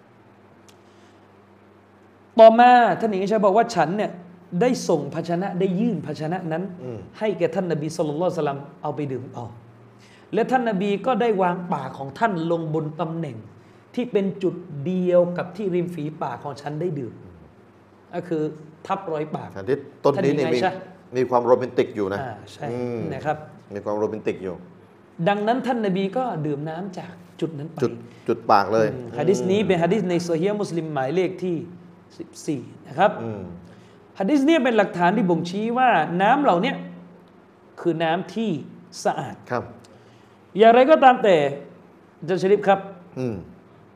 ต่อมาท่านหญิงอิชาบอกว่าฉันเนี่ยได้ส่งภาชนะได้ยื่นภาชนะนั้นอืมให้แก่ท่านนบีศ็อลลัลลอฮุอะลัยฮิวะซัลลัมเอาไปดื่มต่อและท่านนบีก็ได้วางปากของท่านลงบนตำแหน่ง ที่เป็นจุดเดียวกับที่ริมฝีปากของฉันได้ดื่มก็คือทับรอยปากอันที่ต้นนี้นี่ท่านหญิงมีไอชะมีความโรแมนติกอยู่นะอ่าใช่อืมนะครับมีความโรแมนติกอยู่ดังนั้นท่านนบีก็ดื่มน้ำจากจุดนั้นไปจุดจุดปากเลยอืมหะดีษนี้เป็นหะดีษในโซฮีฮ์มุสลิมหมายเลขที่สิบสี่นะครับอืมหะดีษนี้เป็นหลักฐานที่บ่งชี้ว่าน้ำเหล่านี้คือน้ำที่สะอาดครับอย่างไรก็ตามแต่อาจารย์ชริฟครับอืม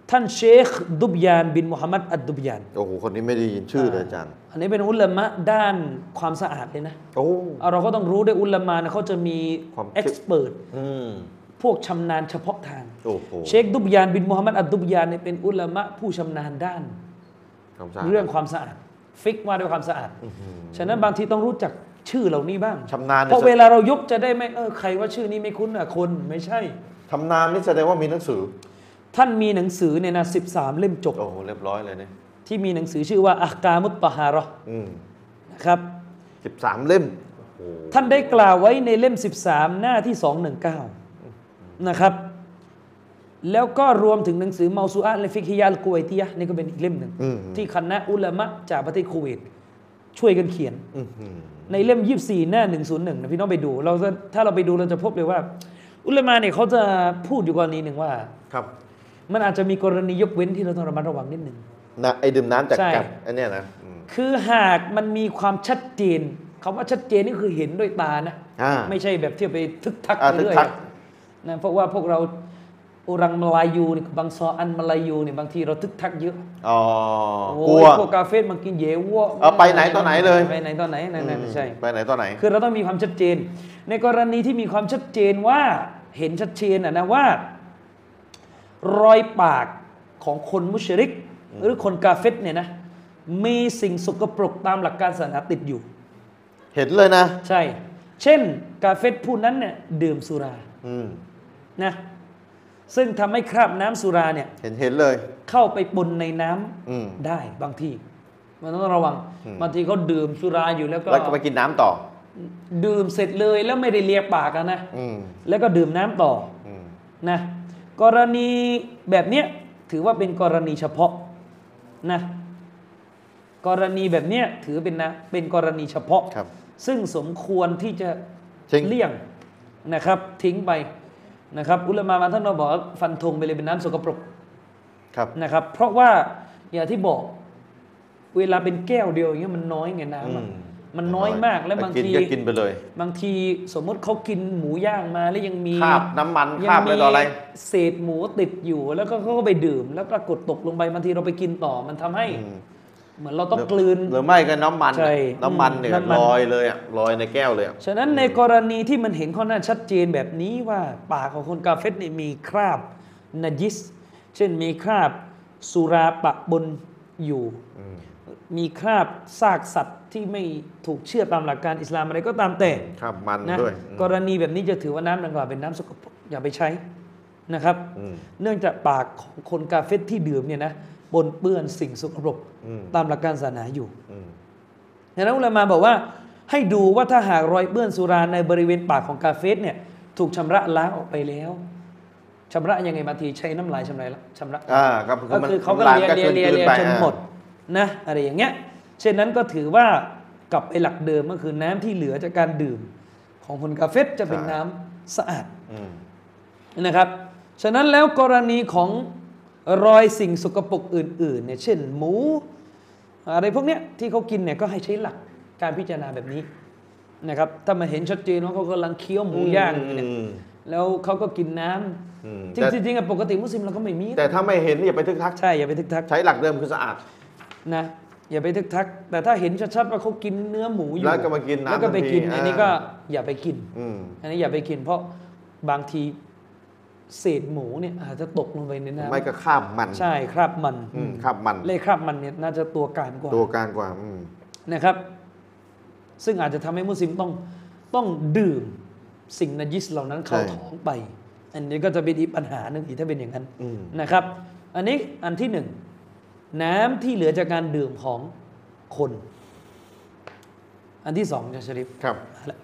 ท่านเชคดุบยานบินมุฮัมมัดอัดดุบยานโอ้โหคนนี้ไม่ได้ยินชื่อเลยอาจารย์อันนี้เป็นอุลามะด้านความสะอาดเลยนะโอ้เราก็ต้องรู้ด้วยอุลามะนะเขาจะมีเอ็กซ์เพรสพวกชำนาญเฉพาะทางเชคดุบยานบินมุฮัมมัดอัดดุบยานเนี่ยเป็นอุลามะผู้ชำนาญด้านเรื่องความสะอาดฟิกว่าด้วยความสะอาดฉะนั้นบางทีต้องรู้จักชื่อเหล่านี้บ้างชำนาญเพราะเวลาเรายกจะได้ไม่เออใครว่าชื่อนี้ไม่คุ้นอ่ะคนไม่ใช่ชำนาญนี่แสดงว่ามีหนังสือท่านมีหนังสือเนี่ยนะสิบสามเล่มจบโอ้เรียบร้อยเลยเนี่ยที่มีหนังสือชื่อว่าอักกามุตตะฮาเราะห์นะครับสิบสามเล่มท่านได้กล่าวไว้ในเล่มสิบสามหน้าที่สองร้อยสิบเก้านะครับแล้วก็รวมถึงหนังสือเมาซูอะห์และฟิกฮิยะห์กุวไอตียะห์นี่ก็เป็นอีกเล่มหนึ่งที่คณะอุลามะจากประเทศคูเวตช่วยกันเขียนในเล่มยี่สิบสี่หน้าหนึ่งร้อยหนึ่งนะพี่น้องไปดูเราถ้าเราไปดูเราจะพบเลยว่าอุลามะเนี่ยเขาจะพูดอยู่กรณีหนึ่งว่าครับมันอาจจะมีกรณียกเว้นที่เราต้องระมัดระวังนิดหนึ่งนะไอ้ดื่มน้ำจากกับอันนี้นะคือหากมันมีความชัดเจนคำว่าชัดเจนนี่คือเห็นด้วยตานะไม่ใช่แบบที่ไปทึกทักไปเรื่อยนะเพราะว่าพวกเราอุรังมลายูนี่บางซออันมลายูนี่บางทีเราทึกทักเยอะอ๋อกลัวพวกกาเฟ่มันกินเยวะเออไปไหนตอนไหนเลยไปไหนตอนไหนนั่นใช่ไปไหนตอนไหนคือเราต้องมีความชัดเจนในกรณีที่มีความชัดเจนว่าเห็นชัดเจนอ่ะนะว่ารอยปากของคนมุชริกหรือคนกาเฟรเนี่ยนะมีสิ่งสกปรกตามหลักการศาสนาติดอยู่เห็นเลยนะใช่เช่นกาเฟรผู้นั้นเนี่ยดื่มสุรานะซึ่งทำให้คราบน้ำสุราเนี่ยเห็นเห็นเลยเข้าไปปนในน้ำได้บางทีมันต้องระวังบางทีเขาดื่มสุราอยู่แล้วก็แล้วก็ไปกินน้ำต่อดื่มเสร็จเลยแล้วไม่ได้เลียปากนะแล้วก็ดื่มน้ำต่อนะกรณีแบบเนี้ยถือว่าเป็นกรณีเฉพาะนะกรณีแบบเนี้ยถือเป็นนะเป็นกรณีเฉพาะซึ่งสมควรที่จะเลี่ยงนะครับทิ้งไปนะครับอุลามะบางท่านเราบอกฟันธงไปเลยเป็นน้ำสกปรกนะครับเพราะว่าอย่างที่บอกเวลาเป็นแก้วเดียวอย่างเงี้ยมันน้อยไงน้ำมันน้อยมากแล้วบางทีกินไปเลยบางทีสมมติเขากินหมูย่างมาแล้วยังมีคราบน้ำมันคราบอะไรต่ออะไรเศษหมูติดอยู่แล้วก็เขาก็ไปดื่มแล้วปรากฏตกลงไปบางทีเราไปกินต่อมันทำให้เหมือนเราต้องกลืนหรือไม่ก็น้ำมันน้ำมันเนี่ยลอยเลยอ่ะลอยในแก้วเลยฉะนั้นในกรณีที่มันเห็นข้อหน้าชัดเจนแบบนี้ว่าปากของคนกาเฟรนี่มีคราบนาจิสเช่นมีคราบสุราปะบนอยู่มีคราบซากสัตว์ที่ไม่ถูกเชื่อตามหลักการอิสลามอะไรก็ตามแต่คราบมันนะด้วยกรณีแบบนี้จะถือว่าน้ำดังกล่าวเป็นน้ำสกปรกอย่าไปใช้นะครับเนื่องจากปากของคนกาเฟรที่ดื่มเนี่ยนะปนเปื้อนสิ่งสกปรกตามหลักการศาสนาอยู่ดังนั้นอุลามะบอกว่าให้ดูว่าถ้าหากรอยเปื้อนสุราในบริเวณปากของกาเฟรเนี่ยถูกชำระล้างออกไปแล้วชำระยังไงบางทีใช้น้ำลายชำระชำระก็คือเขาก็เลียเลียเลียเลียจนหมดนะอะไรอย่างเงี้ยเช่นนั้นก็ถือว่ากลับไปหลักเดิมก็คือน้ำที่เหลือจากการดื่มของคนกาเฟรจะเป็นน้ำสะอาดนะครับฉะนั้นแล้วกรณีของรอยสิ่งสกปรกอื่นๆเนี่ยเช่นหมูอะไรพวกเนี้ยที่เขากินเนี่ยก็ให้ใช้หลักการพิจารณาแบบนี้นะครับถ้ามาเห็นชัดเจนว่าเขากำลังเคี้ยวหมูย่างเนี่ยแล้วเขาก็กินน้ำจริงๆจริงๆปกติมุสลิมเราก็ไม่มีแต่ถ้าไม่เห็นอย่าไปทึกทักใช่อย่าไปทึกทักใช้หลักเดิมคือสะอาดนะอย่าไปทึกทักแต่ถ้าเห็นชัดๆว่าเขากินเนื้อหมูอยู่แล้วก็มากินน้ำแล้วก็ไปกินอันนี้ก็อย่าไปกินอันนี้อย่าไปกินเพราะบางทีเศษหมูเนี่ยอาจจะตกลงไปในน้ำไม่ก็คราบมันใช่คราบมันคราบมันเลยคราบมันเนี่ยน่าจะตัวการกว่าตัวการกว่านะครับซึ่งอาจจะทำให้มุสลิมต้องต้องดื่มสิ่งนัจิสเหล่านั้นเข้าท้องไปอันนี้ก็จะเป็นอีกปัญหาหนึ่งอีกถ้าเป็นอย่างนั้นนะครับอันนี้อันที่หนึ่งน้ำที่เหลือจากการดื่มของคนอันที่สองจะชริฟครับ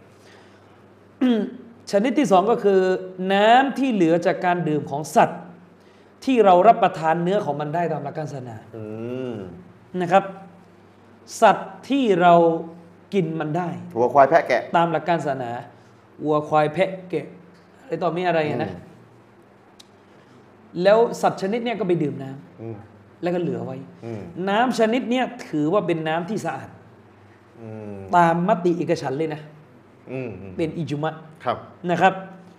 ชนิดที่สองก็คือน้ำที่เหลือจากการดื่มของสัตว์ที่เรารับประทานเนื้อของมันได้ตามหลักการศาสนานะครับสัตว์ที่เรากินมันได้วัวควายแพะแกะตามหลักการศาสนาวัวควายแพะแกะอะไรต่อมีอะไรนะแล้วสัตว์ชนิดเนี้ยก็ไปดื่มน้ำแล้วก็เหลือไว้น้ำชนิดเนี้ยถือว่าเป็นน้ำที่สะอาดตามมติเอกฉันท์เลยนะเป็นอิจุมะนะครับ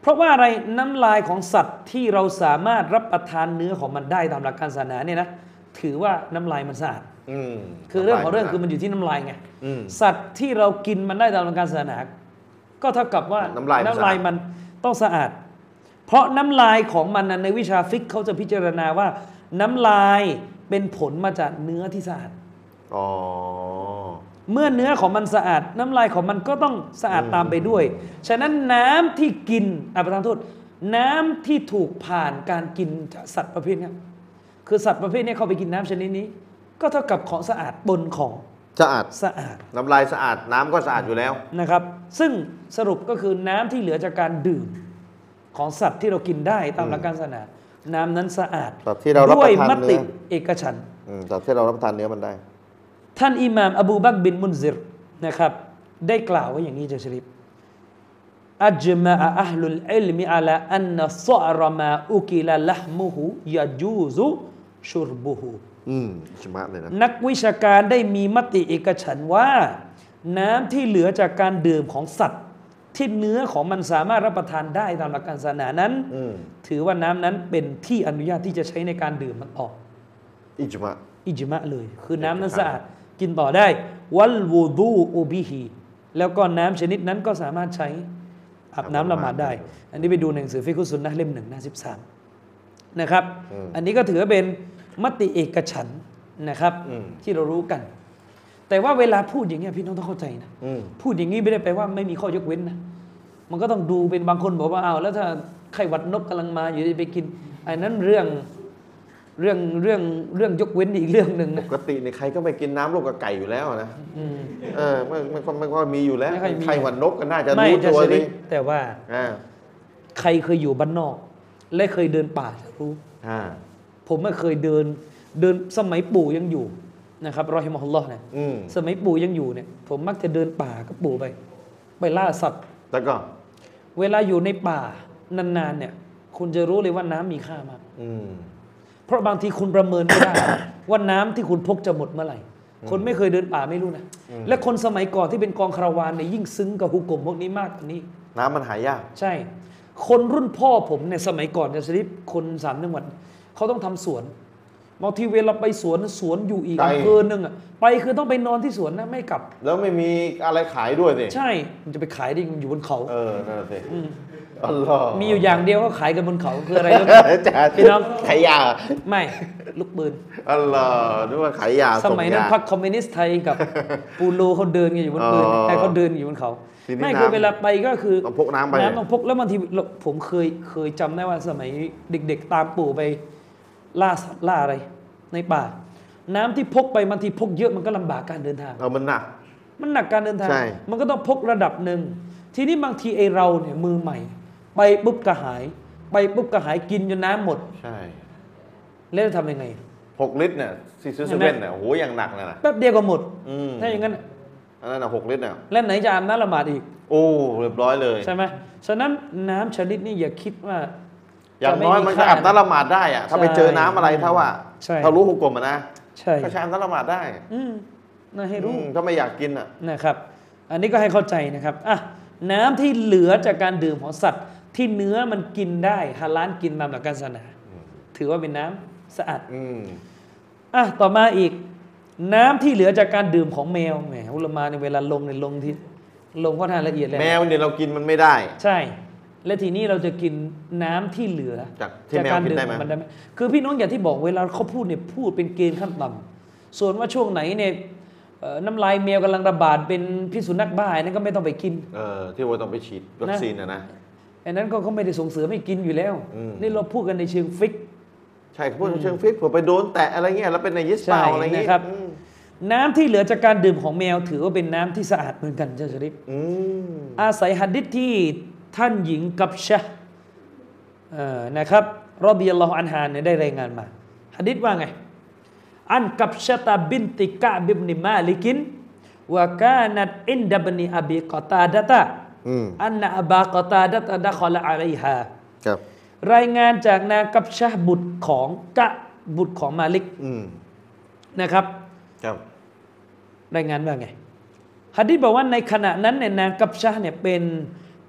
เพราะว่าอะไรน้ำลายของสัตว์ที่เราสามารถรับประทานเนื้อของมันได้ตามหลักการศาสนาเนี่ยนะถือว่าน้ำลายมันสะอาดอืมคือเรื่องของเรื่องคือมันอยู่ที่น้ำลายไงอืมสัตว์ที่เรากินมันได้ตามหลักการศาสนาก็เท่ากับว่าน้ำลายมันน้ำลายมันต้องสะอาด เพราะน้ำลายของมันนั้นในวิชาฟิกเขาจะพิจารณาว่าน้ำลายเป็นผลมาจากเนื้อที่สะอาดอ๋อเมื่อเนื้อของมันสะอาด น้ำลายของมันก็ต้องสะอาดตามไปด้วย ฉะนั้นน้ำที่กินอ่ะประทานโทษน้ำที่ถูกผ่านการกินจากสัตว์ประเภทนี้คือสัตว์ประเภทนี้เขาไปกินน้ำชนิดนี้ ก็เท่ากับของสะอาดบนของสะอาดสะอาดน้ำลายสะอาดน้ำก็สะอาดอยู่แล้วนะครับ ซึ่งสรุปก็คือน้ำที่เหลือจากการดื่มของสัตว์ที่เรากินได้ตามหลักการศาสนาน้ำนั้นสะอาดสัตว์ที่เรารับด้วปยระทานมเนื้ติอเอกฉันท์อืมสัตว์ที่เรารับประทานเนื้อมันได้ท่านอิหม่ามอบูบักรบินมุนซิรนะครับได้กล่าวไว้อย่างนี้จะชริปอัจมะอัลลุลอิลมิอะลาอันนัสซอรมาอุกิลละห์มุฮุยะจูซุชุรบุฮุอืมชมะเลยนะนักวิชาการได้มีมติเอกฉันท์ว่า น้ำที่เหลือจากการดื่มของสัตว์ ที่เนื้อของมันสามารถรับประทานได้ตามหลักการศาสนานั้นอืมถือว่าน้ำนั้นเป็นที่อนุญาตที่จะใช้ในการดื่มมันออกอิจมะอิจมะเลย คือน้ำนั้นสะอาดกินต่อได้วัลวูดูอูบิฮีแล้วก็น้ำชนิดนั้นก็สามารถใช้อาบน้ำละหมาดได้ อันนี้ไปดูในหนังสือฟิกุสุนนะห์เล่มหนึ่งหน้าสิบสามนะครับ อันนี้ก็ถือว่าเป็นมติเอกฉันท์นะครับอืมที่เรารู้กัน แต่ว่าเวลาพูดอย่างเงี้ยพี่น้องต้องเข้าใจนะอืมพูดอย่างนี้ไม่ได้แปลว่าไม่มีข้อยกเว้นนะมันก็ต้องดูเป็นบางคนบอกว่าอ้าวแล้วถ้าไข้หวัดนกกำลังมาอยู่ดีไปกินอันนั้นเรื่องเรื่องเรื่องเรื่องยกเว้นอีกเรื่องหนึ่งปนะกติในใครก็ไปกินน้ำลูกกับไก่อยู่แล้วนะอืมเออมันมันมันก็มีอยู่แล้วไม่ค่อยมีใครหวันนกก็น่าจะไม่รู้จะตัวชเลริยปแต่ว่าอ่าใครเคยอยู่บ้านนอก และเคยเดินป่าจะรู้อ่าผมไม่เคยเดินเดินสมัยปู่ยังอยู่นะครับรอฮิมะฮุลลอฮ์เนี่ยอืมสมัยปู่ยังอยู่เนี่ย ผมมักจะเดินป่ากับปู่ไป ไปล่าสัตว์แล้วก็เวลาอยู่ในป่านานๆเนี่ย คุณจะรู้เลยว่าน้ำมีค่ามากอืมเพราะบางทีคุณประเมินไม่ได้ ว่าน้ำที่คุณพกจะหมดเมื่อไหร่ คนไม่เคยเดินป่าไม่รู้นะ และคนสมัยก่อนที่เป็นกองคาราวานเนี่ยยิ่งซึ้งกับฮุกกลมพวกนี้มากกว่านี้น้ำมันหายากใช่ คนรุ่นพ่อผมเนี่ยสมัยก่อนจะสลิปคนสามจังหวัดเขาต้องทำสวนบางทีเวลาไปสวนสวนอยู่อีกไกลอำเภอหนึ่งอะไปคือต้องไปนอนที่สวนนะไม่กลับแล้วไม่มีอะไรขายด้วยสิใช่มันจะไปขายได้ยังอยู่บนเขาเออนั่นนะสิอัลลอฮ์มีอยู่อย่างเดียวก็ขายกันบนเขาคืออะไรรู้ไหมจ้าพี่น้องขายยาไม่ลูกปืนอัลลอฮ์นึกว่าขายยาสมัยนั้นส่งาพรรคคอมมิวนิสต์ไทยกับ ปูโรเขาเดินกันอยู่บนปืนอ๋อแต่เขาเดินอยู่บนเขาทีนี้ไม่คือน้ำเวลาไปก็คือต้องพกน้ำไปน้ำต้องพกแล้วบางทีเราผมเคยเคยจำได้ว่าสมัยเด็กๆตามปู่ไปล่าสัตว์ล่าอะไร ในป่า น้ำที่พกไปบางทีพกเยอะมันก็ลำบากการเดินทางเออมันหนักมันหนักการเดินทางใช่มันก็ต้องพกระดับหนึ่งทีนี้บางทีไอเราเนี่ยมือใหม่ ไปปุ๊บกระหาย ไปปุ๊บกระหายกินจนน้ำหมดใช่แล้วจะทำยังไงหกลิตรเนี่ยซีซูเห็เซนไหมเว่นเนี่ยโอ้โหอย่างหนักเลยนะแป๊บเดียวก็หมดอืมถ้าอย่างนั้นอันนั้นนะหกลิตรเนี่ยแล้วไหนจะอาบน้ำละหมาดอีกโอ้เรียบร้อยเลยใช่ไหมฉะนั้นน้ำชนิดนี้อย่าคิดว่าอย่างน้อยมันก็อาบน้ำละหมาดได้อะถ้าไปเจอน้ำอะไรถ้าว่าใช่ถ้ารู้หุกกลมอะนะใช่ก็ใช้อาบน้ำละหมาดได้อืมน่าให้รู้อืมถ้าไม่อยากกินอ่ะนะครับ อันนี้ก็ให้เข้าใจนะครับอ่ะน้ำที่เหลือจากการดื่มของสัตว์ ที่เนื้อมันกินได้ฮาลาลกินตามหลักการศาสนา ถือว่าเป็นน้ำสะอาดอืมอ่ะต่อมาอีก น้ำที่เหลือจากการดื่มของแมวแหมอุลามาในเวลาลงในลงที่ลงค่อนข้างละเอียดเลยแมวเนี่ยเรากินมันไม่ได้ใช่ และทีนี้เราจะกินน้ำที่เหลือจากที่แมวการกินดื่มได้ไหมของมันได้ไหมคือพี่น้องอย่างที่บอกเวลาเขาพูดเนี่ยพูดเป็นเกณฑ์ขั้นต่ำส่วนว่าช่วงไหนเนี่ยเอ่อน้ำลายแมวกำลังระบาดเป็นพิษสุนัขบ้าอันนั้นก็ไม่ต้องไปกินเออที่ว่าต้องไปฉีดวัคซีนนะนะอันนั้นก็เขาไม่ได้ส่งเสริมให้กินอยู่แล้วอืมนี่เราพูดกันในเชิงฟิกใช่พูดเชิงฟิตผมไปโดนแตะอะไรเงี้ยแล้วเป็นในยิสเปล่าใช่อะไรเงี้ยนะครับอืมน้ำที่เหลือจากการดื่มของแมวถือว่าเป็นน้ำที่สะอาดเหมือนกันเจ้าชริฟอืมอาศัยหัดดิษที่ท่านหญิงกับชะห์เอ่อนะครับรอฎิยัลลอฮุอันฮาเนี่ยได้รายงานมาหัดดิษว่าไงอันกับชะตาบินติกะบิบนิมาลิกินวะกานัตอินดับนิอบีกอตาดะตะอืมอันนะอบากอตาดะตะดะคอละอะลัยฮาครับรายงานจากนางกับชะห์บุตรของกะบุตรของมาลิกอืมนะครับครับรายงานว่าไงหะดีษบอกว่าในขณะนั้นเนี่ยนางกับชะห์เนี่ยเป็น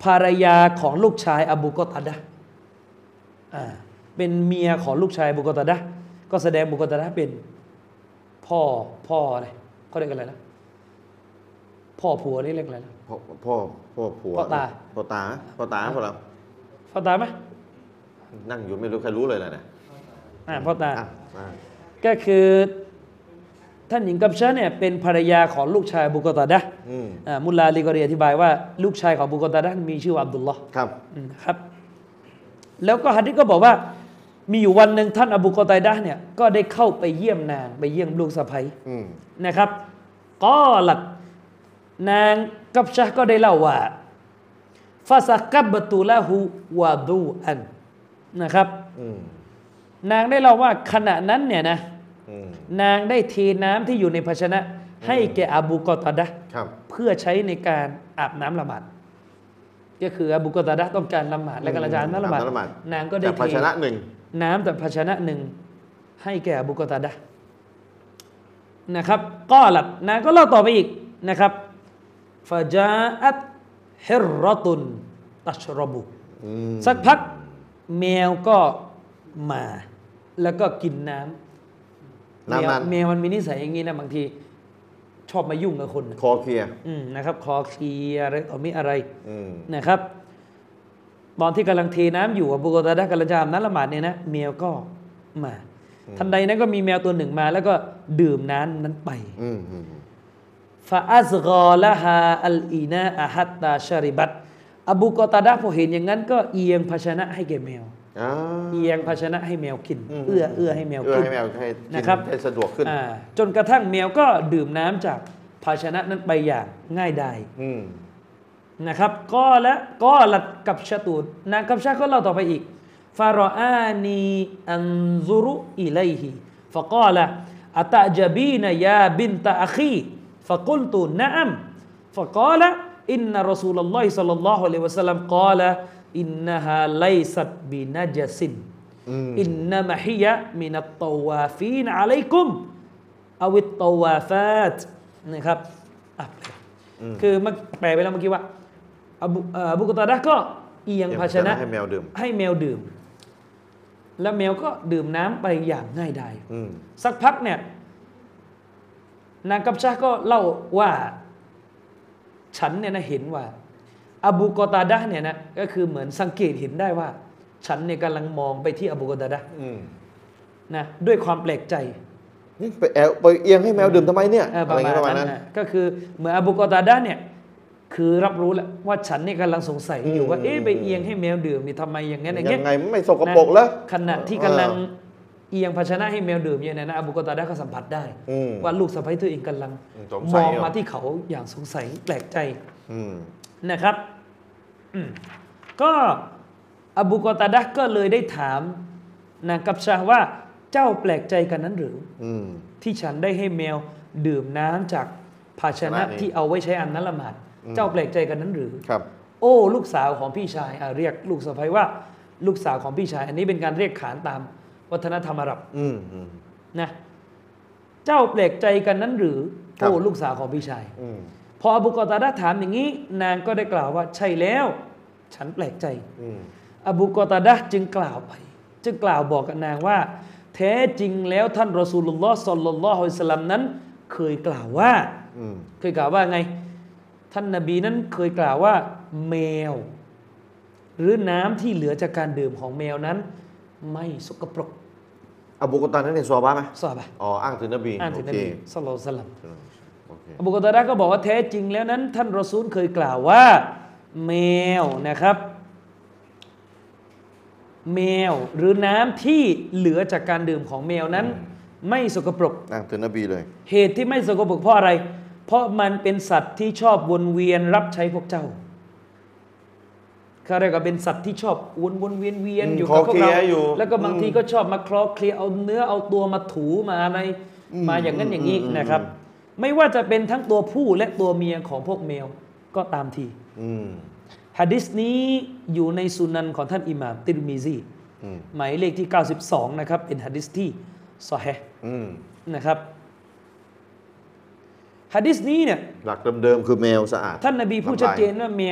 ภรรยาของลูกชายอบูกอตาดะห์อ่าเป็นเมียของลูกชายอบูกอตาดะห์ก็แสดงอบูกอตาดะห์เป็นพ่อพ่ออะไรเขาเรียกอะไรนะพ่อผัวนี่เรียกอะไรนะพ่อพ่อพ่อผัวพ่อตาพ่อตาพ่อตาพวกเราพ่อตาไหมนั่งอยู่ไม่รู้ใครรู้เลยแหละนะอ่าพ่อตาอ่ะอ่ะก็คือท่านหญิงกัมชะเนี่ยเป็นภรรยาของลูกชายอบูกอตาดะห์อืมอ่ามุลลาลีกอรีอธิบายว่าลูกชายของอบูกอตาดะห์มีชื่อว่าอับดุลลอฮ์ครับนะครับแล้วก็หะดีษก็บอกว่ามีอยู่วันหนึ่งท่านอบูกอตาดะห์เนี่ยก็ได้เข้าไปเยี่ยมนางไปเยี่ยมลูกสะใภ้อืมนะครับก็หลัดนางกัมชะก็ได้เล่าว่าฟาซักบัตุละหูวาดูอันนะครับอืมนางได้เล่าว่าขณะนั้นเนี่ยนะอืมนางได้เทน้ำที่อยู่ในภาชนะ ให้แก่อบูกอตาดะห์ครับเพื่อใช้ในการอาบน้ำละหมาดก็คืออบูกอตาดะห์ต้องการละหมาดและกำลังจะอาบน้ำละหมาดอาบน้ำละหมาดนางก็ได้จากเทภาชนะหนึ่งน้ำจากภาชนะหนึ่งให้แก่อบูกอตาดะห์นะครับก็หลับนางก็เล่าต่อไปอีกนะครับฟาจาอัตฮิรรตุนตัชรบุอืมสักพักแมวก็มา แล้วก็กินน้ำแมวน้ำนั้นแมวมันมีนิสัยอย่างนี้นะบางทีชอบมายุ่งกับคนนะคอเคลียร์อืมนะครับคอเคลียร์อะไรต่อมีอะไรอืมนะครับ ตอนที่กำลังเทน้ำอยู่อบูกอตาดะห์กำลังจะอาบน้ำละหมาดเนี่ยนะแมวก็มาทันใดนั้นก็มีแมวตัวหนึ่งมา แล้วก็ดื่มน้ำนั้นไปอืมอืมฟาอัซกอละฮาอัลอีนาอะฮัตตาชาริบัตอบูกอตาดะห์พอเห็นอย่างนั้นก็เอียงภาชนะให้แก่แมวอ่าเอียงภาชนะให้แมวกินมเอื้อเอื้อให้แมวเอื้อกินให้แมวให้กินนะครับให้สะดวกขึ้นอ่าจนกระทั่งแมวก็ดื่มน้ำจากภาชนะนั้นไปอย่างง่ายดายอืมนะครับก็และก็หลัดกับชะตูดนางกับชะก็เล่าต่อไปอีกฟารออานีอันซุรุอิไลฮิฟะกาละอะตะจบีนยาบินตะอะคีฟะกุลตุนะอัมฟะกาละอินนะรอซูลุลลอฮิศ็อลลัลลอฮุอะลัยฮิวะซัลลัมกาละอินนะฮาไลซัตบินะจซินอืมอินนามะฮิยะมินัตตาวาฟีนอะลัยกุมอวิตตาวาฟาตนะครับอ่ะคือเมื่อแปลไปแล้วเมื่อกี้ว่าอบูเอ่ออบูกอตาดะห์ก็เอียงภาชนะให้แมวดื่มให้แมวดื่ม แล้วแมวก็ดื่มน้ำไปอย่างง่ายดายอืมสักพักเนี่ยนางกัมชะก็เล่าว่าฉันเนี่ยนะเห็นว่าอบูกอตาดะห์เนี่ยนะก็คือเหมือนสังเกตเห็นได้ว่า ฉันเนี่ยกำลังมองไปที่อบูกอตาดะห์อืมนะด้วยความแปลกใจนี่ไปแอลไปเอียงให้แมวดื่มทำไมเนี่ยเอออะประไรมาณเงี้ยประมาณนั้นั้น นนะก็คือเหมือนอบูกอตาดะห์เนี่ยคือรับรู้แล้วว่าฉันเนี่ยกำลังสงสัยอยู่ว่าอืมเอ๊ะไปเอียงให้แมวดื่มนี่ทำไมอย่างนั้นอย่างยัเงี้ยงไงไม่สกปรกแล้วขณะที่กำลังเอียงภาชนะให้แมวดื่มเนี่ยนะอบูกอตาดะห์ก็สัมผัสได้อืมว่าลูกสะใภ้ตัวเองกำลังสงมสัยองเหรอมาที่เขาอย่างสงสัยแปลกใจอืมนะครับอืมก็อบูกอตาดะห์ก็เลยได้ถามนางกัมชะว่าเจ้าแปลกใจกันนั้นหรืออืมที่ฉันได้ให้แมวดื่มน้ำจากภาชนะภาชนะนี้ที่เอาไว้ใช้อันนั้นละหมาดอืมเจ้าแปลกใจกันนั้นหรือครับโอ้ลูกสาวของพี่ชายอ่ะเรียกลูกสะใภ้ว่า ลูกสาวของพี่ชาย อันนี้เป็นการเรียกขานตามวัฒนธรรมอาหรับอืมอืมนะเจ้าแปลกใจกันนั้นหรือครับโอ้ลูกสาวของพี่ชายอืมพออบูกอตาดะห์ถามอย่างนี้ นางก็ได้กล่าวว่าใช่แล้ว ฉันแปลกใจอืมอบูกอตาดะห์จึงกล่าวไป จึงกล่าวบอกกับนางว่า แท้จริงแล้วท่านรอซูลุลลอฮ์ศ็อลลัลลอฮุอะลัยฮิวะซัลลัมนั้น เคยกล่าวว่าอืมเคยกล่าวว่าไง ท่านนบีนั้นเคยกล่าวว่า แมว หรือน้ำที่เหลือจากการดื่มของแมวนั้น ไม่สกปรกอบูกอตานั้นในซอฮาบะห์ไหมซอฮาบะห์อ๋ออ้างถึงนบีอ่านถึงนโอเคบีศ็อลลัลลอฮุอะลัยฮิวะซัลลัมโอเคอบูกอตาดะห์ก็บอกว่าแท้จริงแล้วนั้น ท่านรอซูลเคยกล่าวว่า แมวนะครับ แมวหรือน้ำที่เหลือจากการดื่มของแมวนั้น ไม่สกปรกอ้างถึงนบีเลยเหตุที่ไม่สกปรกเพราะอะไร เพราะมันเป็นสัตว์ที่ชอบวนเวียนรับใช้พวกเจ้าเขาเรียกว่าเป็นสัตว์ที่ชอบวนวนเวียนเวียนอืมอยู่กับพวกเราคลอเคลียร์อยู่แล้วก็บางทีก็ชอบมาคลอเคลียร์เอาเนื้อเอาตัวมาถูมาอะไรอืมมาอย่างนั้นอย่างนี้อืมนะครับ ไม่ว่าจะเป็นทั้งตัวผู้และตัวเมียของพวกแมวก็ตามทีอืมหะดีษนี้อยู่ในสุนันของท่านอิหม่ามติรมิซีอืมหมายเลขที่เก้าสิบสองนะครับเป็นหะดีษที่ซอฮีห์อืมนะครับหะดีษนี้เนี่ยหลักเดิมๆคือแมวสะอาดท่านนบีพูดชัดเจนว่าแมวเนี่ย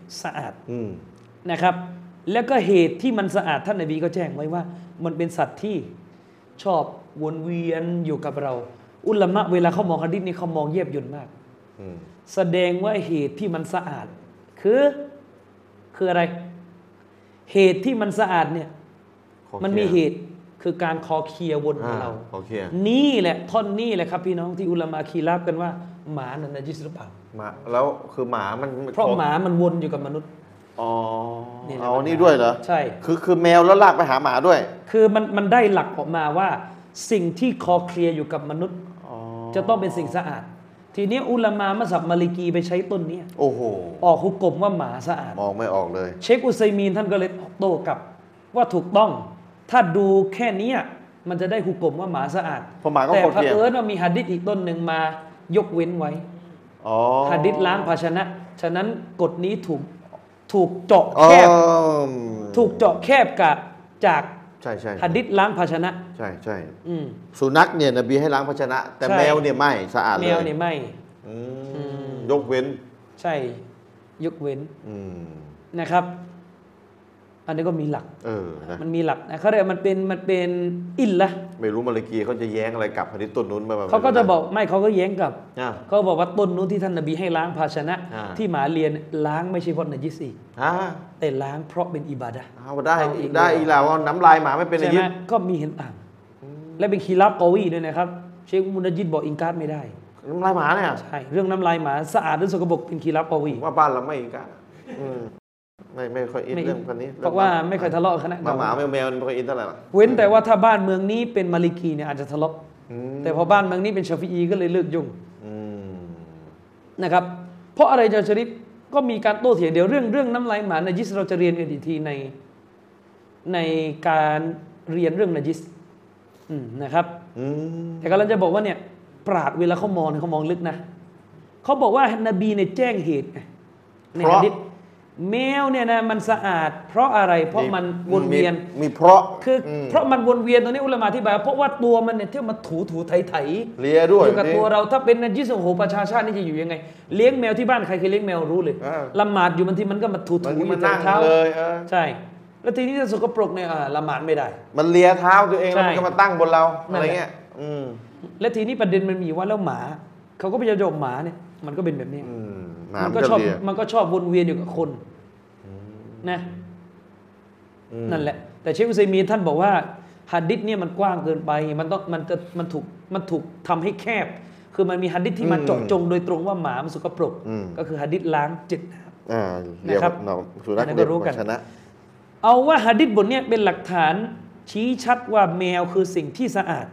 สะอาดอืมนะครับแล้วก็เหตุที่มันสะอาดท่านนบีก็แจ้งไว้ว่ามันเป็นสัตว์ที่ชอบวนเวียนอยู่กับเรา อุลามะเวลาเขามองหะดีษนี้เขามองเยียบยนต์มากอืมแสดงว่าเหตุที่มันสะอาดคือคืออะไร เหตุที่มันสะอาดเนี่ยมันมีเหตุคือการคอเคลียร์วนของเราคอเคลียร์นี่แหละท่อนนี้แหละครับพี่น้องที่อุลามะคีราบกันว่าหมานันนะจิสหรือเปล่าหมาแล้วคือหมามันเพราะหมามันวนอยู่กับมนุษย์อ๋อนี่แหละเอานี่ด้วยเหรอใช่คือคือแมวแล้วลากไปหาหมาด้วยคือมันมันได้หลักออกมาว่าสิ่งที่คอเคลียร์อยู่กับมนุษย์อ๋อจะต้องเป็นสิ่งสะอาด ทีนี้อุลามะมัซฮับมาลิกีไปใช้ต้นนี้โอ้โหออกฮุกกลมว่าหมาสะอาดมองไม่ออกเลยเชคอุซัยมีนท่านก็เลยโต้กลับว่าถูกต้อง ถ้าดูแค่นี้มันจะได้ฮุกกลมว่าหมาสะอาดเพราะหมาก็แต่คอเผเคลียร์อิญว่ามีหะดีษอีกต้นหนึ่งมายกเว้นไว้อ๋อหะดีษล้างภาชนะ ฉะนั้นกฎนี้ถูกถูกเจาะอ๋อแคบ ถูกเจาะแคบกับจากใช่ใช่หะดีษล้างภาชนะใช่ใช่อืมสุนัขเนี่ยนบีให้ล้างภาชนะ แต่ใช่แมวเนี่ยไม่สะอาดเลยแมวเนี่ยไม่อืมอืมยกเว้นใช่ยกเว้นอืมนะครับ อันนี้ก็มีหลักเออนะมันมีหลักนะเขาเรียกมันเป็นมันเป็นอิลละไม่รู้มาเลกีเขาจะแย้งอะไรกับหะดีษต้นนู้นมาแบบเขาก็จะบอกไม่เขาก็แย้งกลับอ่าเขาบอกว่าต้นนู้นที่ท่านนบีให้ล้างภาชนะอ่าที่หมาเรียนล้างไม่ใช่เพราะนัจิสอีกอ่าแต่ล้างเพราะเป็นอิบาดะห์เอาได้เอาอีกได้อีกแล้วว่าน้ำลายหมาไม่เป็นใช่อะไหไรมก็มีเห็นต่าง และเป็นคีรับกอวีด้วยนะครับ เชคมุนจิดบอกอิงการไม่ได้น้ำลายหมาเนี่ยใช่เรื่องน้ำลายหมาสะอาดหรือสกปรกเป็นคีรับกอวีว่าบ้านเราไม่อีกอะอืมไม่ไม่ค่อยอินไม่เรื่องคนนี้เพราะว่าไม่เคยทะเลาะกันนะหมาหมาแมวแมวไม่ค่อยอินเท่าไหร่หรอกเว้นแต่ว่าถ้าบ้านเมืองนี้เป็นมาลิกีเนี่ยอาจจะทะเลาะอืมแต่พอบ้านเมืองนี้เป็นชาฟีอีก็เลยเลิกยุ่งอืมนะครับเพราะอะไรอาจารย์ชริปก็มีการโต้เถียงเดี๋ยวเรื่องเรื่องน้ำลายหมานาจิสเราจะเรียนกันอีกทีในในการเรียนเรื่องนาจิสอืมนะครับอืมแต่กำลังจะบอกว่าเนี่ยปราดเวลาเขามองเนี่ยเขามองลึกนะเขาบอกว่านบีเนี่ยแจ้งเหตุไงในหะดีษแมวเนี่ยนะมันสะอาด เพราะอะไรเพราะมันวนเวียนมีมีเพราะคืออมเพราะมันวนเวียนตรงนี้อุลามะอธิบายเพราะว่าตัวมันเนี่ยเที่ยวมาถูถูไถไถเลียด้วยอยู่กับนี่ตัวเราถ้าเป็นนาจิสโอ้โหประชาชาตินี่จะอยู่ยังไง เลี้ยงแมวที่บ้านใครเคยเลี้ยงแมวรู้เลยอ่าละหมาดอยู่บางทีมันก็มาถูมันถูอมัยู่นตรนั่งงเท้าเลยเออใช่ แล้วทีนี้ถ้าสกปรกเนี่ยอ่าละหมาดไม่ได้มันเลียเท้าตัวเองใช่แล้วมันก็มาตั้งบนเรานั่อะนไรแหละเงี้ยอืมและทีนี้ประเด็นมันมีว่าแล้วหมาเขาก็พยายามจะบอกหมาเนี่ยมันก็เป็นแบบนี้อืมหมามันมันก็ก็ชอบเลียมันก็ชอบวนเวียนอยู่กับคนนะอืมนั่นแหละ แต่เชคอุซัยมีนท่านบอกว่าหะดีษเนี่ยมันกว้างเกินไปมันต้องมันจะมันถูกมันถูกทำให้แคบ คือมันมีหะดีษที่มาเจาะจงโดยตรงว่าหมามันสกปรกอืมก็คือหะดีษล้างเจ็ดน้ำอ่าเรียกนะครับเนาะสุนัขอันนั้นก็เด็กรู้กันชนะเอาว่าหะดีษบทเนี้ยเป็นหลักฐานชี้ชัดว่าแมวคือสิ่งที่สะอาด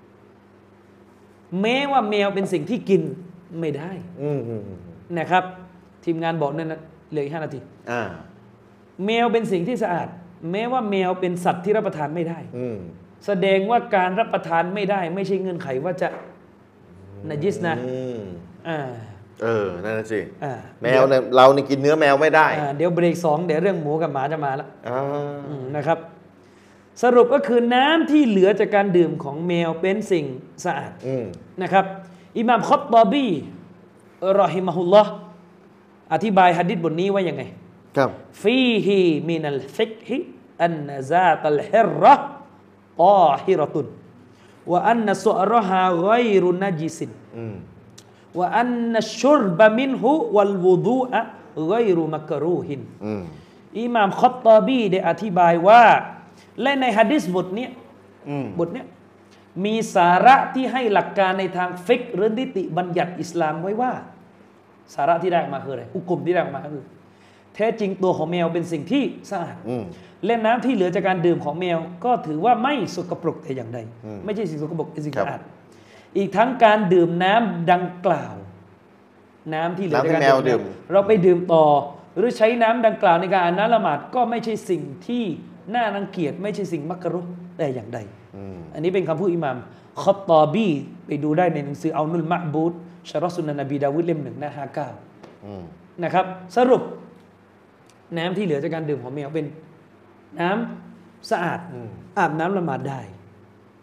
แม้ว่าแมวเป็นสิ่งที่กินไม่ได้อืมอืมอืมนะครับ ทีมงานบอกนั่นนะเหลืออีกห้านาทีอ่าแมวเป็นสิ่งที่สะอาด แม้ว่าแมวเป็นสัตว์ที่รับประทานไม่ได้อืมแสดงว่าการรับประทานไม่ได้ ไม่ใช่เงื่อนไขว่าจะนาจิสนะอืมอ่าเออนั่นนะสิอ่าแมวเนี่ยเรานี่กินเนื้อแมวไม่ได้อ่าเดี๋ยวเบรกสองเดี๋ยวเรื่องหมูกับหมาจะมาแล้วอ่าอืมนะครับ สรุปก็คือน้ำที่เหลือจากการดื่มของแมวเป็นสิ่งสะอาดอืมนะครับอิหม่ามคอตตอบีรอฮิมะฮุลลอฮ์อธิบายหะดีษบทนี้ว่ายังไงครับฟีฮีมินัลฟิกฮิอันนซาตัลฮิรเราะห์ตาฮิรตุนวะอันนสุอรฮาไกรุนัจิซินอืมวะอันนัชชุรบะมินหุวัลวุดูอะไกรุมักรูฮินอืมอิหม่ามคอตตอบีได้อธิบายว่าและในหะดีษบทนี้อืมบทเนี้ยมีสาระที่ให้หลักการในทางฟิกหรือนิติบัญญัติอิสลามไว้ว่า สาระที่ได้ออกมาคืออะไรอุกุมที่ได้ออกมาคือแท้จริงตัวของแมวเป็นสิ่งที่สะอาดอืมและน้ำที่เหลือจากการดื่มของแมวก็ถือว่าไม่สกปรกแต่อย่างใดอืมไม่ใช่สิ่งสกปรกเป็นสิ่งครับสะอาดอีกทั้งการดื่มน้ำดังกล่าว น้ำที่เหลือจากการน้ำที่แมวดื่มเราไปดื่มต่อ หรือใช้น้ำดังกล่าวในการอ่านน้ำละหมาดก็ไม่ใช่สิ่งที่น่ารังเกียจไม่ใช่สิ่งมักรุฮ์แต่อย่างใดอืมอันนี้เป็นคำพูดอิหม่ามคอตตอบีไปดูได้ในหนังสือเอานุลมะบูดชะรอสุนนะนบีดาวุดเล่มหนึ่งหน้าห้าเก้าอืมนะครับ สรุป น้ำที่เหลือจากการดื่มของแมวเป็นน้ำสะอาดอืมอาบน้ำละหมาดได้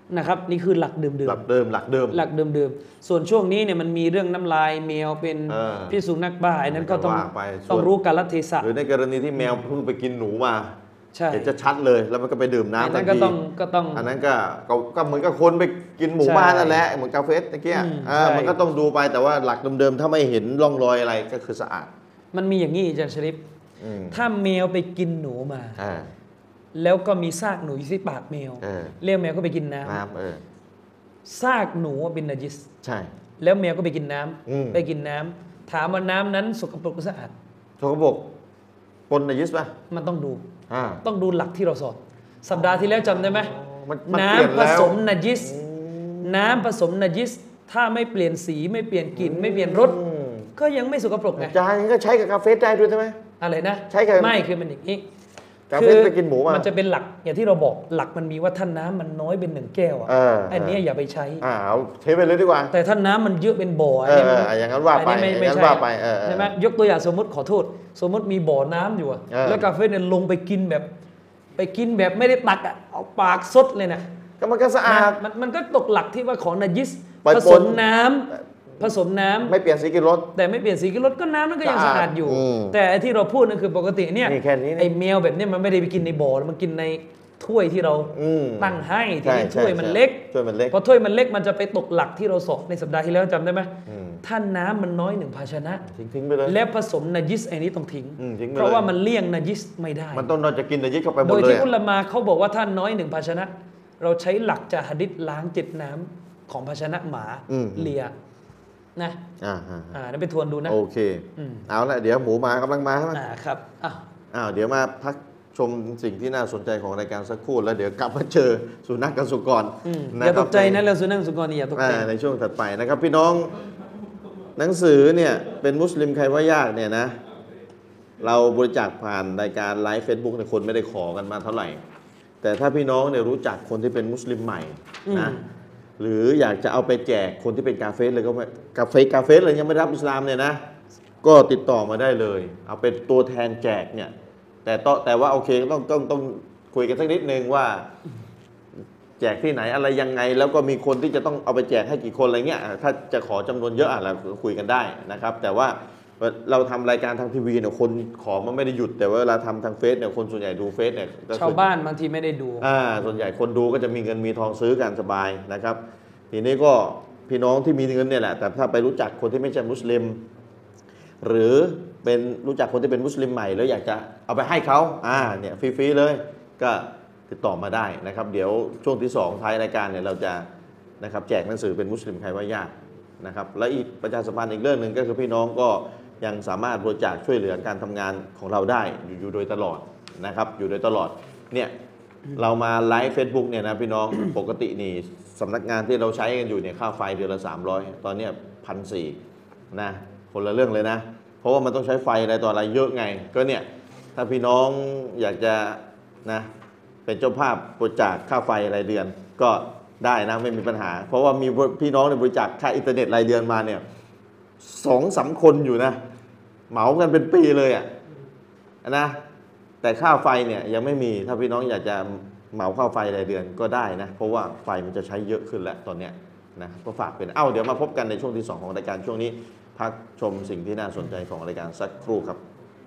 นะครับนี่คือหลักเดิมๆหลักเดิมหลักเดิมหลักเดิมๆส่วนช่วงนี้เนี่ยมันมีเรื่องน้ำลายแมวเป็นเออพิษสุนัขบ้าอันนั้นก็ต้องว่าไปต้องรู้กาลเทศะหรือในกรณีที่แมวเพิ่งไปกินหนูมาใช่เห็นจะชัดเลยแล้วมันก็ไปดื่มอันน้ำทันั้นนก็ทีต้องก็ต้องอันนั้นก็ก็ก็เหมือนกับคนไปกินหมูใช่บ้านนั่นแหละเหมือนกาเฟสตะเกียอืมอ่าใช่มันก็ต้องดูไปแต่ว่าหลักเดิมๆถ้าไม่เห็นร่องรอยอะไรก็คือสะอาดมันมีอย่างนี้อาจารย์ชริปอืมถ้าแมวไปกินหนูมาอ่าแล้วก็มีซากหนูอยู่ที่ปากแมวเออเรียกแมวก็ไปกินน้ำน้ำเออซากหนูเป็นนาจิสใช่แล้วแมวก็ไปกินน้ำอืมไปกินน้ำถามว่าน้ำนั้นสกปรกหรือสะอาดโทกบกปนนายิสป่ะมันต้องดูอ่าต้องดูหลักที่เราสอนสัปดาห์ที่แล้วจำได้ไหมมันมันน้เปลี่ยนำผแล้วสมนาจิส น้ำผสมนาจิส ถ้าไม่เปลี่ยนสีไม่เปลี่ยนกลิ่นไม่เปลี่ยนรสอืมก็ยังไม่สกปรกไงจานนี้ก็ใช้กับกาเฟสได้ด้วยใช่ไหมอะไรนะใช่ครับไม่คือมันอย่างนี้กาเฟสไปกินหมูมามันจะเป็นหลักอย่างที่เราบอกหลักมันมีว่าท่านน้ำมันน้อยเป็นหนึ่งแก้วอ่ะเอออันเนี้ยอย่าไปใช้อ่าเอาเทไปเลยดีกว่าแต่ถ้าน้ำมันเยอะเป็นบ่ออันเอนี้อมันเอออย่างนั้นว่าไปอันนี้ไม่อไม่ย่างนั้นใช่ว่าไปเออเออใช่ไหมยกตัวอย่างสมมติขอโทษ สมมติมีบ่อน้ำอยู่อะเออแล้วกาเฟเนี่ยลงไปกินแบบ ไปกินแบบไม่ได้ตักอ่ะเอาปากซดเลยนะก็มันก็สะอาดมันมันก็ตกหลักที่ว่าของนาจิสปล่อยผปสนมน้ำผสมน้ำไม่เปลี่ยนสีกินรสแต่ไม่เปลี่ยนสีกินรสก็น้ำนั่นก็ยังสะสะอาดอาดอยู่อืมแต่ไอ้ที่เราพูดนั่นคือปกติเนี่ยนี่แค่นี้นะไอ้แมวแบบเนี้ยมันไม่ได้ไปกินในบ่อมันกินในถ้วยที่เราอืมตั้งให้ทีใช่นี้ใช่ถ้วยมันใช่เล็กถ้วยมันเล็กพอถ้วยมันเล็กมันจะไปตกหลักที่เราสอนในสัปดาห์ที่แล้วจำได้ไหมอืมถ้าน้ำมันน้อยหนึ่งภาชนะทิ้งทิ้งไปเลยแล้วผสมนาจิสไอ้นี้ต้องทิ้งอืมทิ้งไปเลยเพราะว่ามันเลี่ยงนาจิสไม่ได้มันต้องนอกจากกินนายิสเข้าไปหมโดดยเลยที่อะอุลามาเขาบอกว่าถ้าน้อยหนึ่งภาชนะ เราใช้หลักจากหะดิษล้างเจ็ดน้ำของภาชนะหมาอืมเลียนะอ่าอ่าอ่านั่นไปทวนดูนะโอเคอืมเอาละเดี๋ยวหมูมากำลังมาใช่ไหมอ่าครับอ่ะอ้าวเดี๋ยวมาพักชมสิ่งที่น่าสนใจของรายการสักครู่แล้วเดี๋ยวกลับมาเจอสุนัขกันสุกรอืมนะอย่าคตรับกใจนะเราสุนัขสุกรนี่อย่าตกใจอ่าในช่วงถัดไปนะครับพี่น้องหนังสือเนี่ยเป็นมุสลิมใครว่ายากเนี่ยนะ เราบริจาคผ่านรายการไลฟ์เฟซบุ๊กเนี่ยคนไม่ได้ขอกันมาเท่าไหร่ แต่ถ้าพี่น้องเนี่ยรู้จักคนที่เป็นมุสลิมใหม่นะหรืออยากจะเอาไปแจกคนที่เป็นกาเฟสเลยก็ไม่กาเฟสกาเฟสเลยยังไม่รับอิสลามเนี่ยนะก็ติดต่อมาได้เลย เอาเป็นตัวแทนแจกเนี่ยแต่ต้องแต่ว่าโอเคต้องต้องต้องคุยกันสักนิดนึงว่า แจกที่ไหนอะไรยังไง แล้วก็มีคนที่จะต้องเอาไปแจกให้กี่คนอะไรเงี้ยอ่ะถ้าจะขอจำนวนเยอะอ่ะเราคุยกันได้นะครับ แต่ว่าเราทำรายการทางทีวีเนี่ยคนขอมันไม่ได้หยุด แต่ว่าเวลาทำทางเฟซเนี่ยคนส่วนใหญ่ดูเฟซเนี่ยก็คือชาวบ้านบางทีไม่ได้ดูอ่าส่วนใหญ่คนดูก็จะมีเงินมีทองซื้อกันสบายนะครับ ทีนี้ก็พี่น้องที่มีเงินเนี่ยแหละ แต่ถ้าไปรู้จักคนที่ไม่ใช่มุสลิม หรือเป็นรู้จักคนที่เป็นมุสลิมใหม่แล้วอยากจะเอาไปให้เขาอ่าเนี่ยฟรีๆเลย ก็ติดต่อมาได้นะครับ เดี๋ยวช่วงที่สองท้ายรายการเนี่ยเราจะนะครับแจกหนังสือเป็นมุสลิมใครว่ายากนะครับ และอีกประชาสัมพันธ์อีกเรื่องหนึ่งก็คือพี่น้องก็ยังสามารถบริจาคช่วยเหลือการทำงานของเราได้อยู่อยู่โดยตลอดนะครับ อยู่โดยตลอดเนี่ยเรามาไลฟ์เฟซบุ๊กเนี่ยนะพี่น้อง ปกตินี่สำนักงานที่เราใช้กันอยู่เนี่ยค่าไฟเดือนละสามร้อยตอนเนี้พันสี่นะคนละเรื่องเลยนะ เพราะว่ามันต้องใช้ไฟอะไรต่ออะไรเยอะไง ก็เนี่ยถ้าพี่น้องอยากจะนะเป็นเจ้าภาพบริจาคค่าไฟรายเดือนก็ได้นะไม่มีปัญหา เพราะว่ามีพี่น้องในยบริจาคค่าอินเทอร์เน็ตรายเดือนมาเนี่ยสองสามคนอยู่นะเหมากันเป็นปีเลยอ่ะนะแต่ค่าไฟเนี่ยยังไม่มีถ้าพี่น้องอยากจะเหมาค่าไฟรายเดือนก็ได้นะเพราะว่าไฟมันจะใช้เยอะขึ้นแล้วตอนเนี้ยนะก็ฝากเป็นเอ้าเดี๋ยวมาพบกันในช่วงที่สองของรายการช่วงนี้พักชมสิ่งที่น่าสนใจของรายการสักครู่ครับ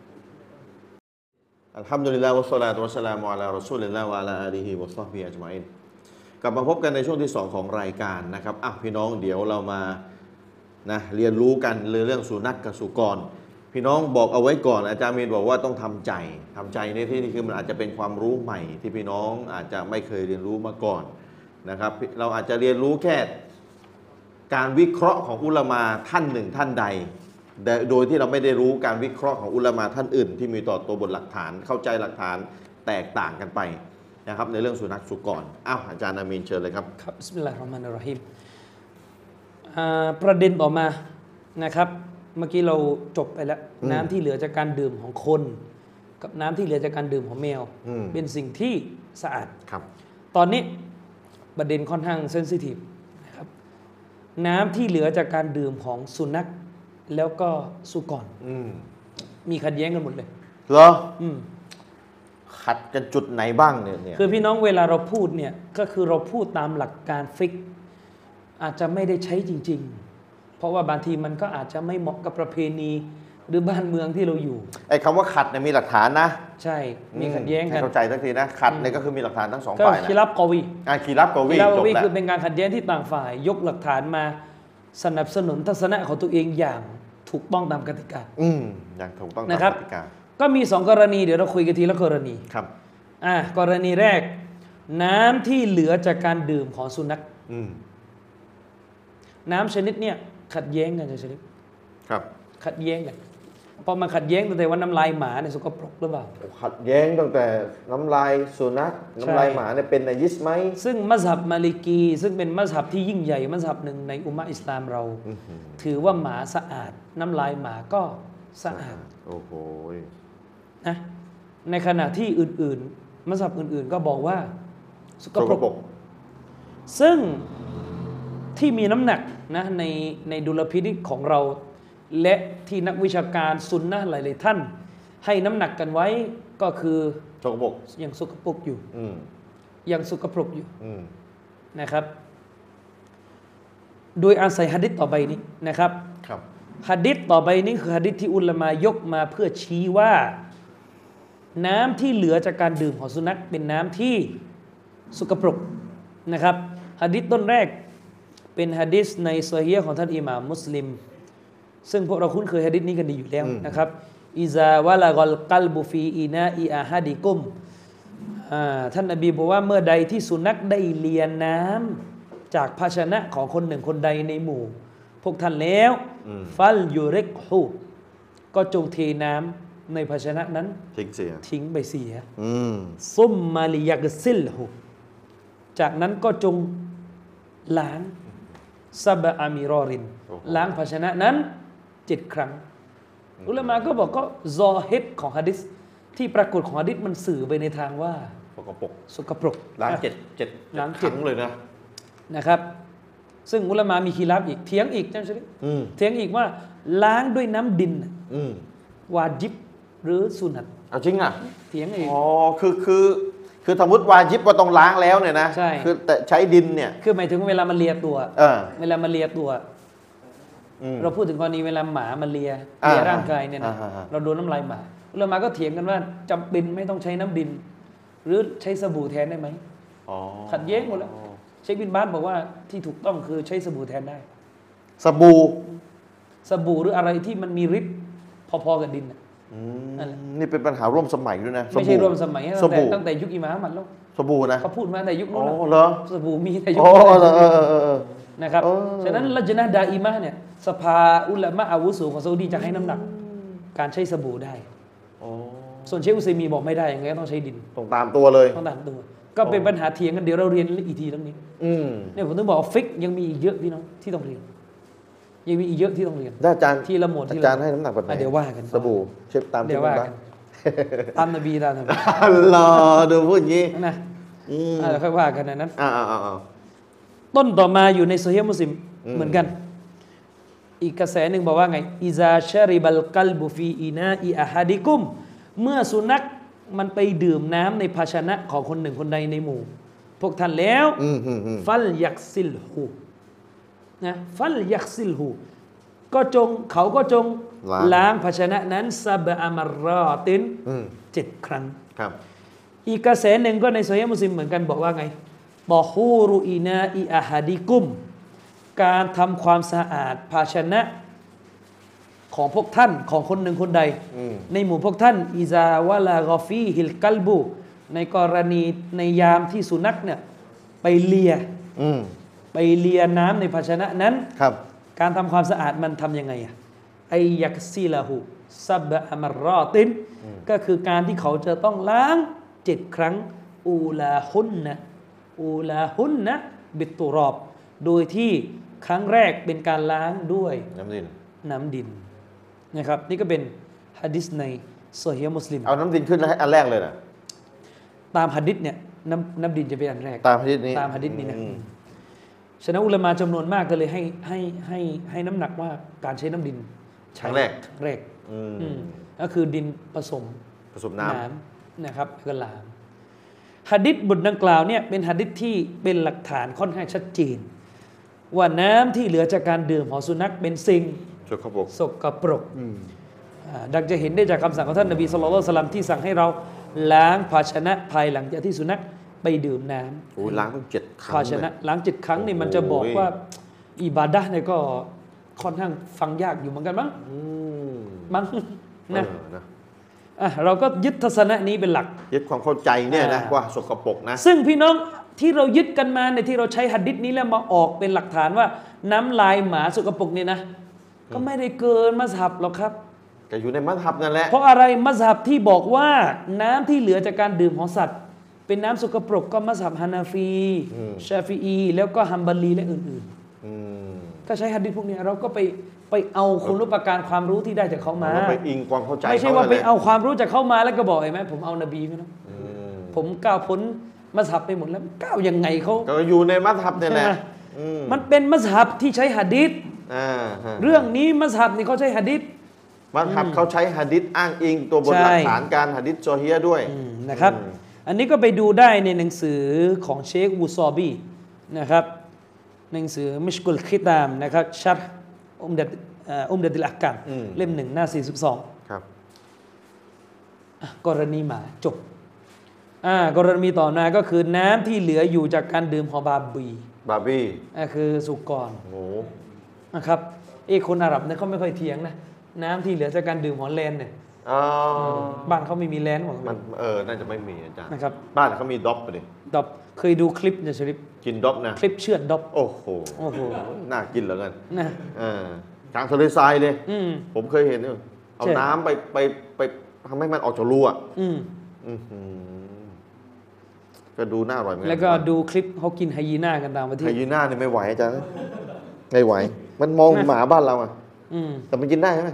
อัลฮัมดุลิลลาฮ์วะศอลาตุวะสสลามุอะลารอซูลิลลาฮ์วะอะลาอาลีฮิวะศอฮบิฮิอัจมาอินกลับมาพบกันในช่วงที่สองของรายการนะครับอ่ะพี่น้องเดี๋ยวเรามานะเรียนรู้กันเรื่องสุนัขกับสุกรพี่น้องบอกเอาไว้ก่อนอาจารย์มีนบอกว่าต้องทำใจทำใจในที่นี้คือมันอาจจะเป็นความรู้ใหม่ที่พี่น้องอาจจะไม่เคยเรียนรู้มาก่อนนะครับเราอาจจะเรียนรู้แค่การวิเคราะห์ของอุลามาท่านหนึ่งท่านใดโดยที่เราไม่ได้รู้การวิเคราะห์ของอุลามาท่านอื่นที่มีต่อตัวบทหลักฐานเข้าใจหลักฐานแตกต่างกันไปนะครับในเรื่องสุนัขสุกรอ้าวอาจารย์อามีนเชิญเลยครับครับบิสมิลลาฮิรเราะห์มานิรเราะฮีมอ่าประเด็นต่อมานะครับเมื่อกี้เราจบไปแล้วน้ำที่เหลือจากการดื่มของคน กับน้ำที่เหลือจากการดื่มของแมวเป็นสิ่งที่สะอาดครับตอนนี้ประเด็นค่อนข้างเซนซิทีฟนะครับน้ำที่เหลือจากการดื่มของสุนัขแล้วก็สุกรมีขัดแย้งกันหมดเลยเหรออืมขัดกันจุดไหนบ้างเนี่ยเนี่ยคือพี่น้องเวลาเราพูดเนี่ยก็คือเราพูดตามหลักการฟิกอาจจะไม่ได้ใช้จริงๆ เพราะว่าบางทีมันก็อาจจะไม่เหมาะกับประเพณีหรือบ้านเมืองที่เราอยู่ไอ้คำว่าขัดเนี่ยมีหลักฐานนะใช่มีขัดแย้งกันให้เข้าใจสักทีนะขัดเนี่ยก็คือมีหลักฐานทั้งสองก็ฝ่ายนะคิรับกอวีอ่าคีรับกอวีคิรับจกอบ วีแล้วคือเป็นการขัดแย้งที่ต่างฝ่าย ยกหลักฐานมาสนับสนุนทัศนะของตัวเองอย่างถูกต้องตามกติกาอืมอย่างถูกต้องตามนะครับกติกาก็มีสองกรณีเดี๋ยวเราคุยกันทีละกรณีครับอ่ะกรณีแรก น้ำที่เหลือจากการดื่มของสุนัขอืมน้ำชนิดเนี่ยขัดแย้งกันชนิดครับขัดแย้งกันพอมาขัดแย้งตั้งแต่ว่าน้ำลายหมาเนี่ยสกปรกหรือเปล่าขัดแย้งตั้งแต่น้ำลายสุนัขน้ำลายหมาเนี่ยเป็นนายิสไหมซึ่งมัซฮับมาลิกี ซึ่งเป็นมัซฮับที่ยิ่งใหญ่มัซฮับหนึ่งในอุมมะอิสลามเรา ถือว่าหมาสะอาด น้ำลายหมาก็สะอาดโอ้โหนะในขณะที่อื่นๆมัซฮับอื่นๆก็บอกว่าสกปรกซึ่งที่มีน้ำหนักนะในในดุลพินิจของเรา และที่นักวิชาการซุนนะห์หลายๆท่าน ให้น้ำหนักกันไว้ก็คือสกปรกยังสกปรกอยู่อืมยังสกปรกอยู่อืมนะครับ โดยอาศัยหะดีษต่อไปนี้นะครับครับหะดีษต่อไปนี้คือหะดีษที่อุลามายกมาเพื่อชี้ว่า น้ำที่เหลือจากการดื่มของสุนัขเป็นน้ำที่สกปรกนะครับหะดีษต้นแรกเป็นหะดีษในซอฮีฮ์ของท่านอิหม่ามมุสลิม ซึ่งพวกเราคุ้นเคยหะดีษนี้กันดีอยู่แล้วนะครับอิซาวะลากอลกัลบุฟีอินาอิอาฮัดิกุมท่านนบีบอกว่าเมื่อใดที่สุนัขได้เลียน้ำจากภาชนะของคนหนึ่งคนใดในหมู่ พวกท่านแล้วฟัลยูริกฮูก็จงเทน้ำในภาชนะนั้นทิ้งเสียทิ้งไปเสียอืมซุมมาลิยักซิลฮูจากนั้นก็จงล้างซับอามิรอรินล้างภาชนะนั้นเจ็ดครั้ง อุลามะก็บอกก็ซอฮิดของหะดีษที่ปรากฏของหะดีษมันสื่อไปในทางว่าสกปรกสกปรกล้างเจ็ดเจ็ดล้างคเจ็ดรั้งเลยนะนะครับ ซึ่งอุลามะมีคีรับอีกเถียงอีกจังใช่ไหมอืมเถียงอีกว่าล้างด้วยน้ำดินอืมวาจิบหรือสุนัตเอาจริงอ่ะเถียงอีกอ๋อคือคือคือสมมติวาญิบว่าต้องล้างแล้วเนี่ยนะใช่คือแต่ใช้ดินเนี่ยคือหมายถึงเวลามันเลียตัวเออเวลามันเลียตัวอืมเราพูดถึงกรณีเวลาหมามันเลียอ่าเลียร่างกายเนี่ยนะอ่าอ่าเราโดนน้ำลายหมาอุลามะก็เถียงกันว่าจำเป็นไม่ต้องใช้น้ำดิน หรือใช้สบู่แทนได้ไหมอ๋อขัดแย้งหมดแล้ว เชคบินบาสบอกว่าที่ถูกต้องคือใช้สบู่แทนได้สบู่สบู่หรืออะไรที่มันมีฤทธิ์พอๆกับดินน่ะอืมนั่นแหละนี่เป็นปัญหาร่วมสมัยด้วยนะไม่ใช่รวมสมัยสตั้งแต่บู่ตั้งแต่ยุคอิหม่ามอัดแล้วสบู่นะเขาพูดมาตั้งแต่ยุคอ๋นู้อนแล้วเหรอสบู่มีแต่ยุคอ๋อนั้นเหรอเออเออเออเออนะครับเออฉะนั้นลัจนะดาอิมะห์เนี่ยสภาอุลามะอาวุโสของซาอุดีจะให้น้ำหนัก การใช้สบู่ได้อ๋อส่วนเชคอุซัยมีนบอกไม่ได้ยังไงก็ต้องใช้ดินต้องตามตัวเลยต้องตามตัว ก็เป็นปัญหาเถียงกันเดี๋ยวเราเรียนอีกทีเรื่องนี้อืมเนี่ยผมต้องบอกว่าฟิกยังมีอีกเยอะพี่น้องที่ต้องเรียน ยังมีอีกเยอะที่ต้องเรียนได้อาจารย์ที่ละหมวดที่อาจารย์ละหมวดให้น้ำหนักแบบไหนอ่ะเดี๋ยวว่ากันสบู่เช็ดตามเดี๋ยวว่ากัน ตามนบีตามนบีอัลลอฮ์ดูพูดอย่างนี้นะอืมอ่ะเดี๋ยวค่อยว่ากันนะนั้นอ่าอ่าอ่าต้นต่อมาอยู่ในโซฮีฮ์มุสลิมอืมเหมือนกัน อีกกระแสหนึ่งบอกว่าไงอิซาชาริบัลกัลบุฟีอินาอิอาฮัดิกุมเมื่อสุนัขมันไปดื่มน้ำในภาชนะของคนหนึ่งคนใดในหมู่ พวกท่านแล้วอืมอืมอืมฟัลยักซิลหูนะฟัลยักซิลหูก็จงเขาก็จงล้างล้างภาชนะนั้นซับอามารรอตินอืมเจ็ดครั้งครับอีกกระแสหนึ่งก็ในโซฮีฮ์มุสลิมเหมือนกันบอกว่าไงบอฮูรุอินาอิอาฮัดิกุมการทำความสะอาดภาชนะของพวกท่านของคนหนึ่งคนใดอืมในหมู่พวกท่านอิซาวะลากอฟีฮิลกัลบูในกรณีในยามที่สุนัขเนี่ยไปเลียอืมไปเลียน้ำในภาชนะนั้นครับการทำความสะอาดมันทำยังไงอะไอยักซีละหูซับอะมารรอตินก็คือการที่เขาจะต้องล้างเจ็ดครั้งอูลาฮุนนะอูลาฮุนนะบิตตุรอบ โดยที่ครั้งแรกเป็นการล้างด้วยน้ำดินน้ำดินนะครับนี่ก็เป็นหะดีษในโซฮีฮ์มุสลิมเอาน้ำดินขึ้นแล้วให้อันแรกเลยนะตามหะดีษเนี่ยน้ำน้ำดินจะเป็นอันแรกตามหะดีษนี้ตามหะดีษนี้นะอืมฉะนั้นอุลามะจำนวนมากก็เลยให้ให้ให้ให้น้ำหนักว่าการใช้น้ำดินครั้งแรกครั้งแรกอืมอืมก็คือดินผสมผสมน้ำน้นะครับก็ล้างหะดีษบทดังกล่าวเนี่ยเป็นหะดีษที่เป็นหลักฐานค่อนข้างชัดเจนว่าน้ำที่เหลือจากการดื่มของสุนัขเป็นสิ่งสกปรกสกปรกดังจะเห็นได้จากคำสั่งของท่านนบีศ็อลลัลลอฮุอะลัยฮิวะซัลลัมที่สั่งให้เราล้างภาชนะภายหลังจากที่สุนัขไปดื่มน้ำโอ้ล้างตั้งเจ็ดครั้งภาชนะล้างเจ็ดครั้งนี่มันจะบอกว่าอิบาดะห์เนี่ยก็ค่อนข้างฟังยากอยู่เหมือนกันมั้งมั้งนะอ่ะเราก็ยึดทัศนะนี้เป็นหลักยึดความเข้าใจเนี่ยนะว่าสกปรกนะซึ่งพี่น้องที่เรายึดกันมาในที่เราใช้หะดีษนี้แล้วมาออกเป็นหลักฐานว่าน้ำลายหมาสกปรกนี่นะก็ไม่ได้เกินมัซฮับหรอกครับก็อยู่ในมัซฮับนั่นแหละเพราะอะไรมัซฮับที่บอกว่าน้ำที่เหลือจากการดื่มของสัตว์เป็นน้ำสกปรกก็มัซฮับฮานาฟีชาฟีอีแล้วก็ฮัมบัลีและอื่นๆถ้าใช้หะดีษพวกนี้เราก็ไปไปเอาคุณรู้ประการความรู้ที่ได้จากเขามาไปอิงความเข้าใจไม่ใช่ว่าไปเอาความรู้จากเขามาแล้วก็บอกเห็นไหมผมเอานบีไหมนะผมก้าวพ้นมัซฮับไปหมดแล้วก้าวยังไงเขาก็อยู่ในมัซฮับนี่แหละมันเป็นมัซฮับที่ใช้หะดีษเรื่องนี้มัซฮับนี่เขาใช้หะดีษมัซฮับเขาใช้หะดีษอ้างอิงตัวบทหลักฐานการหะดีษซอฮีฮ์ด้วยนะครับอันนี้ก็ไปดูได้ในหนังสือของเชควูซอบีนะครับหนังสือมิชกุลคิตามนะครับชัรห์อุมดะอุมดะตุลอะห์กามเล่มหนึ่งหน้าสี่สิบสองครับกรณีหมาจบอ่ากรณีต่อมาก็คือน้ำที่เหลืออยู่จากการดื่มของบาบีบาบีอ่าคือสุกรโอ้นะครับเอ้คนอาหรับเนี่ยเขาไม่ค่อยเถียงนะน้ำที่เหลือจากการดื่มของแลนเนี่ยบ้านเขาไม่มีแลนหรอกมันเออน่าจะไม่มีอาจารย์นะครับบ้านเขามีด็อปไปดิด็อปเคยดูคลิปเนี่ยชลิปกินด็อปนะคลิปเชือดด็อปโอ้โหโอ้โหน่ากินเหลือเกินนะเออทางทะเลทรายเลยผมเคยเห็นเอาน้ำไปไปไปทำให้มันออกจากรูอ่ะก็ดูน่าอร่อยเหมือนกันแล้วก็ดูคลิปเขากินไฮยีน่ากันต่างประเทศไฮยีน่าเนี่ยไม่ไหวอาจารย์ไม่ไหวมันมองหมาบ้านเราอ่ะแต่มันกินได้ไหม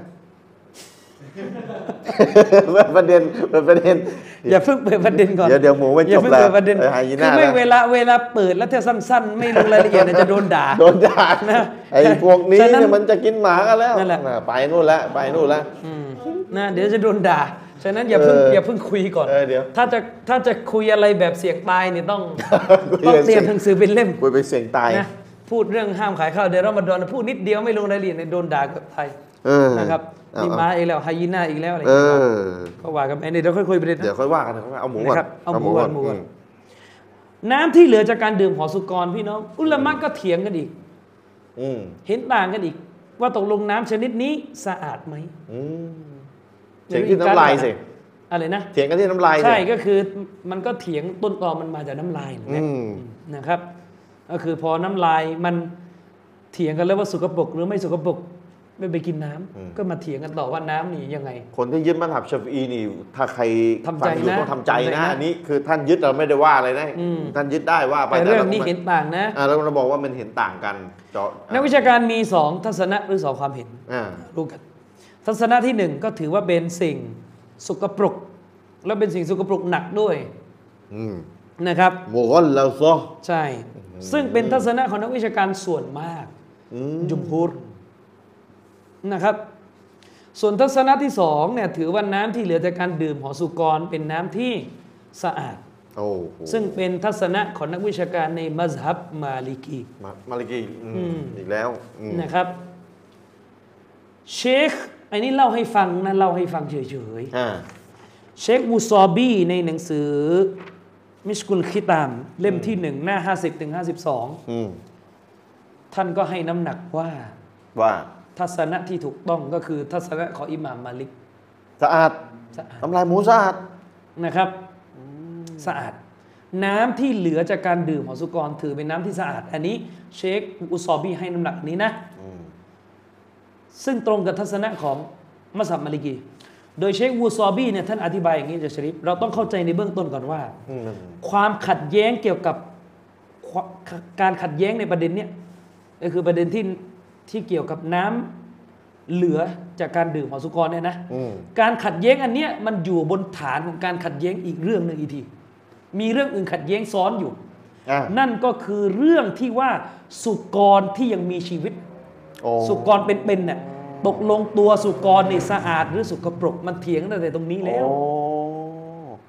ประเด็นประเด็นอย่าเพิ่งเปิดประเด็นก่อนเดี๋ยวเดี๋ยวหมูไม่จบแล้วคือไม่เวลาเวลาเปิดแล้วถ้าสั้นๆไม่ลงรายละเอียดจะโดนด่าโดนด่านะไอ้พวกนี้เนี่ยมันจะกินหมากันแล้วไปนู่นละไปนู่นละนะเดี๋ยวจะโดนด่าฉะนั้นอย่าเพิ่งอย่าเพิ่งคุยก่อนถ้าจะถ้าจะคุยอะไรแบบเสียงตายเนี่ยต้องต้องเตรียมหนังสือเป็นเล่มคุยไปเสียงตายนะพูดเรื่องห้ามขายข้าวเดี๋ยวเรามาดอนพูดนิดเดียวไม่ลงรายละเอียดในโดนด่ากับไทยนะครับมีม้าอีกแล้วไฮยีน่าอีกแล้วอะไรอย่างเงี้ยก็ว่ากันไอ้นี่เดี๋ยวค่อยคุยประเด็นเดี๋ยวค่อยว่ากันเอาหมูก่อนเอาหมูก่อนหมูก่อนน้ำที่เหลือจากการดื่มของสุกรพี่น้องอุลามะก็เถียงกันอีกเห็นต่างกันอีกว่าตกลงน้ำชนิดนี้สะอาดไหมเถียงที่น้ำลายสิอะไรนะเถียงกันที่น้ำลายใช่ก็คือมันก็เถียงต้นตอมันมาจากน้ำลายนะครับก็คือพอน้ำลายมันเถียงกันแล้วว่าสกปรกหรือไม่สกปรกไม่ไปกินน้ำก็มาเถียงกันต่อว่าน้ำนี่ยังไงคนที่ยึดมัซฮับชาฟิอีนี่ถ้าใครทำใจนะต้องทำใจนะอันนี้คือท่านยึดเราไม่ได้ว่าอะไรนะท่านยึดได้ว่าไปแต่เรื่องนี้เห็นต่างนะแล้วเราบอกว่ามันเห็นต่างกันนักวิชาการมีสองทัศนะหรือสองความเห็นรู้กันทัศนะที่หนึ่งก็ถือว่าเป็นสิ่งสกปรกและเป็นสิ่งสกปรกหนักด้วยนะครับโมกันแล้วซะใช่ซึ่งเป็นทัศนะของนักวิชาการส่วนมากจุมฮูรนะครับส่วนทัศนะที่สองเนี่ยถือว่าน้ำที่เหลือจากการดื่มของสุกรเป็นน้ำที่สะอาดซึ่งเป็นทัศนะของนักวิชาการในมัซฮับมาลิกีมาลิกีอีกแล้วนะครับเชคอันนี้เล่าให้ฟังนะเล่าให้ฟังเฉยๆเชคมูซอบีในหนังสือมิชกุลคิตามเล่มที่หนึ่งหน้าห้าสิบถึงห้าสิบสองท่านก็ให้น้ำหนักว่าว่าทัศนะที่ถูกต้องก็คือทัศนะของอิหม่ามมาลิกสะอาดทำลายหมูสะอาดนะครับสะอาดน้ำที่เหลือจากการดื่มของสุกรถือเป็นน้ำที่สะอาดอันนี้เชคอุซอบีให้น้ำหนักนี้นะซึ่งตรงกับทัศนะของมัซฮับมาลิกีโดยเชควูซอบีเนี่ยท่านอธิบายอย่างนี้จะชริฟเราต้องเข้าใจในเบื้องต้นก่อนว่าความขัดแย้งเกี่ยวกับการขัดแย้งในประเด็นเนี้ยก็คือประเด็นที่ที่เกี่ยวกับน้ำเหลือจากการดื่มของสุกรเนี่ยนะการขัดแย้งอันเนี้ยมันอยู่บนฐานของการขัดแย้งอีกเรื่องหนึ่งอีกทีมีเรื่องอื่นขัดแย้งซ้อนอยู่นั่นก็คือเรื่องที่ว่าสุกรที่ยังมีชีวิตสุกรเป็นๆเนี่ยตกลงตัวสุกรนี่สะอาดหรือสกปรกมันเถียงตั้งแต่ตรงนี้แล้ว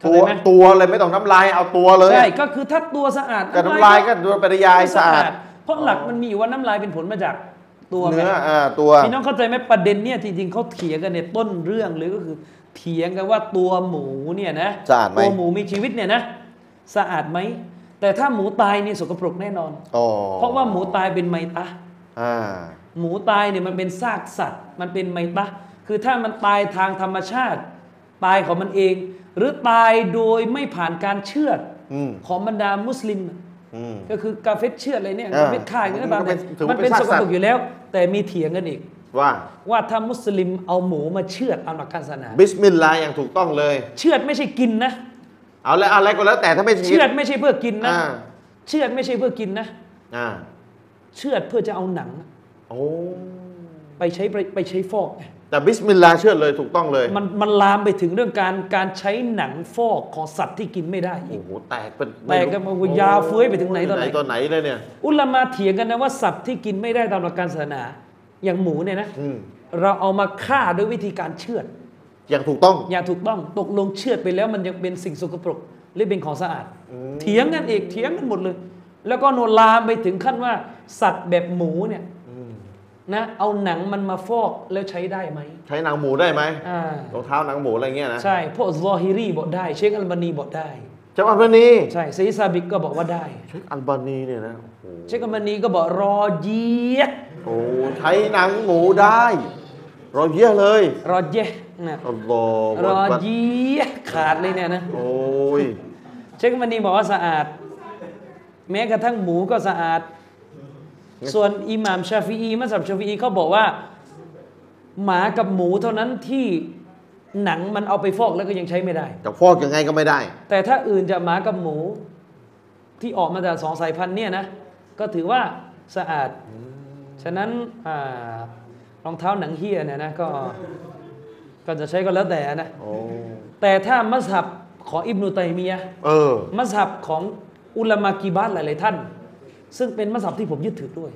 ตัวตัวเลยไม่ต้องน้ำลายเอาตัวเลยใช่ก็คือถ้าตัวสะอาดแต่น้ำลายก็โดยปริยายสะอาดเพราะหลักมันมีอยู่ว่าน้ำลายเป็นผลมาจากตัวเนื้ออ่าตัวพี่น้องเข้าใจไหมประเด็นเนี่ยจริงๆเขาเถียงกันในต้นเรื่องเลยก็คือเถียงกันว่าตัวหมูเนี่ยนะสะอาดไหมตัวหมูมีชีวิตเนี่ยนะสะอาดไหมแต่ถ้าหมูตายเนี่ยสกปรกแน่นอนเพราะว่าหมูตายเป็นไมตะหมูตายเนี่ยมันเป็นซากสัตว์มันเป็นไมตะคือถ้ามันตายทางธรรมชาติตายของมันเองหรือตายโดยไม่ผ่านการเชือดของบรรดามุสลิมก็คือกาเฟตเชือดอะไรเนี่ยกาเฟตฆ่าอย่างนั้นมันเป็นสกปรกอยู่แล้วแต่มีเถียงกันอีกว่าว่าถ้ามุสลิมเอาหมูมาเชือดเอาหลักศาสนาบิสมิลลาห์อย่างถูกต้องเลยเชือดไม่ใช่กินนะเอาแล้วอะไรก็แล้วแต่ถ้าไม่เชือดไม่ใช่เพื่อกินนะเชือดไม่ใช่เพื่อกินนะเชือดเพื่อจะเอาหนังโอ้ไปใช้ไปใช้ฟอกแต่บิสมิลลาห์เชือดเลยถูกต้องเลยมันมันลามไปถึงเรื่องการการใช้หนังฟอกของสัตว์ที่กินไม่ได้โอ้โหแตกเป็นแตกกันมายาวเฟ้ยไปถึงไหนตอนไหนตอนไหนเลยเนี่ยอุลามะเถียงกันนะว่าสัตว์ที่กินไม่ได้ตามหลักการศาสนาอย่างหมูเนี่ยนะเราเอามาฆ่าด้วยวิธีการเชือดอย่างถูกต้องอย่างถูกต้องตกลงเชือดไปแล้วมันยังเป็นสิ่งสกปรกหรือเป็นของสะอาดเถียงกันเอกเถียงกันหมดเลยแล้วก็โนลามไปถึงขั้นว่าสัตว์แบบหมูเนี่ยนะเอาหนังมันมาฟอกแล้วใช้ได้ไหมใช้หนังหมูได้ไหมรองเท้าหนังหมูอะไรเงี้ยนะใช่พวกซอฮิรีบอกได้เชคอัลบานีบอกได้เชคอัลบานีใช่ซีซาบิกก็บอกว่าได้เชคอัลบานีเนี่ยนะเชคอัลบานีก็บอกรอเยียโอ้ใช้หนังหมูได้รอเยียเลยรอเยียนะอัลลอฮ์รอเยียขาดเลยเนี่ยนะโอ้ยเชคอัลบานีบอกว่าสะอาดแม้กระทั่งหมูก็สะอาดส่วนอิหม่ามชาฟีอีมัซฮับชาฟีอีเขาบอกว่าหมากับหมูเท่านั้นที่หนังมันเอาไปฟอกแล้วก็ยังใช้ไม่ได้จะฟอกยังไงก็ไม่ได้แต่ถ้าอื่นจะหมากับหมูที่ออกมาจากสองสายพันธุ์เนี่ยนะก็ถือว่าสะอาดฉะนั้นรองเท้าหนังเฮียเนี่ยนะก็ก็จะใช้ก็แล้วแต่นะแต่ถ้ามัซฮับของอิบนุตัยมียะห์มัซฮับของอุลามะกีบาตหลายๆท่านซึ่งเป็นมัซฮับที่ผมยึดถือด้วย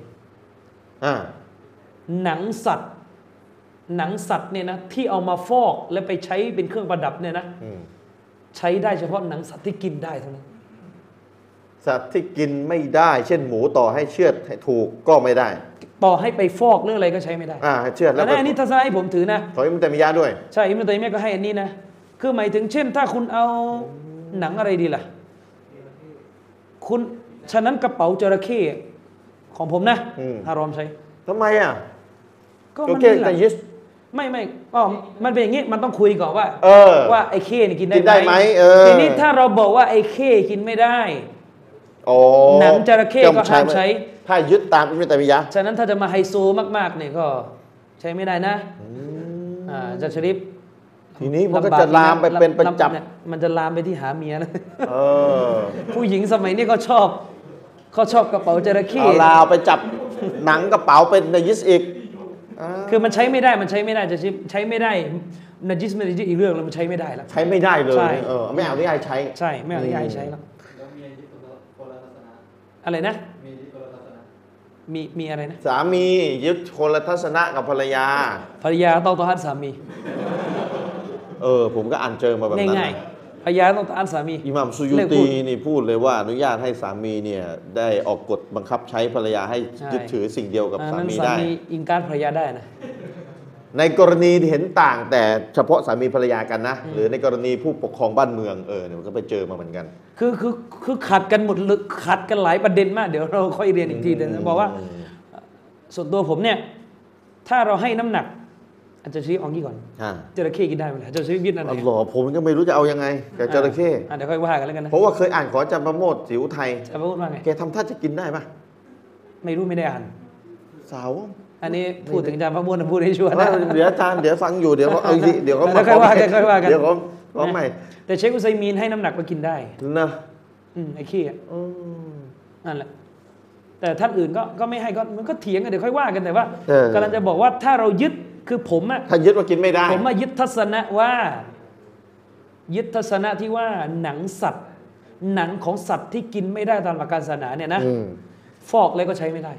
หนังสัตว์หนังสัตว์เนี่ยนะที่เอามาฟอกแล้วไปใช้เป็นเครื่องประดับเนี่ยนะใช้ได้เฉพาะหนังสัตว์ที่กินได้เท่านั้นสัตว์ที่กินไม่ได้เช่นหมูต่อให้เชือดให้ถูกก็ไม่ได้ต่อให้ไปฟอกหรืออะไรก็ใช้ไม่ได้อ่าเชือดแล้วอันนี้ทัศนะให้ผมถือนะของอิบนุตัยมียะห์ด้วยใช่อิบนุตัยมียะห์ก็ให้อันนี้นะคือหมายถึงเช่นถ้าคุณเอาหนังอะไรดีล่ะคุณฉะนั้นกระเป๋าจระเข้ของผมนะฮารอมใช้ทำไมอ่ะก็มันนี่แหละไม่ไม่ก็มันเป็นอย่างนี้มันต้องคุยก่อนว่าว่าไอ้เข้นี่กินได้ไหมทีนี้ถ้าเราบอกว่าไอ้เข้กินไม่ได้หนังจระเข้ก็ห้ามใช้ถ้ายึดตามอิบนุตัยมียะห์ฉะนั้นถ้าจะมาไฮโซมากๆเนี่ยก็ใช้ไม่ได้นะอ่าจะชริปทีนี้มันก็จะลามไปเป็นประจับมันจะลามไปที่หาเมียนะผู้หญิงสมัยนี้ก็ชอบเขาชอบกระเป๋าจระเข้เอาลาวไปจับหนังกระเป๋าเป็นนายิสอีกคือมันใช้ไม่ได้มันใช้ไม่ได้จะใช้ไม่ได้นาจิสไม่นาจิสอีกเรื่องแล้วมันใช้ไม่ได้แล้วใช้ไม่ได้เลยเออไม่เอาที่ไอใช้ใช่ไม่เอาที่ไอใช้แล้วอะไรนะมีมีอะไรนะสามียึดคนละทัศนะกับภรรยาภรรยาต้องต้านสามีเออผมก็อ่านเจอมาแบบนั้นง่ายๆภรรยาต้องต้านสามีอิหม่ามซุยูตีนี่พูดเลยว่าอนุญาตให้สามีเนี่ยได้ออกกฎบังคับใช้ภรรยาให้ยึดถือสิ่งเดียวกับสามีได้สามีอิงการภรรยาได้นะในกรณีเห็นต่างแต่เฉพาะสามีภรรยากันนะหรือในกรณีผู้ปกครองบ้านเมืองเออเนี่ยมันก็ไปเจอมาเหมือนกันคือคือคือขัดกันหมดขัดกันหลายประเด็นมากเดี๋ยวเราค่อยเรียนอีกทีนึงบอกว่าส่วนตัวผมเนี่ยถ้าเราให้น้ำหนักอาจจะชี้อองกี้ก่อนจระเข้กินได้ไหมล่ะจะชี้ยึดอะไรอ๋อผมก็ไม่รู้จะเอายังไงกับจระเข้เดี๋ยวค่อยว่ากันแล้วกันนะเพราะว่าเคยอ่านขออาจารย์ประโมทสิวไทยอาจารย์ประโมทว่าไงแกทำท่าจะกินได้ปะไม่รู้ไม่ได้อ่านสาวอันนี้พูดถึงอาจารย์ประโมทพูดให้ชัวร์นะเดี๋ยวอาจารย์เดี๋ยวฟังอยู่เดี๋ยวเขาเอาสิเดี๋ยวเขามาค่อยว่ากันค่อยว่ากันเดี๋ยวเขาเขาใหม่แต่เชคอุซัยมีนให้น้ำหนักไปกินได้นะอืมไอ้ขี้อ่ะนั่นแหละแต่ท่านอื่นก็ก็ไม่ให้ก็มันก็เถียงกันเดี๋ยวค่อยว่ากันแต่ว่ากำลังจะบอกว่าถ้าเรายึดคือผมอะถ้ายึดว่ากินไม่ได้ผมมายึดทัศนะว่ายึดทัศนะที่ว่าหนังสัตว์หนังของสัตว์ที่กินไม่ได้ตามหลักการศาสนาเนี่ยนะฟอกเลยก็ใช้ไม่ได้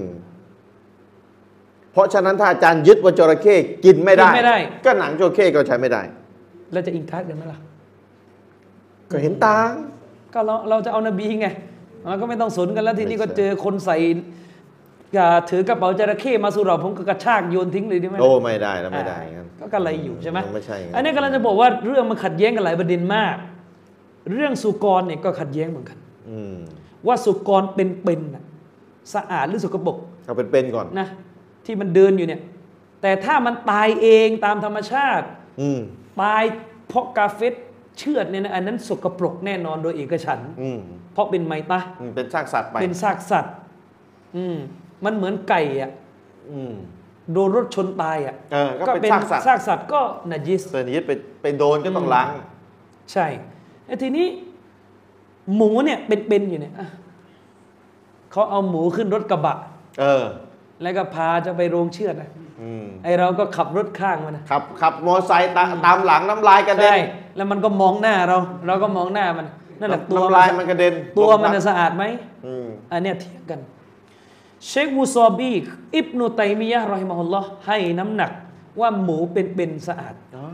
เพราะฉะนั้นถ้าอาจารย์ยึดว่าจระเข้กินไม่ได้ก็หนังจระเข้ก็ใช้ไม่ได้แล้วจะอิงทัศกันไหมล่ะก็เห็นต่างก็เราเราจะเอานบีไงเราก็ไม่ต้องสนกันแล้วทีนี้ก็เจอคนใส่อย่าถือกระเป๋าจระเข้มาสู่เราผมก็กระชากโยนทิ้งเลยได้ไหมโอ้ไม่ได้แล้วไม่ได้ก็กระไรอยู่ใช่ไหมไม่ใช่อันนี้กำลังจะบอกว่าเรื่องมันขัดแย้งกันหลายประเด็นมากเรื่องสุกรเนี่ยก็ขัดแย้งเหมือนกันว่าสุกรเป็นๆสะอาดหรือสกปรกเอาเป็นๆก่อนนะที่มันเดินอยู่เนี่ยแต่ถ้ามันตายเองตามธรรมชาติตายเพราะกาเฟสเชือดเนี่ยนะอันนั้นสกปรกแน่นอนโดยเอกฉันท์เพราะเป็นไมตะเป็นซากสัตว์ไปเป็นซากสัตว์อืมมันเหมือนไก่อ่ะโดนรถชนตายอ่ะก็เป็นซากสัตว์ซากสัตว์ก็นาจิสนาจิสไปไปโดนก็ต้องล้างใช่ไอ้ทีนี้หมูเนี่ยเป็นๆอยู่เนี่ยเขาเอาหมูขึ้นรถกระบะเออแล้วก็พาจะไปโรงเชือดนะไอเราก็ขับรถข้างมันนะขับขับมอไซค์ตามหลังน้ำลายกระเด็นแล้วมันก็มองหน้าเราเราก็มองหน้ามันนั่นแหละตัวน้ำลายมันกระเด็นตัวมันสะอาดไหมอันนี้เถียงกันเชคมูซอบีอิบนุตัยมียะห์รอฮิมะฮุลลอฮ์ให้น้ำหนักว่าหมูเป็นๆสะอาด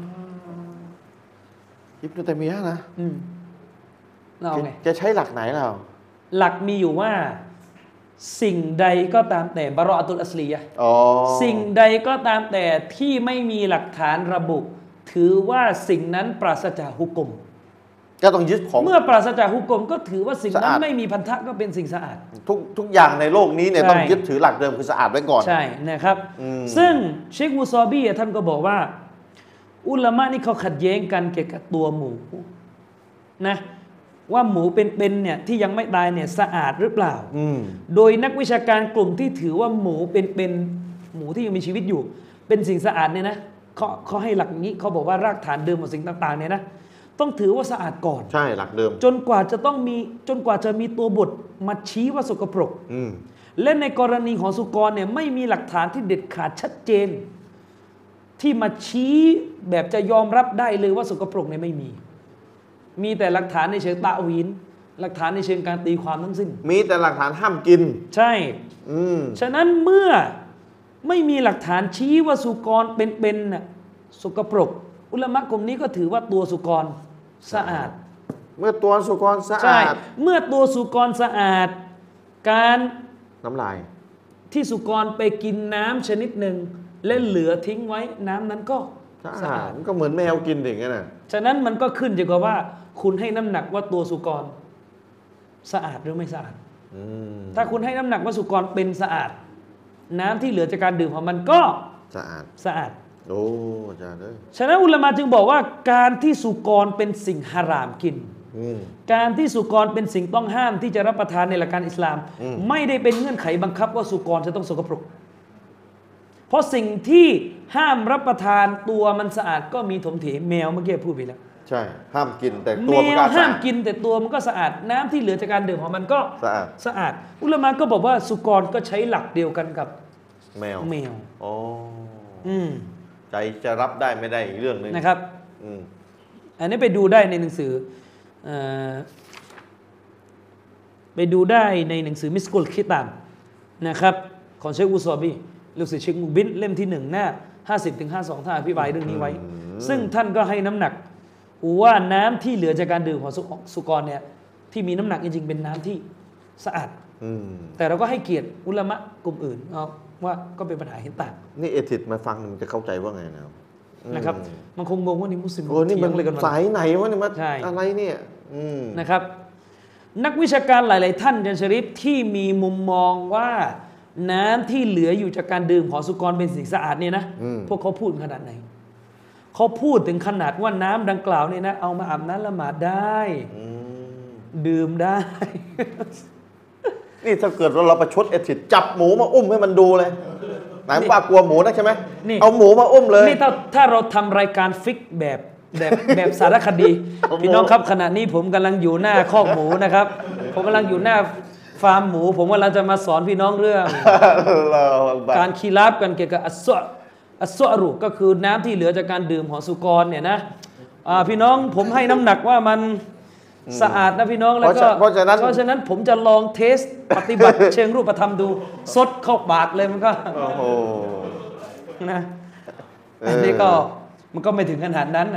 อิบนุตัยมียะห์นะเราไงจะใช้หลักไหนเราหลักมีอยู่ว่าสิ่งใดก็ตามแต่บะรออะตุลอัสลียะห์สิ่งใดก็ตามแต่ที่ไม่มีหลักฐานระบุถือว่าสิ่งนั้นปราศจากฮุกมก็ต้องยึดของเมื่อปราศจากฮุกมก็ถือว่าสิ่งนั้นไม่มีพันธะก็เป็นสิ่งสะอาดทุกทุกอย่างในโลกนี้เนี่ยต้องยึดถือหลักเดิมคือสะอาดไว้ก่อนใช่นะครับซึ่งเชคมูซอบีท่านก็บอกว่าอุลามะนี่เขาขัดแย้งกันเกี่ยวกับตัวหมูนะว่าหมูเป็นๆเนี่ยที่ยังไม่ตายเนี่ยสะอาดหรือเปล่าโดยนักวิชาการกลุ่มที่ถือว่าหมูเป็นๆหมูที่ยังมีชีวิตอยู่เป็นสิ่งสะอาดเนี่ยนะเขาเขาให้หลักนี้เขาบอกว่ารากฐานเดิมของสิ่งต่างๆเนี่ยนะต้องถือว่าสะอาดก่อนใช่หลักเดิมจนกว่าจะต้องมีจนกว่าจะมีตัวบทมาชี้ว่าสกปรกและในกรณีของสุกรเนี่ยไม่มีหลักฐานที่เด็ดขาดชัดเจนที่มาชี้แบบจะยอมรับได้เลยว่าสกปรกเนี่ยไม่มีมีแต่หลักฐานในเชิงตะวีนหลักฐานในเชิงการตีความทั้งสิ้นมีแต่หลักฐานห้ามกินใช่ฉะนั้นเมื่อไม่มีหลักฐานชี้ว่าสุกรเป็นๆน่ะสกปรกอุลามะกลุ่มนี้ก็ถือว่าตัวสุกรสะอาดเมื่อตัวสุกรสะอาดเมื่อตัวสุกรสะอาดการน้ำลายที่สุกรไปกินน้ำชนิดหนึ่งและเหลือทิ้งไว้น้ำนั้นก็สะอาดก็เหมือนแมวกินอย่างนั้นน่ะฉะนั้นมันก็ขึ้นอยู่กับว่าคุณให้น้ำหนักว่าตัวสุกรสะอาดหรือไม่สะอาดถ้าคุณให้น้ำหนักว่าสุกรเป็นสะอาดน้ำที่เหลือจากการดื่มของมันก็สะอาดสะอาดโอ้อาจารย์เลยฉะนั้นอุลามะจึงบอกว่าการที่สุกรเป็นสิ่งฮารามกินการที่สุกรเป็นสิ่งต้องห้ามที่จะรับประทานในหลักการอิสลามไม่ได้เป็นเงื่อนไขบังคับว่าสุกรจะต้องสกปรกเพราะสิ่งที่ห้ามรับประทานตัวมันสะอาดก็มีถมเถแมวเมื่อกี้พูดไปแล้วใช่ห้ามกินแต่ตัวมันก็สะอาดแมวห้ามกินแต่ตัวมันก็สะอาดน้ำที่เหลือจากการดื่มของมันก็สะอาดสะอาดอุลามะก็บอกว่าสุกรก็ใช้หลักเดียวกันกับแมวแมวอ๋ออืมใจจะรับได้ไม่ได้อีกเรื่องนึงนะครับอันนี้ไปดูได้ในหนังสือไปดูได้ในหนังสือมิสกุลคิตามนะครับของเชคอุซอบีลูกศิษย์เชคมูบินเล่มที่หนึ่งหน้าห้าสิบถึงห้าสิบสองท่านอธิบายเรื่องนี้ไว้ซึ่งท่านก็ให้น้ำหนักว่าน้ำที่เหลือจากการดื่มของสุกรเนี่ยที่มีน้ำหนักจริงๆเป็นน้ำที่สะอาดแต่เราก็ให้เกียรติอุลามะกลุ่มอื่นว่าก็เป็นปัญหาเห็นต่างนี่เอทิดมาฟังมันจะเข้าใจว่าไงนะนะครับมันคงงงว่านี่มุสลิมโอ้นี่มันสายไหนวะนี่มันอะไรเนี่ยนะครับนักวิชาการหลายๆท่านอาจารย์ชะริฟที่มีมุมมองว่าน้ำที่เหลืออยู่จากการดื่มของสุกรเป็นสิ่งสะอาดเนี่ยนะพวกเขาพูดขนาดไหนเขาพูดถึงขนาดว่าน้ำดังกล่าวเนี่ยนะเอามาอาบน้ำละหมาดได้ดื่มได้นี่ถ้าเกิดเราประชดเอทิดจับหมูมาอุ้มให้มันดูเลยไหนว่ากลัวหมูนะใช่ไหมเอาหมูมาอุ้มเลยนี่ถ้าถ้าเราทำรายการฟิกแบบแบบแบบสารคดีพี่น้องครับขณะนี้ผมกำลังอยู่หน้าคอกหมูนะครับผมกำลังอยู่หน้าฟาร์มหมูผมว่าเราจะมาสอนพี่น้องเรื่องการคีราบกันเกี่ยวกับอัสซะอัสซะรุก็คือน้ำที่เหลือจากการดื่มของสุกรเนี่ยนะพี่น้องผมให้น้ำหนักว่ามันสะอาดนะพี่น้องแล้วก็เพราะฉะนั้นเพราะฉะนั้นผมจะลองเทสปฏิบัติเชิงรูปธรรมดูซดเข้าปากเลยมันก็โอ้โหนะอันนี้ก็มันก็ไม่ถึงขนาดนั้นนะนะ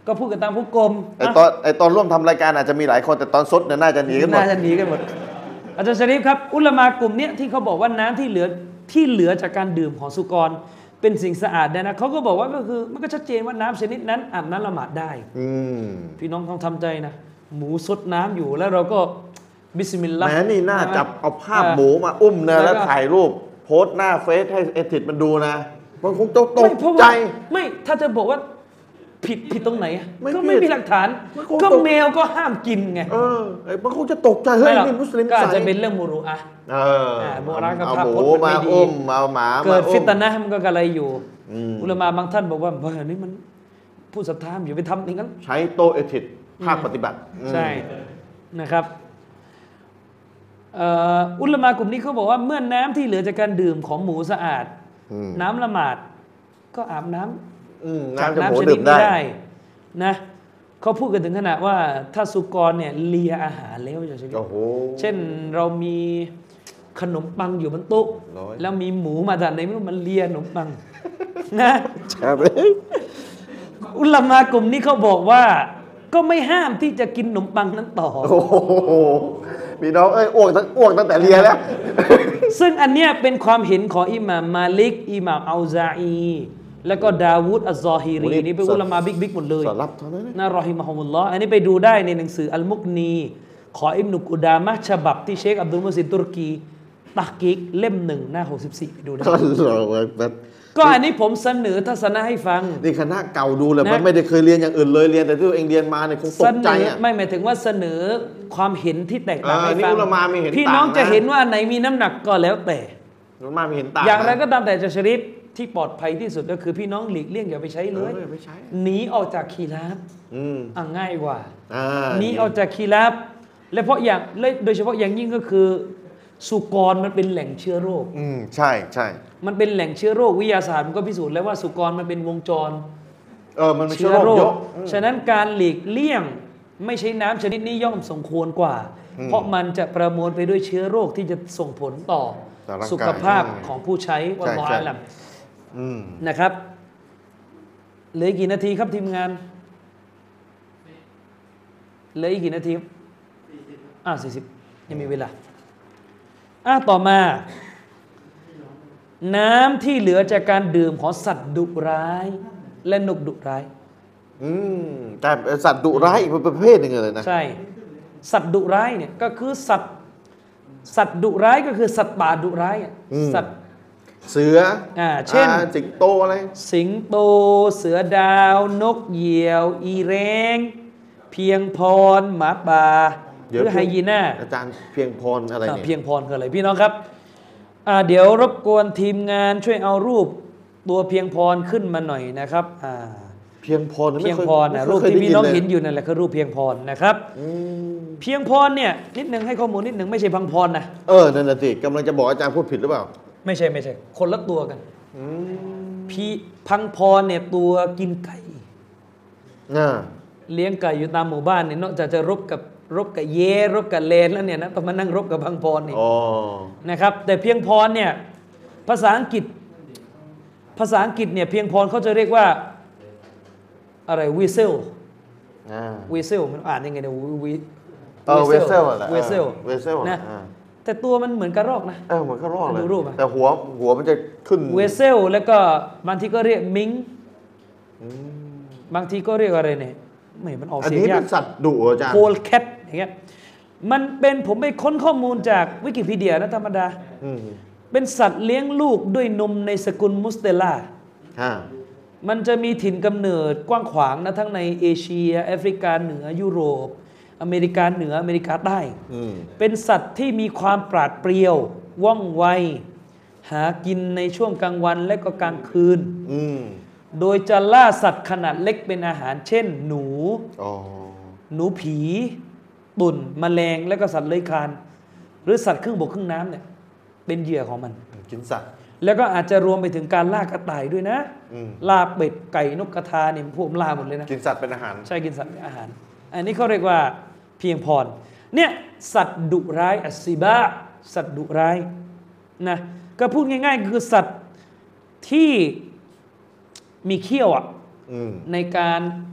ก็พูดกันตามผู้กรมไอตอนไอตอนร่วมทำรายการอาจจะมีหลายคนแต่ตอนซดเนี่ยน่าจะหนีกันหมดน่าจะหนีกันหมดอาจารย์ชะรีฟครับอุลามากลุ่มเนี้ยที่เขาบอกว่าน้ำที่เหลือที่เหลือจากการดื่มของสุกรเป็นสิ่งสะอาดนะเขาก็บอกว่าก็คือมันก็ชัดเจนว่าน้ำชนิดนั้นอาบน้ำละหมาดได้อืมพี่น้องต้องทำใจนะหมูซดน้ำอยู่แล้วเราก็บิสมิลลาห์แม้นี่น่าจับเอาภาพอ่าหมูมาอุ้มนะแล้แล้ว วก็ถ่ายรูปโพสต์หน้าเฟซให้เอทิดมันดูนะมันคงจะตกไม่เพราะใจว่าไม่ถ้าจะบอกว่าผิดผิดตรงไหนอะไม่ก็ผิดไม่มีหลักฐานมันคงก็ตกแมวก็ห้ามกินไงเออไอ้มันคงจะตกใจเฮ้ยไม่หรอกนี่มุสลิมก็อาจใส่จะเป็นเรื่องมูรุอะเอออ่าโบราณกับเอาภาพหพมูจน์มันมาไม่ดีอุ้มเอาหมามาเกิดอุ้มฟิตนะห์มันก็กระไรอยู่อืมอุลามะบางท่านบอกว่าเฮ้ยนี่มันผู้ศรัทธาอย่าไปทำอย่างนั้นใช้โตเอทิดภาคปฏิบัติอืมใช่นะครับเอ่ออุลามะกลุ่มนี้เขาบอกว่าเมื่อน้ำที่เหลือจากการดื่มของหมูสะอาดอืมน้ำละหมาดก็อาบน้ำอืมจากน้ำจะหมูน้ำชนิดื่ดมนี้ได้ได้นะเขาพูดกันถึงขนาดว่าถ้าสุกรเนี่ยเลียอาหารแล้วจะใช่ไหมโอ้โหเช่นเรามีขนมปังอยู่บนโต๊ะร้อยแล้วมีหมูมาจากไหนไม่รู้มันเลียขนมปัง นะครับอุลามากลุ่มนี้เขาบอกว่าก็ไม่ห้ามที่จะกินขนมปังนั้นต่อโอ้โหพี่น้องเอ้ยอ้วกตั้งอ้วกตั้งแต่เรียนแล้วซึ่งอันเนี้ยเป็นความเห็นของอิหม่ามมาลิกอิหม่ามอัลซาอี แล้วก็ดาวูดอัซซอฮีรีโอ้นี่นี่เป็นอุลามะบิ๊กบิ๊กหมดเลยสลับเท่านั้นนะนะรอฮิมะฮุมุลลอฮ์อันนี้ไปดูได้ในหนังสืออัลมุกนีของอิบนุกุดามะห์ฉบับที่เชคอับดุลมุซินตุรกีตักกิกเล่มหนึ่งหน้าหกสิบสี่ไปดูได้อัลลอฮฺอักบัรก็อันนี้ผมเสนอทัศนะให้ฟังนี่คณะเก่าดูเลยนะมันไม่ได้เคยเรียนอย่างอื่นเลยเรียนแต่ที่ตัวเองเรียนมาเนี่ยคงตเสกนใจออ่ะไม่หมายถึงว่าเสนอความเห็นที่แตกต่างเออให้นี่ฟังอุลามะมีเห็นพี่น้องต่างนะจะเห็นว่าอันไหนมีน้ำหนักก็แล้วแต่มันมาไม่เห็นต่างอย่างไรนะก็ตามแต่จะชริฟที่ปลอดภัยที่สุดก็คือพี่น้องหลีกเลี่ยงอย่าไปใช้เลยเออไม่ใช่หนีออกจากคีราฟอืมอ่ะง่ายกว่าอ่าหนีออกจากคีราฟและเพราะอย่างและโดยเฉพาะอย่างยิ่งก็คือสุกรมันเป็นแหล่งเชื้อโรคอืมใช่ใช่มันเป็นแหล่งเชื้อโรควิทยาศาสตร์มันก็พิสูจน์แล้วว่าสุกรมันเป็นวงจรเออมันมีเชื้อโรคเยอะอืมฉะนั้นการหลีกเลี่ยงไม่ใช้น้ำชนิดนี้ย่อมสมควรกว่าอืมเพราะมันจะประมวลไปด้วยเชื้อโรคที่จะส่งผลต่อต่อร่างกายสุขภาพอืมของผู้ใช้วัลลอฮุใช่อาลัมอืมนะครับเหลืออีกกี่นาทีครับทีมงานเหลืออีกกี่นาทีครับอ่าสี่สิบยังมีเวลาอ่ะต่อมา น้ำที่เหลือจากการดื่มของสัตว์ดุร้าย และนกดุร้ายอืมแต่สัตว์ดุร้ายอีกประเภทหนึ่งเลยนะใช่ สัตว์ดุร้ายเนี่ยก็คือสัตว์สัตว์ดุร้ายก็คือสัตว์ป่าดุร้ายอะสัตว์เสืออ่าเช่นอ่าสิงโตอะไรสิงโต เสือดาว นกเหยี่ยว อีแรงเพียงพรหมาป่าหเดี๋ยวรือไฮยีน่าอาจารย์เพียงพรอะไรอ่าเนี่ยเพียงพรคืออะไรพี่น้องครับอ่าเดี๋ยวรบกวนทีมงานช่วยเอารูปตัวเพียงพรขึ้นมาหน่อยนะครับอ่าเพียงพรเพียงไม่คพรนะไม่รูปคยที่ได้พี่น้องลยเห็นอยู่นั่นแหละคือรูปเพียงพรนะครับอืมเพียงพรเนี่ยนิดหนึ่งให้ข้อมูลนิดหนึ่งไม่ใช่พังพรนะเออนั่นน่ะสิกำลังจะบอกอาจารย์พูดผิดหรือเปล่าไม่ใช่ไม่ใช่ คนละตัวกันอืมพี่พังพรเนี่ยตัวกินไก่อ่าเลี้ยงไก่อยู่ตามหมู่บ้านเนี่ยนอกจากจะรบกับรบกับเย่รบกับเลนแล้วเนี่ยนะต้องมานั่งรบกับพังพรนี่อ๋อนะครับ แต่เพียงพรเนี่ยภาษาอังกฤษ ภาษาอังกฤษเนี่ยเพียงพรเขาจะเรียกว่าอะไรวิเซลอ่าวิเซลมันอ่านยังไงเนี่ยวิเออเวเซลอะแหละเวเซลเวเซลนะอ่าแต่ตัวมันเหมือนกระรอกนะเออเหมือนเขารอดเลยดูรูปอะแต่หัวหัวมันจะขึ้นเวเซลแล้วก็บางทีก็เรียกมิงบางทีก็เรียกอะไรเนี่ยไม่มันออกอันเสียงนี้ยาเป็กนสัตว์ดุเหรออาจารย์โพลแคทอย่างเงี้ยมันเป็นผมไปค้นข้อมูลจากวิกิพีเดียนะธรรมดาอืมเป็นสัตว์เลี้ยงลูกด้วยนมในสกุลมุสเตล่าอ่ามันจะมีถิ่นกำเนิดกว้างขวางนะทั้งในเอเชียแอฟริกาเหนือยุโรป อเมริกาเหนืออเมริกาใต้อืมเป็นสัตว์ที่มีความปราดเปรียว ว่องไว หากินในช่วงกลางวันและก็กลางคืนอืมโดยจะล่าสัตว์ขนาดเล็กเป็นอาหาร เช่น หนูอ๋อหนูผี ตุ่นแมลงและก็สัตว์เลื้อยคลาน หรือสัตว์ครึ่งบกครึ่งน้ำเนี่ยเป็นเหยื่อของมันกินสัตว์แล้วก็อาจจะรวมไปถึงการล่ากระต่ายด้วยนะอืมล่าเป็ดไก่นกกระทาเนี่ยพวกมันล่าหมดเลยนะกินสัตว์เป็นอาหารใช่กินสัตว์เป็นอาหาร อันนี้เขาเรียกว่าเพียงพรเนี่ยสัตว์ดุร้ายอัสซิบะสัตว์ดุร้ายนะก็พูดง่ายๆคือสัตว์ที่มีเขี้ยวอ่ะอืมในการ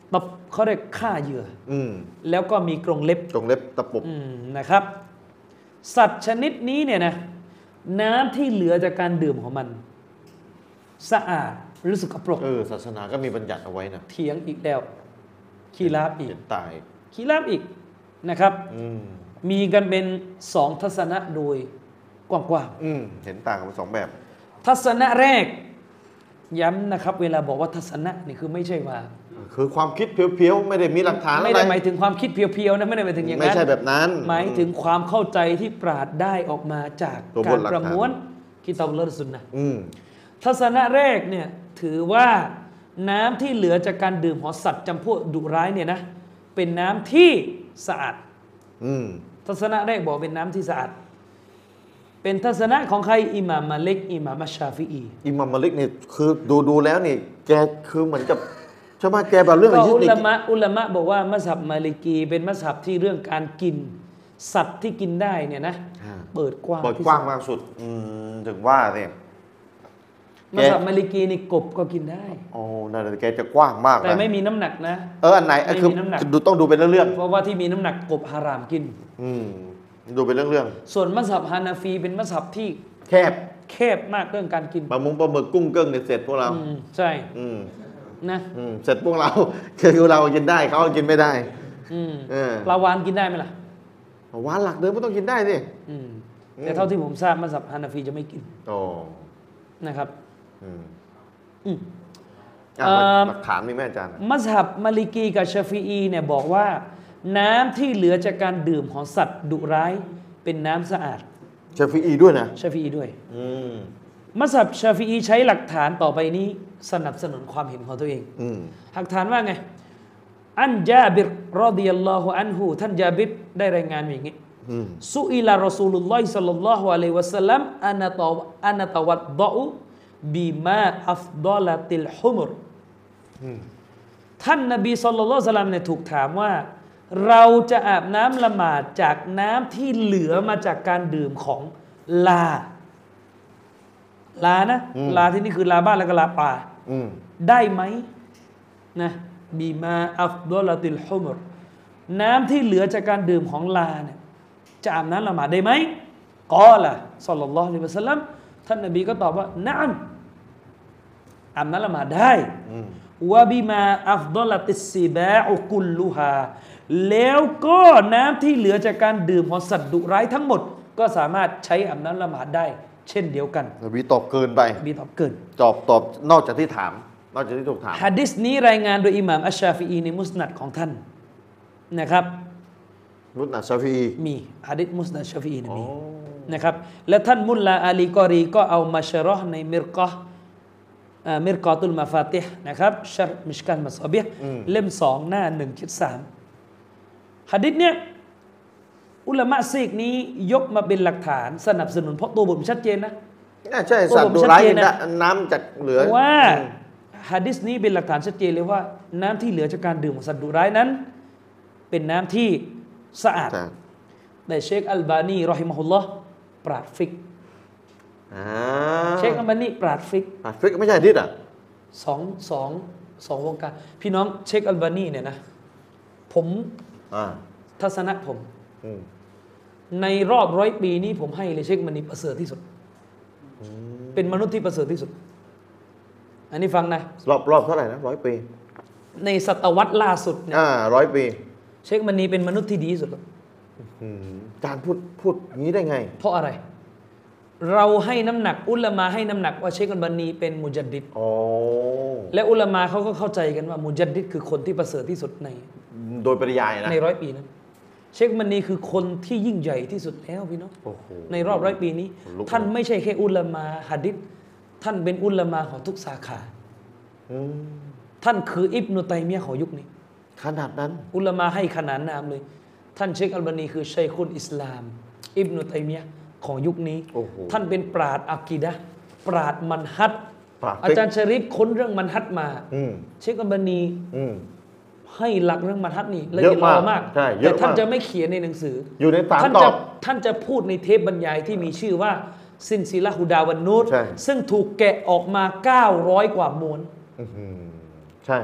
ตบเขาเรียกฆ่าเหยื่ออืมแล้วก็มีกรงเล็บตรงเล็บตะปบอืมนะครับ สัตว์ชนิดนี้เนี่ยนะน้ำที่เหลือจากการดื่มของมัน สะอาดหรือสกปรกเออศาสนาก็มีบัญญัติเอาไว้นะเถียงอีกแล้วคีราบอีกเห็นตายคีราบอีกนะครับอืมมีกันเป็นสองทัศนะโดยกว้างอืมเห็นต่างกันสองแบบๆทัศนะแรกย้ำนะครับ เวลาบอกว่าทัศนะนี่คือไม่ใช่ว่าคือความคิดเพียวๆไม่ได้มีหลักฐานอะไรไม่ได้หมายถึงความคิดเพียวๆนะไม่ได้หมายถึงอย่างนั้นไม่ใช่แบบนั้นหมายถึงความเข้าใจที่ปราดได้ออกมาจากตัวบกาทรหลักฐานประมวลกิตาบุลลอฮ์ซุนนะห์อืมทัศนะแรกเนี่ยถือว่าน้ำที่เหลือจากการดื่มของสัตว์จำพวกดุร้ายเนี่ยนะเป็นน้ำที่สะอาดอืมทัศนะแรกบอกเป็นน้ำที่สะอาด เป็นทัศนะของใครอิหม่ามมาลิกอิหม่ามอัชชาฟิอีอิหมัมมาลิกนี่คือดูดูแล้วนี่แกคือเหมือนกับชาวบ้านแกแบบเรื่องก็ยึดอุนี่ลามะอุลามะบอกว่ามัซฮับมาลิกีเป็นมัซฮับที่เรื่องการกินสัตว์ที่กินได้เนี่ยนะอ่าเปิดกว้างเปิดที่กว้างสุดมากสุด อืมถึงว่าเนี่ยมัซฮับมาลิกีนี่กบก็กินได้โอ้นั่นแหละแกจะกว้างมากแต่นะไม่มีน้ำหนักนะเอออันไหนไม่มีคือน้ำหนักดูต้องดูเป็นเรื่องเพราะว่าที่มีน้ำหนักกบฮารามกินๆอืมดูเป็นเรื่องส่วนมัซฮับฮานาฟีเป็นมัซฮับที่ๆแคบแคบมากเรื่องการกินปลามุงปลาหมึกกุ้งเกิ้งเนี่ยเสร็จพวกเราอืมใช่อืมนะอืมเสร็จพวกเรา คือเรากินได้เขากินไม่ได้อืมเออปลาวานกินได้ไหมล่ะหวานหลักเดิมก็ต้องกินได้สิอืมอืมแต่เท่าที่ผมทราบมัซฮับฮานาฟีจะไม่กินโอ้นะครับอืมอืมอ่ะเอ่อหลักฐานมีไหมอาจารย์มัซฮับมาลิกีกับชาฟีอีเนี่ยบอกว่า น้ำที่เหลือจากการดื่มของสัตว์ดุร้ายเป็นน้ำสะอาดชาฟีอีด้วยนะชาฟีอีด้วยอืมมัซฮับชาฟีอีใช้หลักฐานต่อไปนี้สนับสนุนความเห็นของตัวเองอืมหลักฐานว่าไง อันจาบิรรอฎิยัลลอฮุอันฮุท่านจาบิรได้รายงานอย่างนี้อืมสุอิลารอซูลุลลอฮิศ็อลลัลลอฮุอะลัยฮิวะซัลลัมอานะตออานะตะวัดดอบิมาอัฟฎอลติลฮุมรอืมท่านนบีศ็อลลัลลอฮุอะลัยฮิวะซัลลัมเนี่ยถูกถามว่า เราจะอาบน้ำละหมาดจากน้ำที่เหลือมาจากการดื่มของลา ลานะ ลาที่นี่คือลาบ้านแล้วก็ลาป่าอืมได้ไหมนะบีมาอัฟดอลติลฮุมรน้ำที่เหลือจากการดื่มของลาเนี่ยจะอาบน้ำละหมาดได้ไหมกอละศ็อลลัลลอฮุอะลัยฮิวะซัลลัมท่านนบีก็ตอบว่านะอัมอาบน้ำละหมาดได้อืมวะบิมาอัฟดอลติสซิบาอุกุลลูฮาแล้วก็น้ำที่เหลือจากการดื่มของสัตว์ดุร้ายทั้งหมด ก็สามารถใช้อาบน้ำละหมาดได้ เช่นเดียวกันนบีตอบเกินไปบีตอบเกินตอบตอบนอกจากที่ถาม นอกจากที่ถูกถามหะดีษนี้รายงานโดยอิหม่ามอัชชาฟีอีในมุสนัดของท่านนะครับมุสนัดชาฟีอีมีหะดีษมุสนัดชาฟีอีเนยอ๋อมีนะครับและท่านมุลลาอาลีกอรีก็เอามาชะเราะห์ในมิรกะห์อ่ามิรกาตุลมาฟาติฮ์นะครับชัรมิชกัลมัสอบิฮ์เล่มสองหน้าหนึ่งจุดสามหะดีษเนี่ยอุลามะซีกนี้ยกมาเป็นหลักฐานสนับสนุนเพราะตัวบทมันชัดเจนนะน่าใช่สัตว์ดุร้ายกินได้น้ำจากเหลือว่าอืมหะดีษนี้เป็นหลักฐานชัดเจนเลยว่า น้ำที่เหลือจากการดื่มของสัตว์ดุร้ายนั้น เป็นน้ำที่สะอาดใช่แต่เชคอัลบานีรอฮิมะฮุลลอฮ์ปราดฟิกอ่าเชคอัลบานีปราดฟิกอ่ะฟิกไม่ใช่อาทิตย์อ่ะสองสองสองวงการพี่น้องเชคอัลบานีเนี่ยนะผมอ่าทัศนะผมอืมในรอบร้อยปีนี้ผมให้เลยเชคมันนีประเสริฐที่สุด เป็นมนุษย์ที่ประเสริฐที่สุด อันนี้ฟังนะรอบรอบเท่าไหร่นะร้อยปีในศตวรรษล่าสุดเนี่ยอ่าร้อยปีเชคมันนีเป็นมนุษย์ที่ดีที่สุดอืมอาจารย์พูดพูดอย่างนี้ได้ไงเพราะอะไร เราให้น้ำหนักอุลามาให้น้ำหนักว่าเชคอัลบานีเป็นมุจัดดิดอ๋อและอุลามาเขาก็เข้าใจกันว่ามุจัดดิดคือคนที่ประเสริฐที่สุดในโดยปริยายนะในร้อยปีนั้น เชคมันนีคือคนที่ยิ่งใหญ่ที่สุดแล้วพี่น้องโอ้โหในรอบร้อยปีนี้ขนลุกท่านไม่ใช่แค่อุลามาหะดีษท่านเป็นอุลามาของทุกสาขาอืมท่านคืออิบนุตัยมียะห์ของยุคนี้ขนาดนั้นอุลามาให้ขนานนามเลย ท่านเชคอัลบานีคือชัยคุลอิสลาม อิบนุตัยมียะห์ของยุคนี้โอ้โหท่านเป็นปราดอะกีดะห์ปราดมันฮัดปราดอาจารย์ชะริฟค้นเรื่องมันฮัดมาอืมเชคอัลบานีอืมให้หลักเรื่องมันฮัดนี่ละเยเอียอะดมากอ่อนมากใช่เยอะแต่ท่านมากจะไม่เขียนในหนังสืออยู่ในสามท่านตจะอบท่านจะพูดในเทปบรรยายที่มีชื่อว่าซินซิละฮูดาวันนูรใช่ซึ่งถูกแกะออกมาเก้าร้อยกว่าม้วนอื้อหือใช่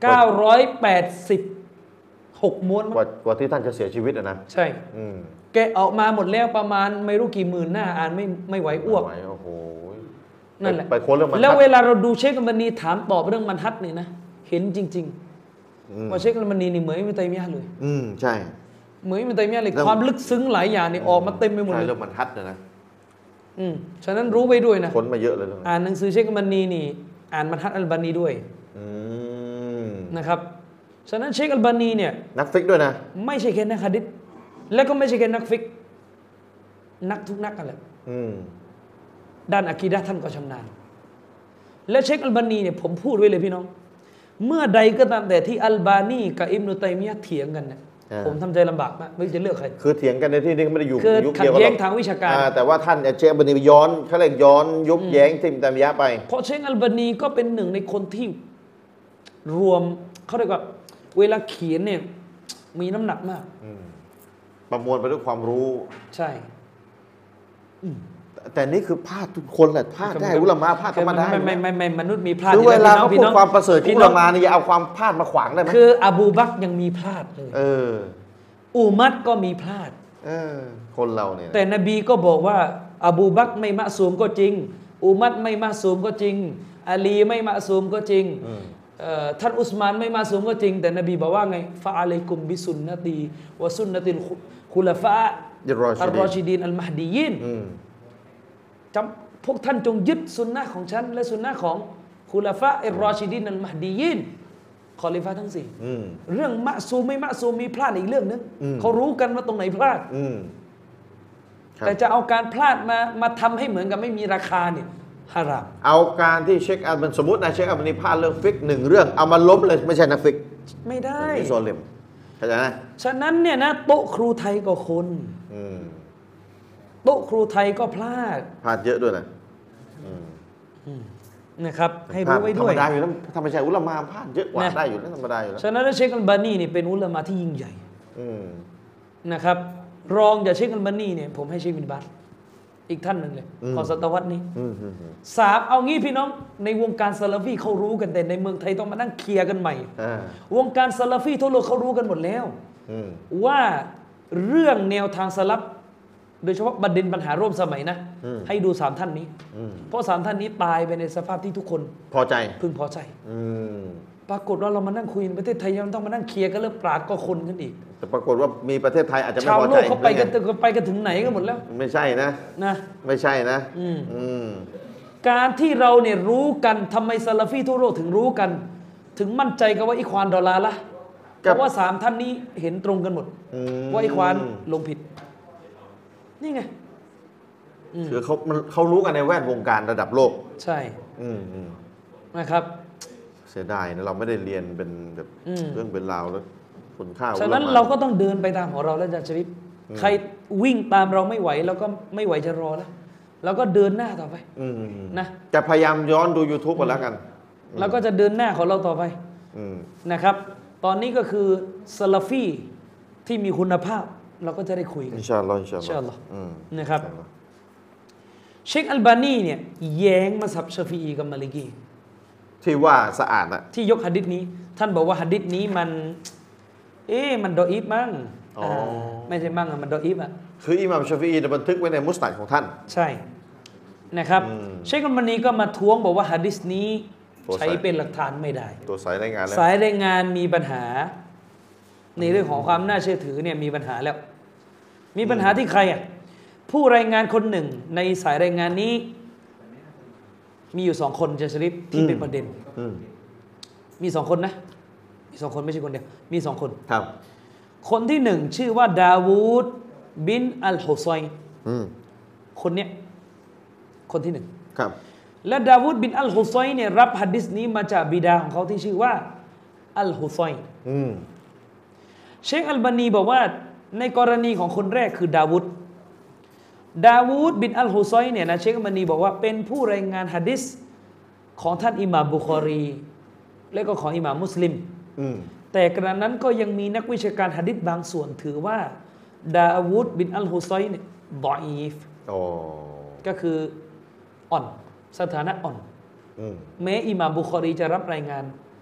เก้าร้อยแปดสิบหกม้วนกว่ากว่าที่ท่านจะเสียชีวิตอะนะใช่แกะออกมาหมดแล้วประมาณไม่รู้กี่หมื่นหน้าอ่านไม่ไม่ไหวอ้วกโอ้โหนั่นแหละไปโค้ดเรื่องมันแล้วเวลาเราดูเชคอัลบานีถามตอบเรื่องมันฮัดนี่นะเห็นจริงๆว่าเชคอัลบานีนี่เหมือนอิบนุตัยมียะห์เลยอืมใช่เหมือนอิบนุตัยมียะห์เลยความลึกซึ้งหลายอย่างนี่ออกมาเต็มไปหมดเลยเรื่องมันฮัดนะอืมฉะนั้นรู้ไว้ด้วยนะค้นมาเยอะเลยอ่านหนังสือเชคอัลบานีนี่อ่านมันฮัดอัลบานีด้วยนะครับฉะนั้นเชคอัลบานีเนี่ยนักฟิกด้วยนะไม่ใช่แค่นักหะดีษแล้วก็ไม่ใช่แค่นักฟิกนักทุกนักกันแหละด้านอะกีดะห์ท่านก็ชำนาญและเชคอัลบานีเนี่ยผมพูดไว้เลยพี่น้องเมื่อใดก็ตามแต่ที่อัลบานีกับอิบนุตัยมียะห์เถียงกันเนี่ยผมทำใจลำบากมากไม่รู้จะเลือกใครคือเถียงกันในที่นี้ไม่ได้อยู่ยุคเดียวกันขัดแย้งทางวิชาการแต่ว่าท่านเชคอัลบานีย้อนเขาเรียกย้อนยุคแย้งที่อิบนุตัยมียะห์ไปเพราะเชคอัลบานีก็เป็นหนึ่งในคนที่รวมเขาเรียกว่าเวลาเขียนเนี่ยมีน้ำหนักมากประมวลไปด้วยความรู้ใช่แต่นี่คือพลาดทุกคนแหละพลาดได้อุลามะพลาดธรรมดาไม่ไม่ไม่ไม่มนุษย์มีพลาดคือเวลาเขาพูดความประเสริฐของอุลามะนี่อย่าเอาความพลาดมาขวางได้ไหมคืออบูบักรยังมีพลาดเลยเอออุมัรก็มีพลาดเออคนเราเนี่ยแต่นบีก็บอกว่าอบูบักรไม่มะซูมก็จริงอุมัรไม่มะซูมก็จริงอาลีไม่มะซูมก็จริงท่านอุสมานไม่มาสูงก็จริงแต่นบีบอกว่าไงฟาอะลัยกุมบิสุนนะตีวะสุนนะติลคุลาฟะอัลรอชิดีนอัลมหดียินจำพวกท่านจงยึดสุนนะของฉันและสุนนะของคุลาฟะอัลรอชิดีนอัลมหดียินคอลิฟะทั้งสี่เรื่องมะซูมไม่มะซูมมีพลาดอีกเรื่องนึงเขารู้กันว่าตรงไหนพลาดแต่จะเอาการพลาดมามาทำให้เหมือนกับไม่มีราคาเนี่ยฮารามเอาการที่เช็คอัลบันสมมตินะเช็คอัลบันนี้พลาดเรื่องฟิกหนึ่งเรื่องเอามาลบเลยไม่ใช่นักฟิกไม่ได้โซเลมเข้าใจไหมฉะนั้นเนี่ยนะโต๊ะครูไทยก็คนโต๊ะครูไทยก็พลาดพลาดเยอะด้วยนะนะครับให้รู้ไว้ด้วยธรรมดาอยู่แล้วธรรมชาติอุลามะพลาดเยอะกว่าได้อยู่แล้วธรรมดาอยู่แล้วฉะนั้นเชคอัลบานีนี่เป็นอุลามะที่ยิ่งใหญ่นะครับรองจากเชคอัลบานีเนี่ยผมให้เชคบินบาซอีกท่านหนึ่งเลยของศตวรรษนี้สามเอางี้พี่น้องในวงการซาลาฟีเขารู้กันแต่ในเมืองไทยต้องมานั่งเคลียร์กันใหม่วงการซาลาฟีทั่วโลกเขารู้กันหมดแล้วว่าเรื่องแนวทางสลับโดยเฉพาะประเด็นปัญหาร่วมสมัยนะให้ดูสามท่านนี้เพราะสามท่านนี้ตายไปในสภาพที่ทุกคนพอใจพึงพอใจปรากฏว่าเรามานั่งคุยในประเทศไทยยังต้องมานั่งเคลียร์กันเรื่องปราดก็คนกันอีกแต่ปรากฏว่ามีประเทศไทยอาจจะไม่พอใจชาวโลกเขาไปกันเขาไปกันถึงไหนกันหมดแล้วไม่ใช่นะนะไม่ใช่นะการที่เราเนี่ยรู้กันทำไมซาลาฟีทั่วโลกถึงรู้กันถึงมั่นใจกันว่าอิควานดอลลาร์ละเพราะว่าสามท่านนี้เห็นตรงกันหมดว่าอิควานลงผิดนี่ไงคือเขาเขารู้กันในแวดวงการระดับโลกใช่นะครับเสียดายนะเราไม่ได้เรียนเป็นแบบเรื่องเป็นราวแล้วคุณค่าฉะนั้นเราก็ต้องเดินไปตามของเราแล้วอาจารย์ชริฟใครวิ่งตามเราไม่ไหวเราก็ไม่ไหวจะรอแล้วเราก็เดินหน้าต่อไปนะจะพยายามย้อนดู YouTube กันแล้วกันเราก็จะเดินหน้าของเราต่อไปนะครับตอนนี้ก็คือซาลาฟีที่มีคุณภาพเราก็จะได้คุยกันอินชาอัลลอฮ์อินชาอัลลอฮ์นะครับเชคอัลบานีเนี่ยแย้งมัซฮับชาฟีอีกับมาลิกีที่ว่าสะอาดอะที่ยกหะดีษนี้ท่านบอกว่าหะดีษนี้มันเอ๊ะมันดออีฟมั้งไม่ใช่มั้งอะมันดออีฟอะคืออิหม่ามชาฟีอีได้บันทึกไว้ในมุสนัดของท่านใช่นะครับเชคอัลบานีก็มาท้วงบอกว่าหะดีษนี้ใช้เป็นหลักฐานไม่ได้ตัวสายรายงานสายรายงานมีปัญหาในเรื่องของความน่าเชื่อถือเนี่ยมีปัญหาแล้วมีปัญหาที่ใครอ่ะผู้รายงานคนหนึ่งในสายรายงานนี้มีอยู่สองคนจะชริฟที่เป็นประเด็นมีสองคนนะมีสองคนไม่ใช่คนเดียวมีสองคนครับคนที่หนึ่งชื่อว่าดาวูดบินอัลฮุซัยน์คนเนี้ยคนที่หนึ่งครับและดาวูดบินอัลฮุซัยน์เนี่ยรับหะดีษนี้มาจากบิดาของเขาที่ชื่อว่าอัลฮุซัยน์เชคอัลบานีบอกว่าในกรณีของคนแรกคือดาวูดดาวูดบินอัลฮุซัยน์เนี่ยนะเชคอัลบานีบอกว่าเป็นผู้รายงานหะดีษของท่านอิหม่ามบุคอรีและก็ของอิหม่ามมุสลิมแต่กระนั้นก็ยังมีนักวิชาการหะดีษบางส่วนถือว่าดาวูดบินอัลฮุซัยน์เนี่ยฎออีฟก็คืออ่อนสถานะอ่อนแม้อิหม่ามบุคอรีจะรับรายงาน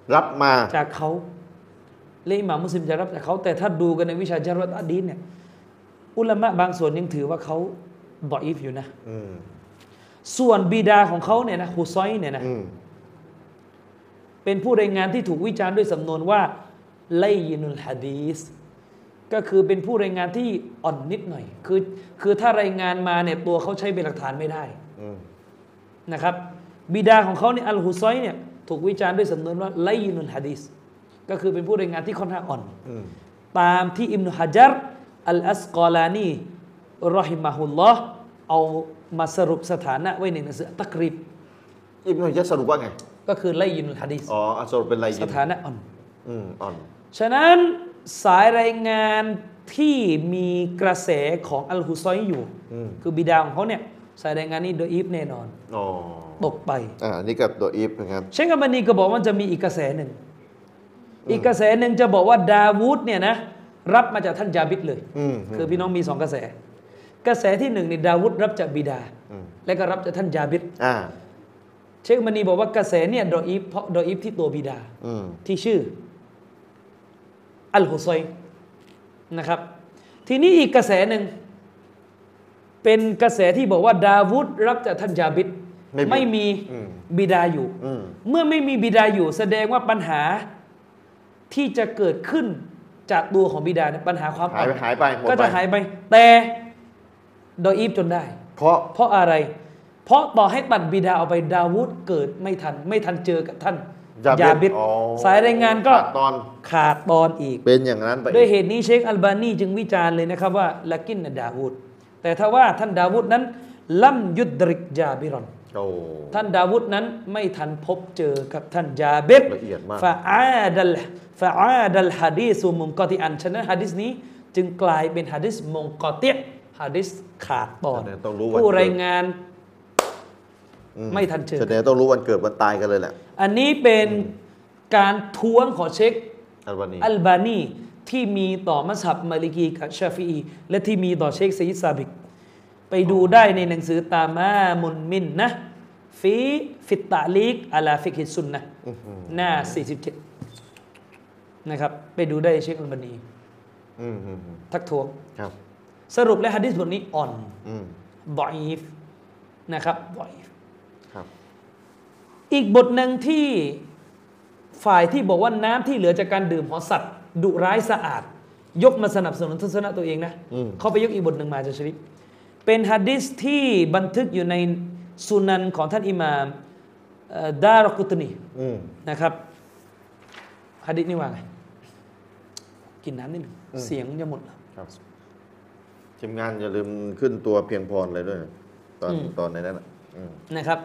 รับมาจากเขาและอิหม่ามมุสลิมจะรับจากเขาแต่ถ้าดูกันในวิชาญะรอฮ์อะดีษเนี่ยอุลามะบางส่วนยังถือว่าเขาดออีฟอยู่นะส่วนบิดาของเขาเนี่ยนะฮุซอยเนี่ยนะเป็นผู้รายงานที่ถูกวิจารณ์ด้วยสำนวนว่าไลยินุลฮะดีษก็คือเป็นผู้รายงานที่อ่อนนิดหน่อยคือคือถ้ารายงานมาเนี่ยตัวเขาใช้เป็นหลักฐานไม่ได้นะครับบิดาของเขาเนี่ยอัลฮุซอยเนี่ยถูกวิจารณ์ด้วยสำนวนว่าไลยินุลฮะดีษก็คือเป็นผู้รายงานที่ค่อนข้างอ่อนตามที่อิบนุฮะญัรอัลอัสกอลานีรอฮิมะฮุลลอฮ์เอามาสรุปสถานะไว้ในหนังสือตักรีบอิบนุฮะญัรสรุปว่าไงก็คือไลยินุลฮะดีษอ๋อสรุปเป็นไลยินสถานะอ่อนอืมอ่อนฉะนั้นสายรายงานที่มีกระแสของอัลฮุซอยอยู่คือบิดาของเขาเนี่ยสายรายงานนี้โดยอีฟแน่นอนตกไปอ่านี่กับโดยอีฟนะครับเชคอัลบานีก็บอกว่าจะมีอีกกระแสหนึ่งอีกกระแสหนึ่งจะบอกว่าดาวูดเนี่ยนะรับมาจากท่านจาบิดเลยคือพี่น้องมีสองกระแสกระแสที่หนึ่งนี่ดาวูดรับจากบิดาและก็รับจากท่านจาบิดเชคอัลบานีบอกว่ากระแสเนี่ยโดยอีฟเพราะโดยอีฟที่ตัวบิดาที่ชื่ออัลฮุซอยนะครับทีนี้อีกกระแสหนึ่งเป็นกระแสที่บอกว่าดาวูดรับจากท่านจาบิดไม่ไม่มีบิดาอยู่เมื่อไม่มีบิดาอยู่แสดงว่าปัญหาที่จะเกิดขึ้นจากตัวของบิดาเนี่ยปัญหาความหายไปหายไปก็จะหายไปแต่โดยอีฟจนได้เพราะเพราะอะไรเพราะต่อให้ตัดบิดาออกไปดาวูดเกิดไม่ทันไม่ทันเจอกับท่านยาบิดสายรายงานก็ตอนขาดตอนอีกเป็นอย่างนั้นไปด้วยเหตุนี้เชคอัลบานีจึงวิจารณ์เลยนะครับว่าละกินนะดาวูดแต่ถ้าว่าท่านดาวูดนั้นลัมยุดริกจาบิรอนท่านดาวูดนั้นไม่ทันพบเจอกับท่านจาบิดละเอียดมากฟาอาดัลฟาอาดัลฮะดีษมุนกอติอันฉะนั้นฮะดีษนี้จึงกลายเป็นฮะดีษมุนกอติฮะดีษขาดตอนผู้รายงานไม่ทันเจอแสดงต้องรู้วันเกิดวันตายกันเลยแหละอันนี้เป็นการท้วงของเชคอัลบานีที่มีต่อมัซฮับมาลิกีกับชาฟีอีและที่มีต่อเชคซัยยิดซาบิกไปดูได้ในหนังสือตามามุนมินนะฟีฟิตตะลีกอะลาฟิกฮิซุนนะหน้าสี่สิบเจ็ดนะครับไปดูได้เชคอัลบานีทักท้วงสรุปแล้วหะดีษบทนี้อ่อนดออีฟนะครับดออีฟอีกบทหนึ่งที่ฝ่ายที่บอกว่าน้ำที่เหลือจากการดื่มของสัตว์ดุร้ายสะอาดยกมาสนับสนุนทัศนะตัวเองนะเขาไปยกอีกบทหนึ่งมาจากชะรีฟเป็นหะดีษที่บันทึกอยู่ในสุนันของท่านอิหม่ามดารกุตนีนะครับหะดีษนี้ว่าไงกินน้ำนิดหนึ่งเสียงจะหมดแล้วทีมงานอย่าลืมขึ้นตัวเพียงพรเลยด้วยตอนตอนในนั้นนะครับ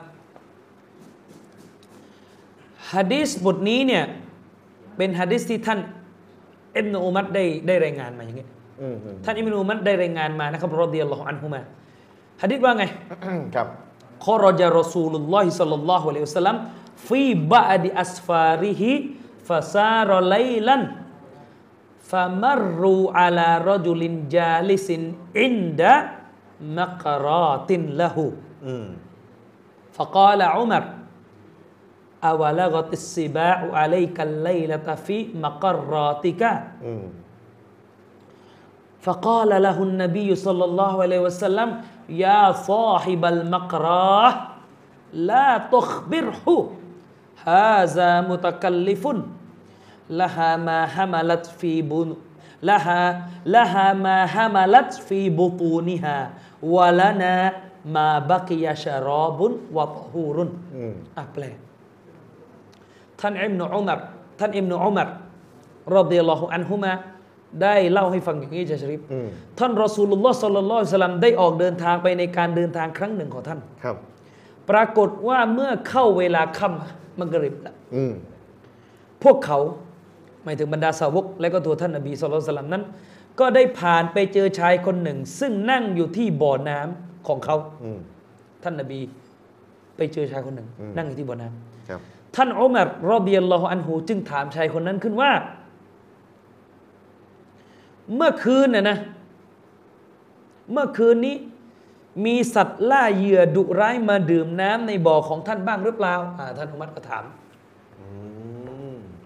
หะดีษบทนี้เนี่ยเป็นหะดีษที่ท่านอิบนุอุมัรได้ได้รายงานมาอย่างนี้ท่านอิบนุอุมัรได้รายงานมานะครับรอฎิยัลลอฮุอันฮุมาหะดีษว่าไงครับคอรอญะรอซูลุลลอฮิศ็อลลัลลอฮุอะลัยฮิวะซัลลัมฟีบะอดิอัสฟาริฮิฟะซารอไลลันฟะมัรรูอะลารอจุลินจาลิซินอินดะมักราตินละฮูฟะกาลอุมัรอาวะละกัติสซิบาอุอะลัยกัลไลละตะฟีมักราติกะ فقال له النبي صلى الله عليه وسلم يا صاحب المقراه لا تخبره هذا متكلف لها ما حملت في بن لها لها ما حملت في بطونها ولنا ما بقي شراب وطهور อ่ะแปลท่านอิบนุอุมัรท่านอิบนุอุมัรรอฎิยัลลอฮุอันฮุมาได้เล่าให้ฟังอย่างนี้จะชริฟท่านรอซูลุลลอฮ์ศ็อลลัลลอฮุอะลัยฮิวะซัลลัมได้ออกเดินทางไปในการเดินทางครั้งหนึ่งของท่านครับปรากฏว่าเมื่อเข้าเวลาค่ำมักริบแล้วพวกเขาหมายถึงบรรดาสาวกและก็ตัวท่านนบีศ็อลลัลลอฮุอะลัยฮิวะซัลลัมนั้นก็ได้ผ่านไปเจอชายคนหนึ่งซึ่งนั่งอยู่ที่บ่อน้ำของเขาท่านนบีไปเจอชายคนหนึ่งนั่งอยู่ที่บ่อน้ำท่านอุมัรรอฎิยัลลอฮุอันฮุจึงถามชายคนนั้นขึ้นว่าเมื่อคืนน่ะนะเมื่อคืนนี้มีสัตว์ล่าเหยื่อดุร้ายมาดื่มน้ำในบ่อของท่านบ้างหรือเปล่าท่านอุมัรก็ถาม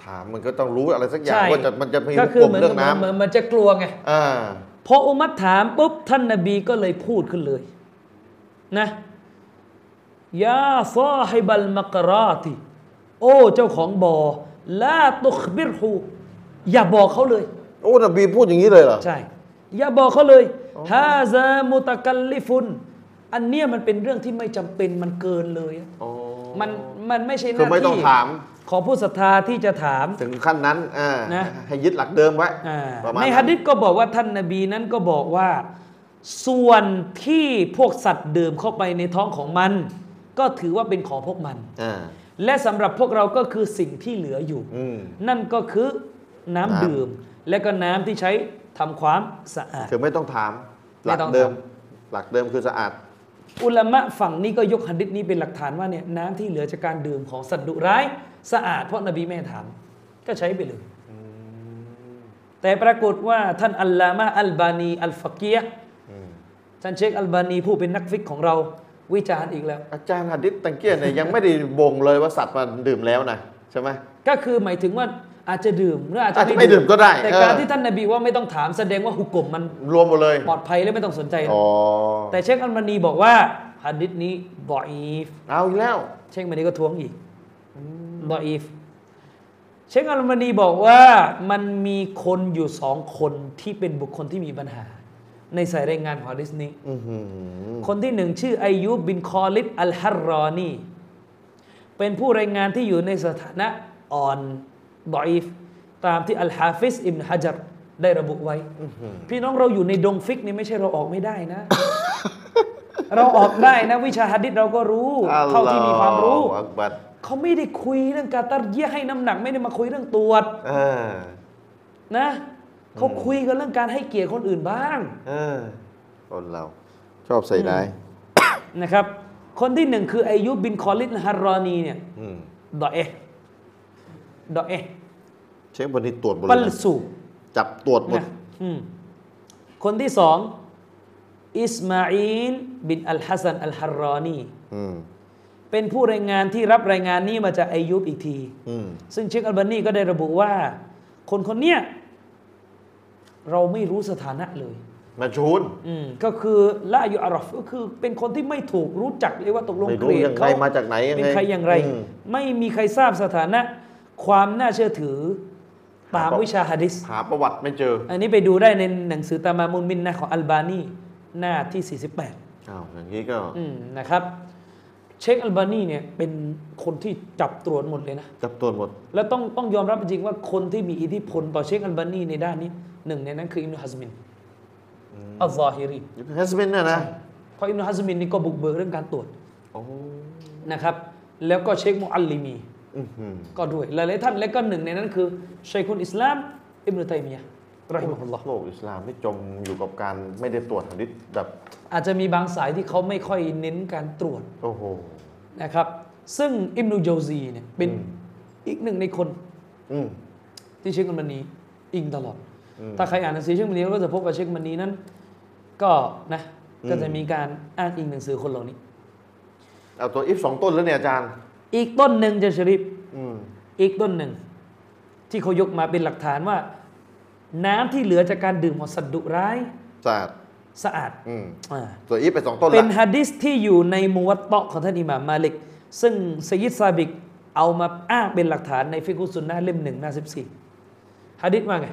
ถามมันก็ต้องรู้อะไรสักอย่างใช่ว่าจะมันจะมีก็หุคืกอมเหมือนเรื่องน้เหมือนมันจะกลัวไงำอ่าพออุมัรถามปุ๊บท่านนบีก็เลยพูดขึ้นเลยนะยาซาฮิบัลมักราติโอ้เจ้าของบ่อลาตุคบิรฮูอย่าบอกเขาเลยโอ้นบีพูดอย่างนี้เลยเหรอใช่อย่าบอกเขาเลยฮาซามุตะกัลลิฟุนอันเนี้ยมันเป็นเรื่องที่ไม่จำเป็นมันเกินเลยอ๋อมันมันไม่ใช่หคือน้าไม่ต้องที่ถามของผู้ศรัทธาที่จะถามถึงขั้นนั้นอ่านะให้ยึดหลักเดิมไว้อ่าประมาณในนั้นหะดีษก็บอกว่าท่านนบีนั้นก็บอกว่า ส่วนที่พวกสัตว์ดื่มเข้าไปในท้องของมัน ก็ถือว่าเป็นของพวกมันอ่าและสำหรับพวกเราก็คือสิ่งที่เหลืออยู่อืมนั่นก็คือน้ำน้ำดื่ม และก็น้ำที่ใช้ทำความสะอาดคือไม่ต้องถาม หไม่ลักต้องเดิมถามหลักเดิมคือสะอาดอุลามะฝั่งนี้ก็ยกหะดีษนี้เป็นหลักฐานว่าเนี่ยน้ำที่เหลือจากการดื่มของสัตว์ดุร้ายสะอาดเพราะนบีไม่ให้ถามก็ใช้ไปเลย แต่ปรากฏว่าท่านอัลลามะอัลบานีอัลฟักียะห์ท่านเชคอัลบานีผู้เป็นนักฟิกของเราวิจารณ์อีกแล้วอาจารย์หะดิษตังเกียเนี่ยยังไม่ได้บ่งเลยว่าสัตว์มันดื่มแล้วนะใช่ไหมก็คือหมายถึงว่าอาจจะดื่มหรืออาจอาจจะจะไม่ดื่มก็ได้แต่เออการที่ท่านนบีว่าไม่ต้องถามแสดงว่าหุกกลมมันรวมหมดเลยปลอดภัยและไม่ต้องสนใจนะอ๋อแต่เชคอัลบานีบอกว่าหะดีษนี้ดออีฟเอาอีกแล้วเชคอัลบานีก็ท้วงอีกดออีฟเชคอัลบานีบอกว่ามันมีคนอยู่สองคนที่เป็นบุคคลที่มีปัญหา ในสายรายงานของหะดีษนี้อื้อหือคนที่หนึ่งชื่ออายุบบินคอลิดอัลฮัรรอนีเป็นผู้รายงานที่อยู่ในสถานะอ่อนดออีฟตามที่อัลฮาฟิซอิบนุฮะญัรได้ระบุไว้ พี่น้องเราอยู่ในดงฟิกนี่ไม่ใช่เราออกไม่ได้นะ เราออกได้นะ วิชาหะดีษเราก็รู้เท่าที่มีความรู้อัลลอฮฺอักบัรเขาไม่ได้คุยเรื่องการตัดเยี่ยให้น้ำหนักไม่ได้มาคุยเรื่องตรวจเออนะเขาคุยกันเรื่องการให้เกียรติคนอื่นบ้างเออคนเรา ชอบใส่ร้ายนะครับ คนที่หนึ่งคืออายุบบินคอลิดอัลฮัรรอนีเนี่ยอืมดอเอะดอเอะเช็ควันนี้ตรวจหมดเลปัยลนะสูจับตรวจหมดนะอืมคนที่สองอิสมาอีลบินอัลฮัสซันอัลฮัรรอนีอืมเป็นผู้รายงานที่รับรายงานนี้มาจากอายุบอีกทีอืมซึ่งเชคอัลบานีก็ได้ระบุว่า คนคนเนี้ยเราไม่รู้สถานะเลยมาชูนอืมก็คือละอยู่อารอฟก็คือเป็นคนที่ไม่ถูกรู้จักเลยว่าตกลงไม่เกรู้รดยังไงเขามาจากไหนยังไงเป็นใครอย่างไรอืมไม่มีใครทราบสถานะ ความน่าเชื่อถือตามหาวิชาหะดีษหาประวัติไม่เจออันนี้ไปดูได้ในหนังสือตามามุนมินนะของอัลบานีหน้าที่สี่สิบแปดอ้าวอย่างนี้ก็อืมนะครับเชคอัลบานีเนี่ยเป็นคนที่จับตรวจหมดเลยนะจับตรวจหมดแล้วต้องต้องยอมรับจริงๆว่าคนที่มีอิทธิพลต่อเชคอัลบานีในด้านนี้หนึ่งในนั้นคืออิบนุฮัซมินอัลซอฮิรีฮัสมินน่ะนะเพราะอิบนุฮัซมินนี่ก็บุกเบิกเรื่องการตรวจโอ้นะครับแล้วก็เชคมุอัลลิมีอื้อหือก็ด้วยหลายๆท่านและก็หนึ่งในนั้นคือชัยคุลอิสลามอิบนุตัยมียะห์รอฮิมะฮุลลอฮ์โลกอิสลามไม่จมอยู่กับการไม่ได้ตรวจหะดิษแบบอาจจะมีบางสายที่เขาไม่ค่อยเน้นการตรวจโอ้โหนะครับซึ่งอิบนุเจาซีเนี่ยเป็นอืมอีกหนึ่งในคนอืมที่เชคมันนีอิงตลอดอืมถ้าใครอ่านหนังสือเชคมันนีก็จะพบว่าเชคมันนีนั้น ก็นะก็จะมีการอ้างอิงหนังสือคนเหล่านี้เอาตัวอิฟสองต้นแล้วเนี่ยอาจารย์อีกต้นหนึ่งจะชริฟอืมอีกต้นหนึ่ง ที่เขายกมาเป็นหลักฐานว่า น้ำที่เหลือจากการดื่มของสัตว์ดุร้ายสะอาดสะอาดอืมอ่าตัวอิฟไปสองต้นเป็นละฮะดิษที่อยู่ในมุวัตตะของท่านอิหม่ามมาลิก ซึ่งซัยยิดซาบิกเอามาอ้างเป็นหลักฐานในฟิกุสซุนนะห์เล่มหนึ่งหน้าสิบสี่ฮะดิษว่าไง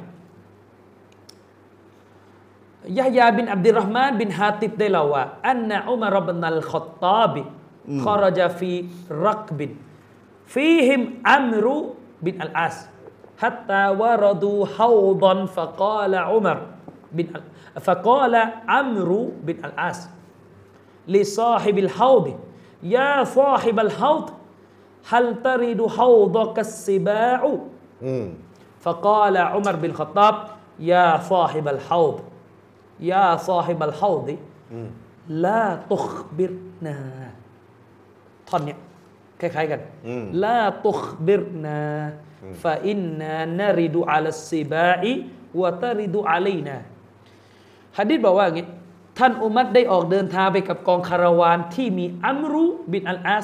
ยะฮยาบินอับดุลเราะห์มานบินฮาติบได้เล่าว่าอันนะอุมารบินอัลค็อฏฏาบิขอรจฟีรักบินฟีฮิมอัมรุบินอัลอาสฮัตตาวารดูฮาวดันฟะกาลอุมารบินฟะกาลอัมรุบินอัลอาสلصاحب الحوض يا صاحب الحوض هل ترد حوضك السباع อืม فقال عمر بن الخطاب يا صاحب الحوض يا صاحب الحوض لا تخبرنا ท่อนเนี้ยคล้ายๆกัน لا تخبرنا فإنا نرد على السباع وترد علينا หะดีษบอกว่าอย่างงี้ท่านอุมัรได้ออกเดินทางไปกับกองคาราวานที่มีอัมรุบินอัลอาส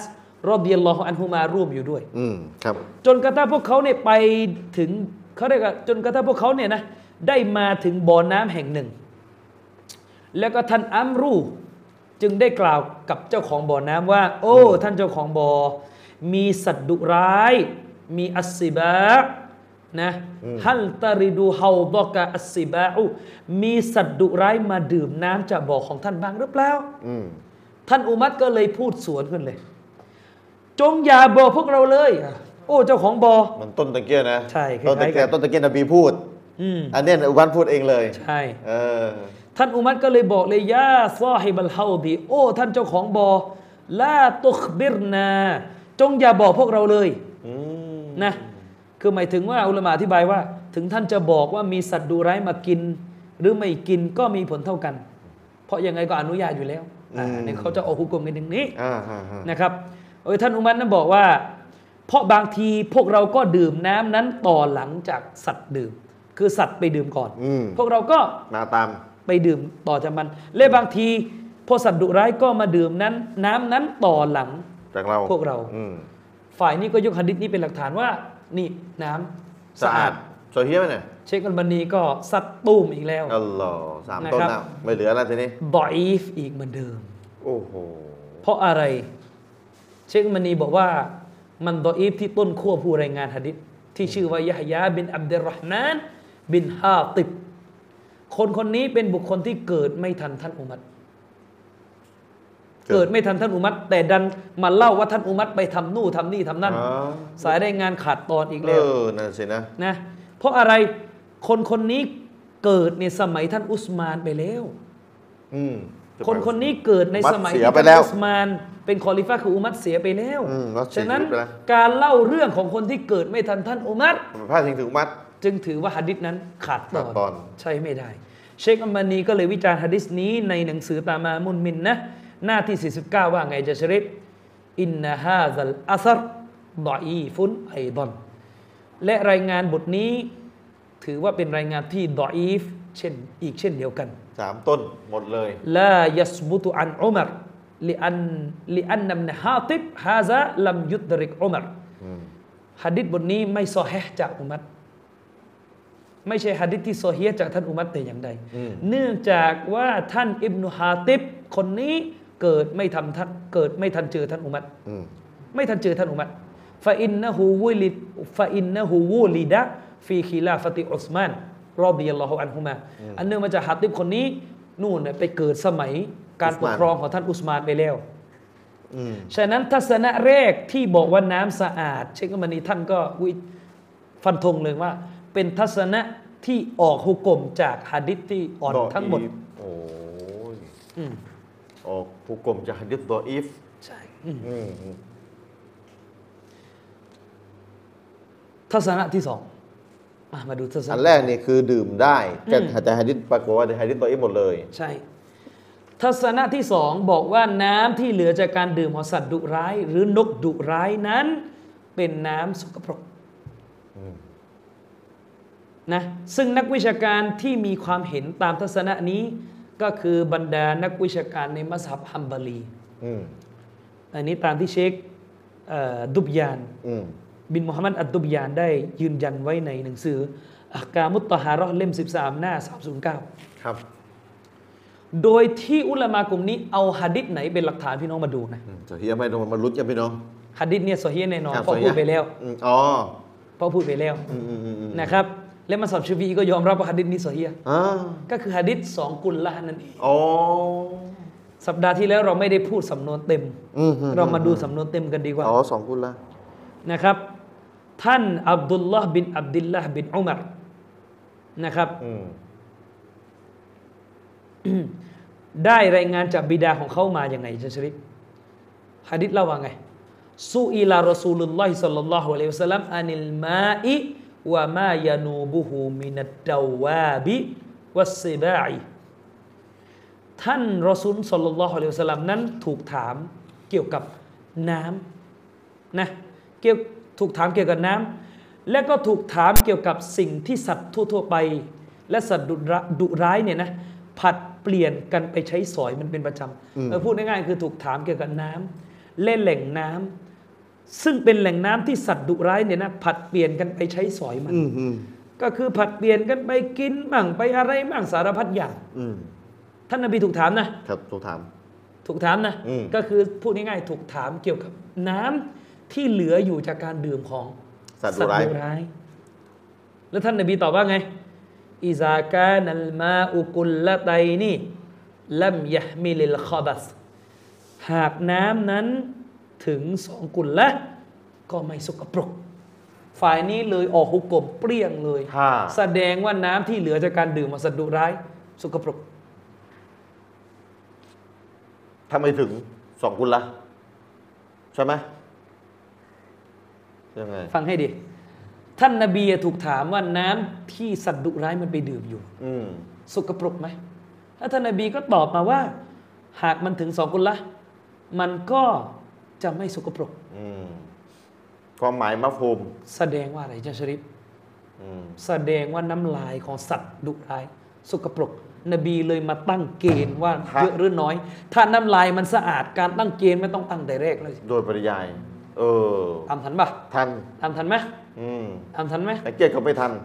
รอฎิยัลลอฮุอันฮุมาร่วมอยู่ด้วยอืมครับจนกระทั่งพวกเขาเนี่ยไปถึงเขาเรียกว่าจนกระทั่งพวกเขาเนี่ยนะได้มาถึงบ่อน้ำแห่งหนึ่ง แล้วก็ท่านอัมรูจึงได้กล่าวกับเจ้าของบ่อน้ำว่าโอ้ท่านเจ้าของบ่อมีสัตว์ดุร้ายมีอัสซิบะนะฮัลตาริดูฮาวดอกะอัสซิบะอูมีสัตว์ดุร้ายมาดื่มน้ำจากบ่อของท่านบ้างหรือเปล่าท่านอุมัรก็เลยพูดสวนขึ้นเลยจงอย่าบอกพวกเราเลยโอ้เจ้าของบ่อมันต้นตะเกียนะใช่ต้นตะเกียต้นตะเกียนบีพูดอันนี้อุมัรพูดเองเลยใช่เออท่านอุมัรก็เลยบอกเลยยาซอฮิบัลฮาวดีโอ้ท่านเจ้าของบ่อลาตุคบิรนาจงอย่าบอกพวกเราเลยนะคือหมายถึงว่าอุลามะอธิบายว่าถึงท่านจะบอกว่ามีสัตว์ดุร้ายมากินหรือไม่กินก็มีผลเท่ากันเพราะยังไงก็อนุญาตอยู่แล้วอ่าเนี่ยเขาจะออกหุกกลมกันอย่างนี้นะครับเออท่านอุมัรนั้นบอกว่าเพราะบางทีพวกเราก็ดื่มน้ำนั้นต่อหลังจากสัตว์ดื่มคือสัตว์ไปดื่มก่อนพวกเราก็มาตามไปดื่มต่อจากมันและบางทีพวกสัตว์ดุร้ายก็มาดื่มนั้นน้ำนั้นต่อหลังจากเราพวกเราฝ่ายนี้ก็ยกหะดีษนี้เป็นหลักฐานว่านี่น้ำสะอาดโซเฮียไหมเนี่ยเชคอัลบานีก็ซัดตุ้มอีกแล้วอัลลอฮ์สามต้นนะไม่เหลือแล้วทีนี้ดออีฟอีกเหมือนเดิมโอ้โหเพราะอะไรเชคอัลบานีบอกว่ามันดออีฟที่ต้นขั้วผู้รายงานหะดีษที่ชื่อว่ายะฮยาบินอับดุลเราะห์มานบินฮาติบคนคนนี้เป็นบุคคลที่เกิดไม่ทันท่านอุมัรเกิดไม่ทันท่านอุมัรแต่ดันมาเล่าว่าท่านอุมัรไปทำนู่นทำนี่ทำนั่นสายรายงานขาดตอนอีกแล้วเออนั่นสินะนะเพราะอะไรคนคนนี้เกิดในสมัยท่านอุสมานไปแล้วคนคนนี้เกิดในสมัยที่ท่านอุสมานเป็นคอลิฟะคืออุมัรเสียไปแล้วฉะนั้นการเล่าเรื่องของคนที่เกิดไม่ทันท่านอุมัรพลาดถึงอุมัรจึงถือว่าหะดีษนั้นขาดตอนใช่ไม่ได้เชคอัลบานีก็เลยวิจารณ์หะดีษนี้ในหนังสือตามามุนมินนะหน้าที่สี่สิบเก้าว่าไงจะชริฟอินนะฮาซัลอัซรดออีฟุนไอดอนและรายงานบทนี้ถือว่าเป็นรายงานที่ดออีฟเช่นอีกเช่นเดียวกันสามต้นหมดเลยลายัสบุตุอันอุมัรลิอันลิอันนัมนฮาติบฮาซาลัมยุดริกอุมัรหะดีษบทนี้ไม่ซอฮีฮ์จากอุมัรไม่ใช่หะดีษที่ซอฮีฮ์จากท่านอุมัรแต่อย่างใดเนื่องจากว่าท่านอิบนุฮาติบคนนี้เกิดไม่ทันท่านเกิดไม่ทันเจอท่านอุมัรไม่ทันเจอท่านอุมัรฟาอินนะฮูวุลิดฟาอินนะฮูวุลิดะฟีคิลาฟะติอุสมานรอฎิยัลลอฮุอันฮุมาอันเนื่องมาจากฮาติบคนนี้นู่นไปเกิดสมัยการปกครองของท่านอุสมานไปแล้วฉะนั้นทัศนะแรกที่บอกว่าน้ำสะอาดเชคอัลบานีท่านก็ฟันธงเลยว่าเป็นทัศนะที่ออกหุกกลมจากหะดีษที่อ่อนทั้งหมดโอ้ยออกหุกกลมจากหะดีษดออีฟใช่ทัศนะที่สองมาดูทัศนะอันแรกนี่คือดื่มได้แต่แต่หะดีษปรากฏว่าหะดีษดออีฟหมดเลยใช่ทัศนะที่สองบอกว่าน้ำที่เหลือจากการดื่มของสัตว์ดุร้ายหรือนกดุร้ายนั้นเป็นน้ำสกปรกนะซึ่งนักวิชาการที่มีความเห็นตามทัศนะนี้ก็คือบรรดานักวิชาการในมัซฮับฮัมบาลีอันนี้ตามที่เชคดุบยานบินมุฮัมมัดอัดดุบยานได้ยืนยันไว้ในหนังสืออักกามุตตะฮาเราะห์เล่มสิบสามหน้าสามร้อยเก้าครับโดยที่อุลามะกลุ่มนี้เอาหะดีษไหนเป็นหลักฐานพี่น้องมาดูนะซอฮีฮ์ไม่ต้องมาลุ้นกันพี่น้องหะดีษเนี่ยซอฮีฮ์แน่นอนเพราะพูดไปแล้วอ๋อเพราะพูดไปแล้วนะครับและมัซฮับชาฟิอีก็ยอมรับว่าหะดีษนี้ซอฮีฮ์ก็คือหะดีษสองกุลละนั่นเองอ๋อสัปดาห์ที่แล้วเราไม่ได้พูดสำนวนเต็มเรามาดูสำนวนเต็มกันดีกว่าอ๋อสองกุลละนะครับท่านอับดุลลอฮ์บินอับดุลลาห์บินอุมัรนะครับได้รายงานจากบิดาของเขามาอย่างไงจะชริฟหะดีษเล่าว่าไงซุอิลารอซูลุลลอฮิศ็อลลัลลอฮุอะลัยฮิวะซัลลัมอานิลมาอิวะมายานูบุฮูมินัดดาวาบิวัสซิบาอิท่านรอซูลศ็อลลัลลอฮุอะลัยฮิวะซัลลัมนั้นถูกถามเกี่ยวกับน้ำนะเกี่ยวถูกถามเกี่ยวกับน้ำและก็ถูกถามเกี่ยวกับสิ่งที่สัตว์ทั่วๆไปและสัตว์ดุร้ายเนี่ยนะผัดเปลี่ยนกันไปใช้สอยมันเป็นประจำเออพูดง่ายๆคือถูกถามเกี่ยวกับน้ำเล่นแหล่งน้ซึ่งเป็นแหล่งน้ำที่สัตว์ดุร้ายเนี่ยนะผัดเปลี่ยนกันไปใช้สอยมันก็คือผัดเปลี่ยนกันไปกินบ้างไปอะไรบ้างสารพัดอย่างท่านนบีถูกถามนะครับถูกถามถูกถามนะก็คือพูดง่ายๆถูกถามเกี่ยวกับน้ำที่เหลืออยู่จากการดื่มของสัตว์ดุร้ายแล้วท่านนบีตอบว่าไงอิซากานัลมาอุกุลละไตนีลัมยะมิลิลคอบัสหากน้ำนั้นถึงสองกุลละก็ไม่สกปรกฝ่ายนี้เลยออกหุกกลมเปรี้ยงเลยแสดงว่าน้ำที่เหลือจากการดื่มของสัตว์ดุร้ายสกปรกทำไมถึงสองกุลละใช่ไหมยังไงฟังให้ดีท่านนบีถูกถามว่าน้ำที่สัตว์ดุร้ายมันไปดื่มอยู่สกปรกไหมแล้วท่านนบีก็ตอบมาว่าหากมันถึงสองกุลละมันก็จะไม่สกปรกความหมายมัฟฮูมแสดงว่าอะไรจ๊ะชริฟแสดงว่าน้ำลายของสัตว์ดุร้ายสกปรกนบีเลยมาตั้งเกณฑ์ว่าเยอะหรือน้อยถ้าน้ำลายมันสะอาดการตั้งเกณฑ์ไม่ต้องตั้งแต่แรกเลยโดยปริยายเออตามทันปะทันตามทันไหมตามทันไหมแต่เกียรติเขาไม่ทัน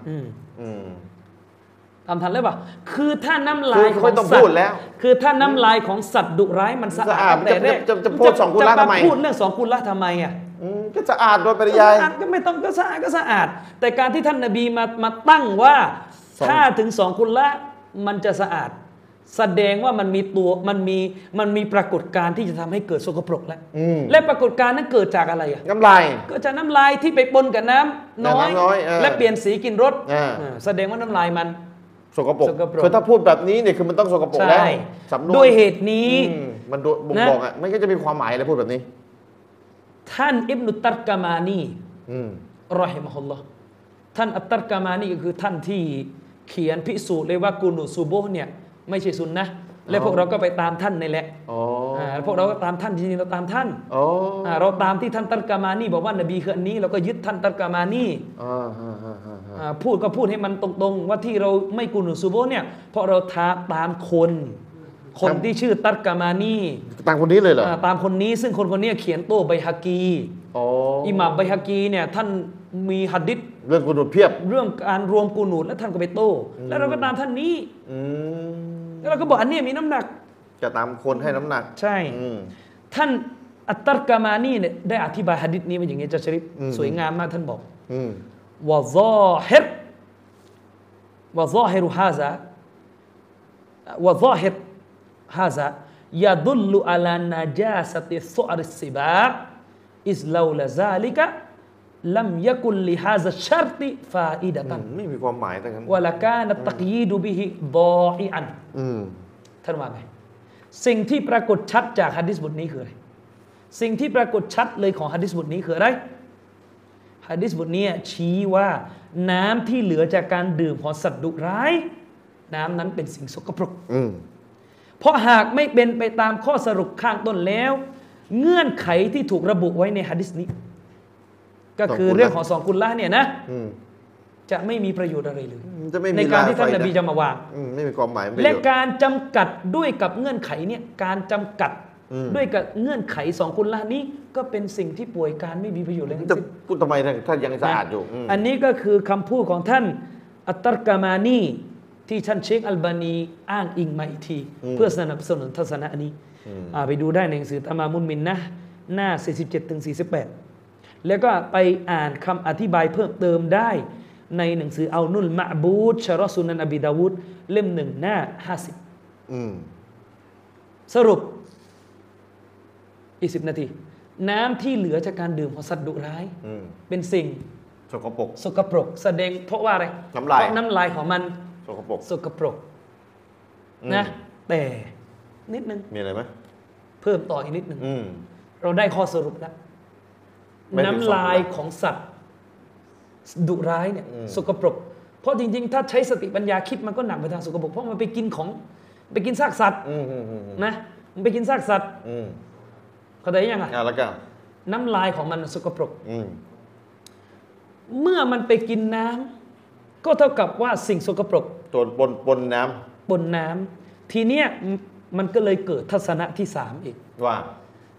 ตามทันเลยปะคือถ้าน้ำลายของสัตว์คือถ้าน้ำลายของสัตว์ดุร้ายมันสะอาดแต่แรกจะจะพูดสองกุลละทำไมพูดเรื่องสองกุลละทำไมอ่ะก็สะอาดโดยปริยายก็ไม่ต้องก็สะอาดก็สะอาดแต่การที่ท่านนบีมามาตั้งว่าถ้าถึงสองกุลละมันจะสะอาดแสดงว่ามันมีตัวมันมีมันมีปรากฏการณ์ที่จะทำให้เกิดสกปรกแล้วและปรากฏการณ์นั้นเกิดจากอะไรอ่ะน้ำลายเกิดจากน้ำลายที่ไปปนกับน้ำน้อยและเปลี่ยนสีกินรสแสดงว่าน้ำลายมันสกปรกคือถ้าพูดแบบนี้เนี่ยคือมันต้องสกปรกแล้วสำนวนด้วยเหตุนี้มันบ่งบอกอ่ะมันก็จะมีความหมายอะไรพูดแบบนี้ท่านอิบนุตัรกามานีรอฮิมะฮุลลอฮ์ท่านอัตตัรกามานีก็คือท่านที่เขียนพิสูจน์เลยว่ากูนูซูโบเนี่ยไม่ใช่ซุนนะและพวกเราก็ไปตามท่านนี่แหละพวกเราก็ตามท่านจริงๆเราตามท่านเราตามที่ท่านตัรกามานีบอกว่านบีคืออันนี้เราก็ยึดท่านตัรกามานีพูดก็พูดให้มันตรงๆว่าที่เราไม่กูนูซูโบเนี่ยเพราะเราท้าตามคนคนที่ชื่อตัรกามานีตามคนนี้เลยเหรอตามคนนี้ซึ่งคนคนนี้เขียนโต้ไบฮากีอิหม่ามไบฮากีเนี่ยท่านมีหะดีษเรื่องกูนูดเพียบเรื่องการรวมกูนูดแล้วท่านก็ไปโต้แล้วเราก็ตามท่านนี้แล้วเราก็บอกอันนี้มีน้ำหนักจะตามคนให้น้ำหนักใช่ท่านอัตตัรกามานีเนี่ยได้อธิบายหะดีษนี้มาอย่างนี้จะชริฟสวยงามมากท่านบอกวะซอฮิรวะซอฮิรฮาซาวะซอฮิรฮาซายะดุลลุอะลานะจาซะติซุอริสซิบาบอิสลาลาซาลิกะลัมยะกุลลิฮาซะชัรติฟาอิดะตันไม่มีความหมายแต่งั้นวะละกานะตักยีดุบิฮิฎออิอันท่านว่าไงสิ่งที่ปรากฏชัดจากหะดีษบทนี้คืออะไรสิ่งที่ปรากฏชัดเลยของหะดีษบทนี้คืออะไรหะดีษบทนี้ชี้ว่าน้ำที่เหลือจากการดื่มของสัตว์ดุร้ายน้ำนั้นเป็นสิ่งสกปรกเพราะหากไม่เป็นไปตามข้อสรุปข้างต้นแล้วเงื่อนไขที่ถูกระบุไว้ในหะดีษนี้ก็คือเรื่องของสองกุลละเนี่ยนะจะไม่มีประโยชน์อะไรเลยในการที่ท่านนบีจะมาวางไม่มีความหมายและการจำกัดด้วยกับเงื่อนไขเนี่ยการจำกัดด้วยกับเงื่อนไขสองกุลละนี้ก็เป็นสิ่งที่ป่วยการไม่มีประโยชน์เลยจะพูดทำไมถ้ายังสะอาดอยู่อันนี้ก็คือคำพูดของท่านอัตตัรกามานีที่ท่านเชคอัลบานีอ้างอิงมาอีกทีเพื่อสนับสนุนทัศนะนี้ไปดูได้ในหนังสือตะมามุนมินนะหน้าสี่สิบเจ็ดถึงสี่สิบแปดแล้วก็ไปอ่านคำอธิบายเพิ่มเติมได้ในหนังสือเอานุลมะบูดชะรอซุนันอบีดาวูดเล่มหนึ่งหน้าห้าสิบสรุปอีกสิบนาทีน้ำที่เหลือจากการดื่มของสัตว์ดุร้ายเป็นสิ่งสกปรกสกปรกแสดงเพราะว่าอะไรน้ำลายเพราะน้ำลายของมันสกปรกสกปรกนะแต่นิดนึงมีอะไรไหมเพิ่มต่ออีกนิดนึงเราได้ข้อสรุปแล้วน้ำลายของสัตว์ดุร้ายเนี่ยสกปรกเพราะจริงๆถ้าใช้สติปัญญาคิดมันก็หนักไปทางสกปรกเพราะมันไปกินของไปกินซากสัตว์นะมันไปกินซากสัตว์เข้าใจยังไงแล้วก็น้ำลายของมันสกปรกเมื่อมันไปกินน้ำก็เท่ากับว่าสิ่งสกปรกตัวปนปนน้ำปนน้ำทีเนี้ยมันก็เลยเกิดทัศนะที่สามอีกว่า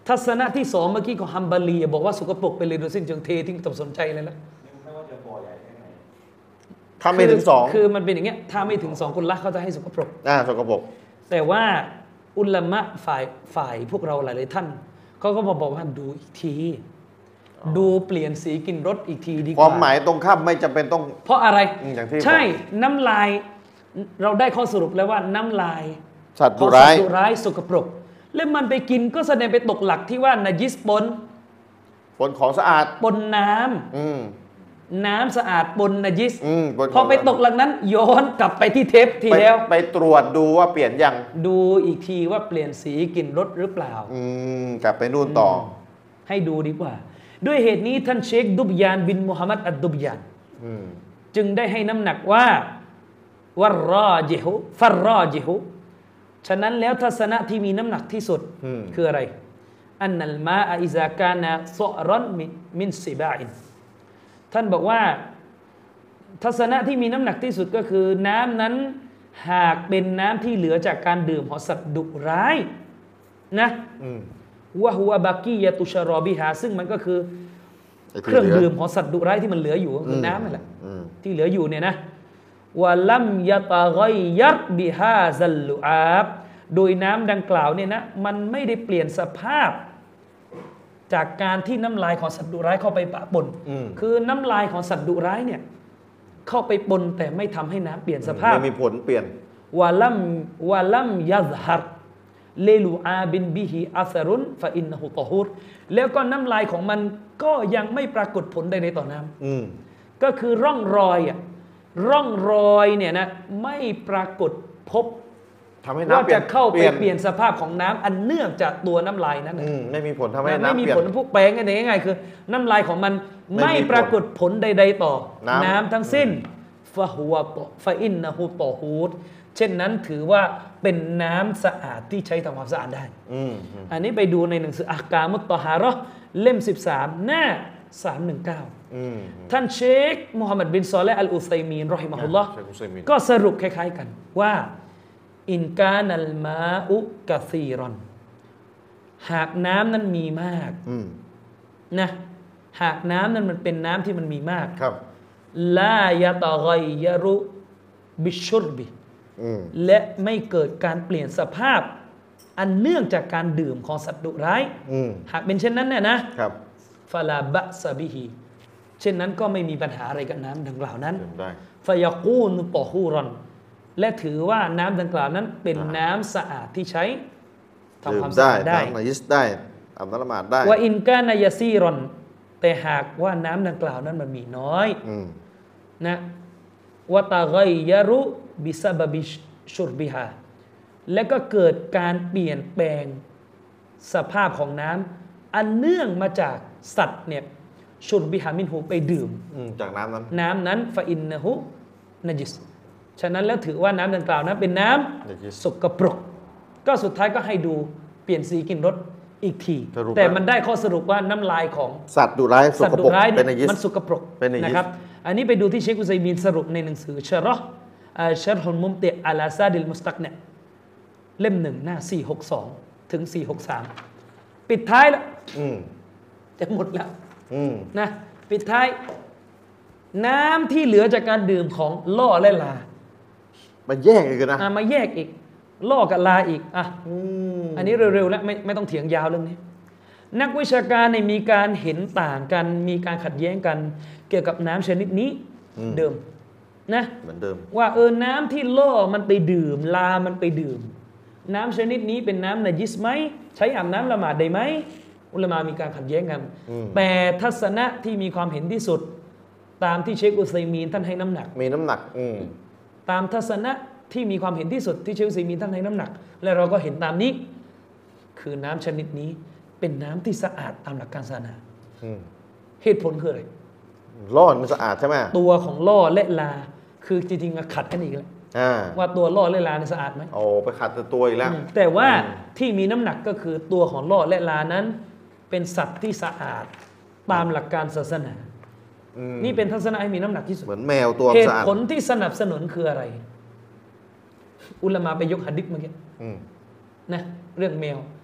ทัศนะที่สองเมื่อกี้ของฮัมบารีบอกว่าสกปรกไปเลยโดยสิ้นเชิงเททิ้งไม่ต้องสนใจเลยละไม่ว่าจะบ่อใหญ่แค่ไหนถ้าไม่ถึงสองคือมันเป็นอย่างเงี้ยถ้าไม่ถึงสองคนละเขาจะให้สกปรกอ่าสกปรกแต่ว่าอุลามะฝ่ายฝ่ายพวกเราหลายๆท่านเขาก็มาบอกว่าดูอีกทีดูเปลี่ยนสีกินรสอีกทีดีกว่าความหมายตรงข้ามไม่จำเป็นต้องเพราะอะไรอย่างที่ใช่น้ำลายเราได้ข้อสรุปแล้วว่าน้ำลายสัตว์ดุร้ายสัตว์ดุร้ายสกปรกแล้วมันไปกินก็แสดงไปตกหลักที่ว่านาจิสปนปนของสะอาดปนน้ำน้ำสะอาดปนนาจิสพอไปตกหลักนั้นย้อนกลับไปที่เทปทีแล้วไปตรวจดูว่าเปลี่ยนยังดูอีกทีว่าเปลี่ยนสีกลิ่นรสหรือเปล่าอืมกลับไปนู่นต่อให้ดูดีกว่าด้วยเหตุนี้ท่านเชคดุบยานบินมุฮัมมัดอัดดุบยานจึงได้ให้น้ำหนักว่าวัรรอจิฮุฟัรรอจิฮุฉะนั้นแล้วทัศนะที่มีน้ำหนักที่สุดคืออะไรอันนัลมาอิซากานะซอรันมินซิบาอินท่านบอกว่าทัศนะที่มีน้ำหนักที่สุดก็คือน้ำนั้นหากเป็นน้ำที่เหลือจากการดื่มของสัตว์ดุร้ายนะวะฮุวะบากียะตุชรอบิฮาซึ่งมันก็คือเครื่องดื่มของสัตว์ดุร้ายที่มันเหลืออยู่ก็คือน้ำนั่นแหละที่เหลืออยู่เนี่ยนะวะลัมยะตะกัยยัรบิฮาซัลลุอาบโดยน้ำดังกล่าวเนี่ยนะมันไม่ได้เปลี่ยนสภาพจากการที่น้ำลายของสัตว์ดุร้ายเข้าไปปะปนคือน้ำลายของสัตว์ดุร้ายเนี่ยเข้าไปปนแต่ไม่ทำให้น้ำเปลี่ยนสภาพไม่มีผลเปลี่ยนวะลัมวะลัมยัซฮัรเลลูอาบินบิฮิอัสรุนฟะอินนะฮุตอฮูรแล้วก็น้ำลายของมันก็ยังไม่ปรากฏผลใดๆต่อน้ำก็คือร่องรอยอ่ะร่องรอยเนี่ยนะไม่ปรากฏพบว่าจะเข้าไปเปลี่ยนสภาพของน้ำอันเนื่องจากตัวน้ำลายนั้นไม่มีผลทำให้น้ำเปลี่ยนไม่มีผลพวกแปลงกันง่ายๆคือน้ำลายของมันไม่ปรากฏผลใดๆต่อน้ำทั้งสิ้นฟะฮุวะฟะอินนะฮุตอฮูรเช่นนั้นถือว่าเป็นน้ำสะอาดที่ใช้ทำความสะอาดได้อันนี้ไปดูในหนังสืออักกามุตตอฮาเราะห์เล่มสิบสามหน้าสามร้อยสิบเก้าท่านเชคมุฮัมมัดบินซอเลห์อัลอุซัยมีนรอฮิมะฮุลลอฮ์ก็สรุปคล้ายๆกันว่าอินกานัลมาอุกะซีรอนหากน้ำนั้นมีมากนะหากน้ำนั้นมันเป็นน้ำที่มันมีมากลายะตะกัยยะรุบิชุรบิและไม่เกิดการเปลี่ยนสภาพอันเนื่องจากการดื่มของสัตว์ดุร้ายหากเป็นเช่นนั้นเนี่ยนะฟาลาบะซาบิฮีเช่นนั้นก็ไม่มีปัญหาอะไรกับน้ำดังกล่าวนั้นฟายากูนุตอฮูรอนและถือว่าน้ำดังกล่าวนั้นเป็นน้ำสะอาดที่ใช้ทำความสะอาดได้ทำนายิสได้อาบน้ำละหมาดได้ว่าอินกานายาซีรอนแต่หากว่าน้ำดังกล่าวนั้นมันมีน้อยนะวะตะกัยยะรุบิซะบะบิชุรบิฮาและก็เกิดการเปลี่ยนแปลงสภาพของน้ำอันเนื่องมาจากสัตว์เนี่ยชุรบิฮามินหูไปดื่มจากน้ำนั้นน้ำนั้นฟะอินนะฮูนะจิสฉะนั้นแล้วถือว่าน้ำดังกล่าวนั้นเป็นน้ำสกปรกก็สุดท้ายก็ให้ดูเปลี่ยนสีกลิ่นรสอีกทีแต่มันได้ข้อสรุปว่าน้ำลายของสัตว์ดุร้ายสัตว์ดุร้ายเนี่ยมันสกปรกนะครับอันนี้ไปดูที่เชคอุซัยมีนสรุปในหนังสือชะเราะห์ชัรฮุลมุมติอะลาซาดิลมุสตักเนะเล่มหนึ่งหน้าสี่ร้อยหกสิบสองถึงสี่ร้อยหกสิบสามปิดท้ายแล้วจะหมดแล้วนะปิดท้ายน้ำที่เหลือจากการดื่มของล่อและลามาแยกอีกนะมาแยกอีกล่อกับลาอีกอ่ะอันนี้เร็วๆแล้วไม่ไม่ต้องเถียงยาวเรื่องนี้นักวิชาการเนี่ยมีการเห็นต่างกันมีการขัดแย้งกันเกี่ยวกับน้ำชนิดนี้เดิมนะเหมือนเดิมว่าเออน้ำที่ล่อมันไปดื่มลามันไปดื่มน้ำชนิดนี้เป็นน้ำนาจิสไหมใช้อาบน้ำละหมาดได้ไหมอุลามะมีการขัดแย้งกันแต่ทัศนะที่มีความเห็นที่สุดตามที่เชคอุซัยมีนท่านให้น้ำหนักมีน้ำหนักตามทัศนะที่มีความเห็นที่สุดที่เชคอุซัยมีนท่านให้น้ำหนักและเราก็เห็นตามนี้คือน้ำชนิดนี้เป็นน้ำที่สะอาดตามหลักการศาสนาเหตุผลคืออะไรล่อมันสะอาดใช่ไหมตัวของล่อและลาคือจริงๆขัดกันอีกแล้วว่าตัวล่อและลาเนี่ยสะอาดไหมโอ้ไปขัดตัวอีกแล้วแต่ว่าที่มีน้ำหนักก็คือตัวของล่อและลานั้นเป็นสัตว์ที่สะอาดตามหลักการศาสนานี่เป็นทัศนะที่มีน้ำหนักที่สุดเหมือนแมวตัวสะอาดเหตุผลที่สนับสนุนคืออะไร อุลามะไปยกหะดีษเมื่อกี้นะเรื่องแมว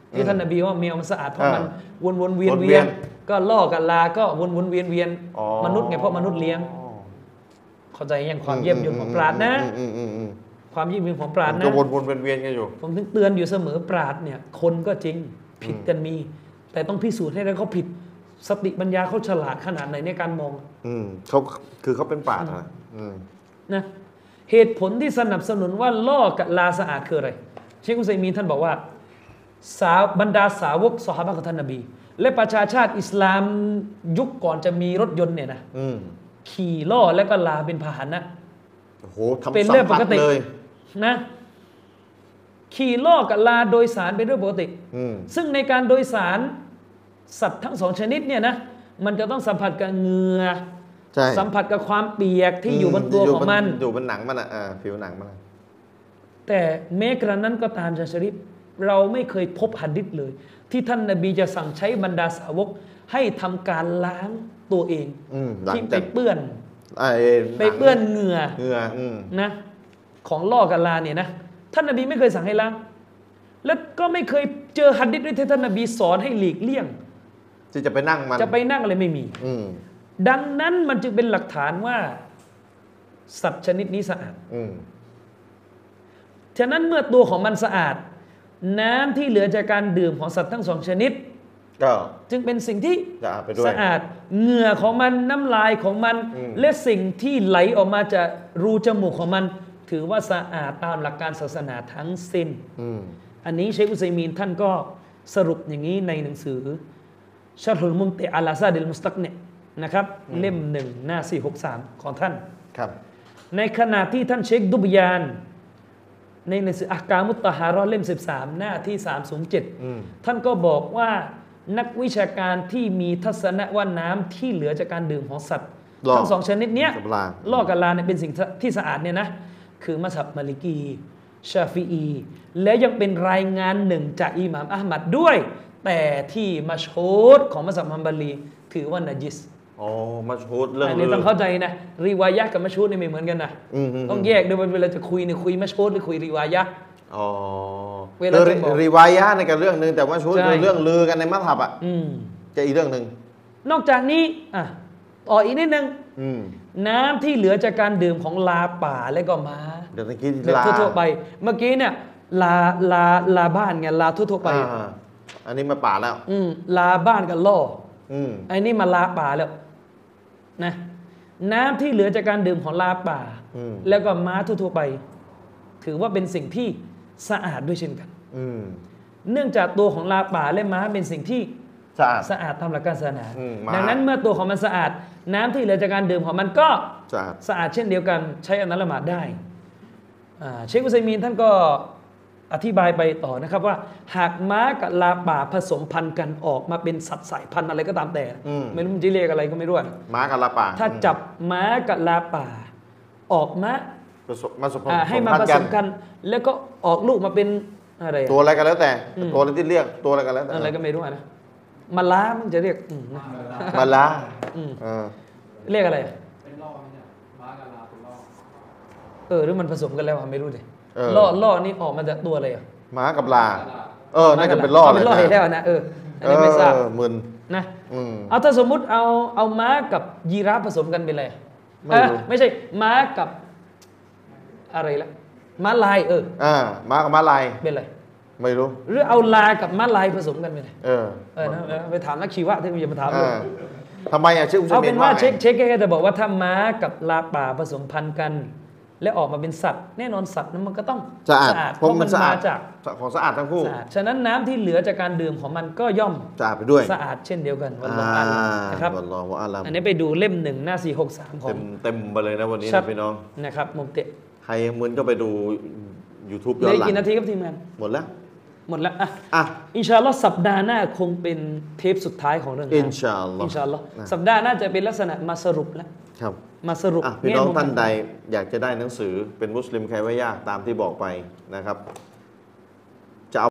ที่ท่านนบีว่าแมวมันสะอาดเพราะอ่ามันวนวนเวียนวนเวีเวียยนนก็ล่อกับลาก็วนวนเวียนเวียนอ๋อมนุษย์ไงเพราะมนุษย์เลี้ยง เข้าใจยังความเยี่ยมยนของปราดนะอืมอืมอืมความเยี่ยมยนของปราดมันนะก็วนๆเวียนๆกันอยู่ผมถึงเตือนอยู่เสมอปราดเนี่ยคนก็จริงผิดกันมี แต่ต้องพิสูจน์ให้ได้เขาผิดสติปัญญาเขาฉลาดขนาดไหนในการมองอืมเขาคือเขาเป็นปราชญ์นะอืมนะเหตุผลที่สนับสนุนว่าล่อกับลาสะอาดคืออะไรเชคอุซัยมีนท่านบอกว่าสาวบรรดาสาวกซอฮาบะห์ของท่านนบี และประชาชาติอิสลามยุคก่อนจะมีรถยนต์เนี่ยนะอืมขี่ล่อและก็ลาเป็นพาหนะโอ้โหทำเป็นสัเรื่อมงปผัสกติเลยนะขี่ล่อกับลาโดยสารเป็นเรื่องปกติอืมซึ่งในการโดยสารสัตว์ทั้งสองชนิดเนี่ยนะมันจะต้องสัมผัสกับเหงื่อใช่สัมผัสกับความเปียกที่อยู่บนตัวของมันอยู่บนหนังมันอ่ะอ่าผิวหนังมันอะแต่แม้กระนั้นก็ตามจารย์ชริฟเราไม่เคยพบหะดีษเลย ที่ท่านนบีจะสั่งใช้บรรดาสาวกให้ทำการล้างตัวเองอืมหลังที่ไปจากเปื้อนไอ้ไปเปื้อนเหงื่อเหงื่ออืมนะของล่อกับลาเนี่ยนะท่านนบีไม่เคยสั่งให้ล้าง แล้วก็ไม่เคยเจอหะดีษด้วยที่ท่านนบีสอนให้หลีกเลี่ยงที่จะไปนั่งมันจะไปนั่งอะไรไม่มีอืมดังนั้นมันจึงเป็นหลักฐานว่าสัตว์ชนิดนี้สะอาดอืมฉะนั้นเมื่อตัวของมันสะอาด น้ำที่เหลือจากการดื่มของสัตว์ทั้งสองชนิดก็จึงเป็นสิ่งที่จะเอาไปด้วยสะอาดเหงื่อของมันน้ำลายของมันอืมและสิ่งที่ไหลออกมาจากรูจมูกของมัน ถือว่าสะอาดตามหลักการศาสนาทั้งสิ้นอืมอันนี้เชคอุซัยมีนท่านก็สรุปอย่างนี้ในหนังสือชัรฮุลมุมติอัลลาซาดิลมุสตักเนนะครับเล่มหนึ่งหน้าสี่หกสามของท่านครับในขณะที่ท่านเชคดุบยาน ในหนังสืออักกามุตตะฮาเราะห์เล่มสิบสามหน้าที่สามร้อยเจ็ดอืมท่านก็บอกว่านักวิชาการที่มีทัศนะว่าน้ำที่เหลือจากการดื่มของสัตว์ล่อทั้งสองชนิดเนี้ยกับลาล่อกับลาเนี่ยเป็นสิ่งที่สะอาดเนี่ยนะคือมัซฮับมาลิกี ชาฟิอี และยังเป็นรายงานหนึ่งจากอิหม่ามอะห์มัดด้วย แต่ที่มัชฮูรของมัซฮับฮัมบัลีถือว่านะจิสอ๋อมัชฮูดเรื่องอันนี้ต้องเข้าใจนะรีวายะห์กับมัชฮูรนี่ไม่เหมือนกันนะอืมอืมต้องแยกด้วยเวลาจะคุยเนี่ยคุยมัชฮูรหรือคุยรีวายะห์อ๋อเวลาจะบอกรีวายะห์ในกันเรื่องหนึ่งแต่ว่าชุดใช่เรื่องลือกันในมัธยับอ่ะอืมจะอีกเรื่องหนึ่งนอกจากนี้อ่ะต่ออีกนิดนึงอืมน้ำที่เหลือจากการดื่มของลาป่าและก็ม้าเดี๋ยวตะกี้แบบลาทั่วๆไป เมื่อกี้เนี่ยลาลาลาบ้านไงลาทั่วๆไปอ่าอันนี้มาป่าแล้วอืมลาบ้านกับล่ออืมไอ้นี่มาลาป่าแล้วนะน้ำที่เหลือจากการดื่มของลาป่าอืมแล้วก็ม้าทั่วๆไป ถือว่าเป็นสิ่งที่สะอาดด้วยเช่นกันอืมเนื่องจากตัวของลาป่าและม้าเป็นสิ่งที่สะอาดสะอาดตามหลักการศาสนาอืมม้าดังนั้นเมื่อตัวของมันสะอาด น้ำที่เหลือจากการดื่มของมันก็สะอาดสะอาดเช่นเดียวกันใช้อันนั้นละหมาดได้อ่าเชคอุซัยมีนท่านก็อธิบายไปต่อนะครับว่า หากม้ากับลาป่าผสมพันธุ์กันออกมาเป็นสัตว์สายพันธุ์อะไรก็ตามแต่อืมไม่รู้มันจะเรียกอะไรก็ไม่รู้อะม้ากับลาป่าถ้าจับม้ากับลาป่า ออกมาผสมมาผสมอ่าให้มาผพันธุ์สมกัน แล้วก็ออกลูกมาเป็นอะไรอะตัวอะไรกันแล้วแต่ ตัวอะไรที่เรียกตัวอะไรกันแล้วแต่อะไรก็ไม่รู้อะนะมาล้ามันจะเรียกอืมนะมาลาอืมเออเรียกอะไรอะเป็นล่อไหมเนี่ยม้ากับลาเป็นล่อเออหรือมันผสมกันแล้วอะไม่รู้ดิเออล่อล่อนี่ออกมาจากตัวอะไรอะม้ากับลา เออ น่าจะเป็นล่อเอาเป็นล่อเลยให้แล้วนะเอออันนี้ไม่ทราบเออมึนนะอืมเอาถ้าสมมุติเอาเอาม้ากับยีราฟผสมกันเป็นอะไรไม่รู้เอ้ยไม่ใช่ม้ากับอะไรละม้าลายเอออ่าม้ากับม้าลายเป็นอะไรไม่รู้หรือเอาลากับม้าลายผสมกันเป็นอะไรเออเออนะเออไปถามนักชีวะที่มันจะมาถามอ่าเลยทำไมอ่ะชื่ออุสเอาเมเป็นนว่าว่าไงเช็คเช็คแค่จะบอกว่าถ้าม้ากับลาป่าผสมพันธุ์กัน และออกมาเป็นสัตว์ แน่นอนสัตว์นั้นมันก็ต้องสะอาดเพราะมันสะอามาดจากของสะอาดทั้งคู่สะอาดฉะนั้นน้ำที่เหลือจากการดื่มของมันก็ย่อมสะอาดไปด้วยสะอาดเช่นเดียวกันวันละอ่าอันนะครับวัลลอฮุอาลัมอันนี้ไปดูเล่มหนึ่งหน้าสี่หกสามขอเต็งมเต็มไปเลยนะวันนี้ชัดนะพี่น้องนะครับมุมเตะใครยังมึนก็ไปดู YouTube เหย้ลืออน อีกหลังกี่นาทีครับทีมงานหมดแล้วหมดแล้วอ่ะอ่ะอินชาอัลลอฮ์สัปดาห์หน้าคงเป็นเทปสุดท้ายของเรื่องอิราน วชาอัลลอฮ์อินชาอัลลอฮ์นะสัปดาห์หน้าจะเป็นลักษณะมาสรุปแล้วครับมาสรุปอ่ะพี่น้องแมุมท่านใดอยากจะได้หนังสือเป็นมุสลิมใครว่ายากตามที่บอกไปนะครับ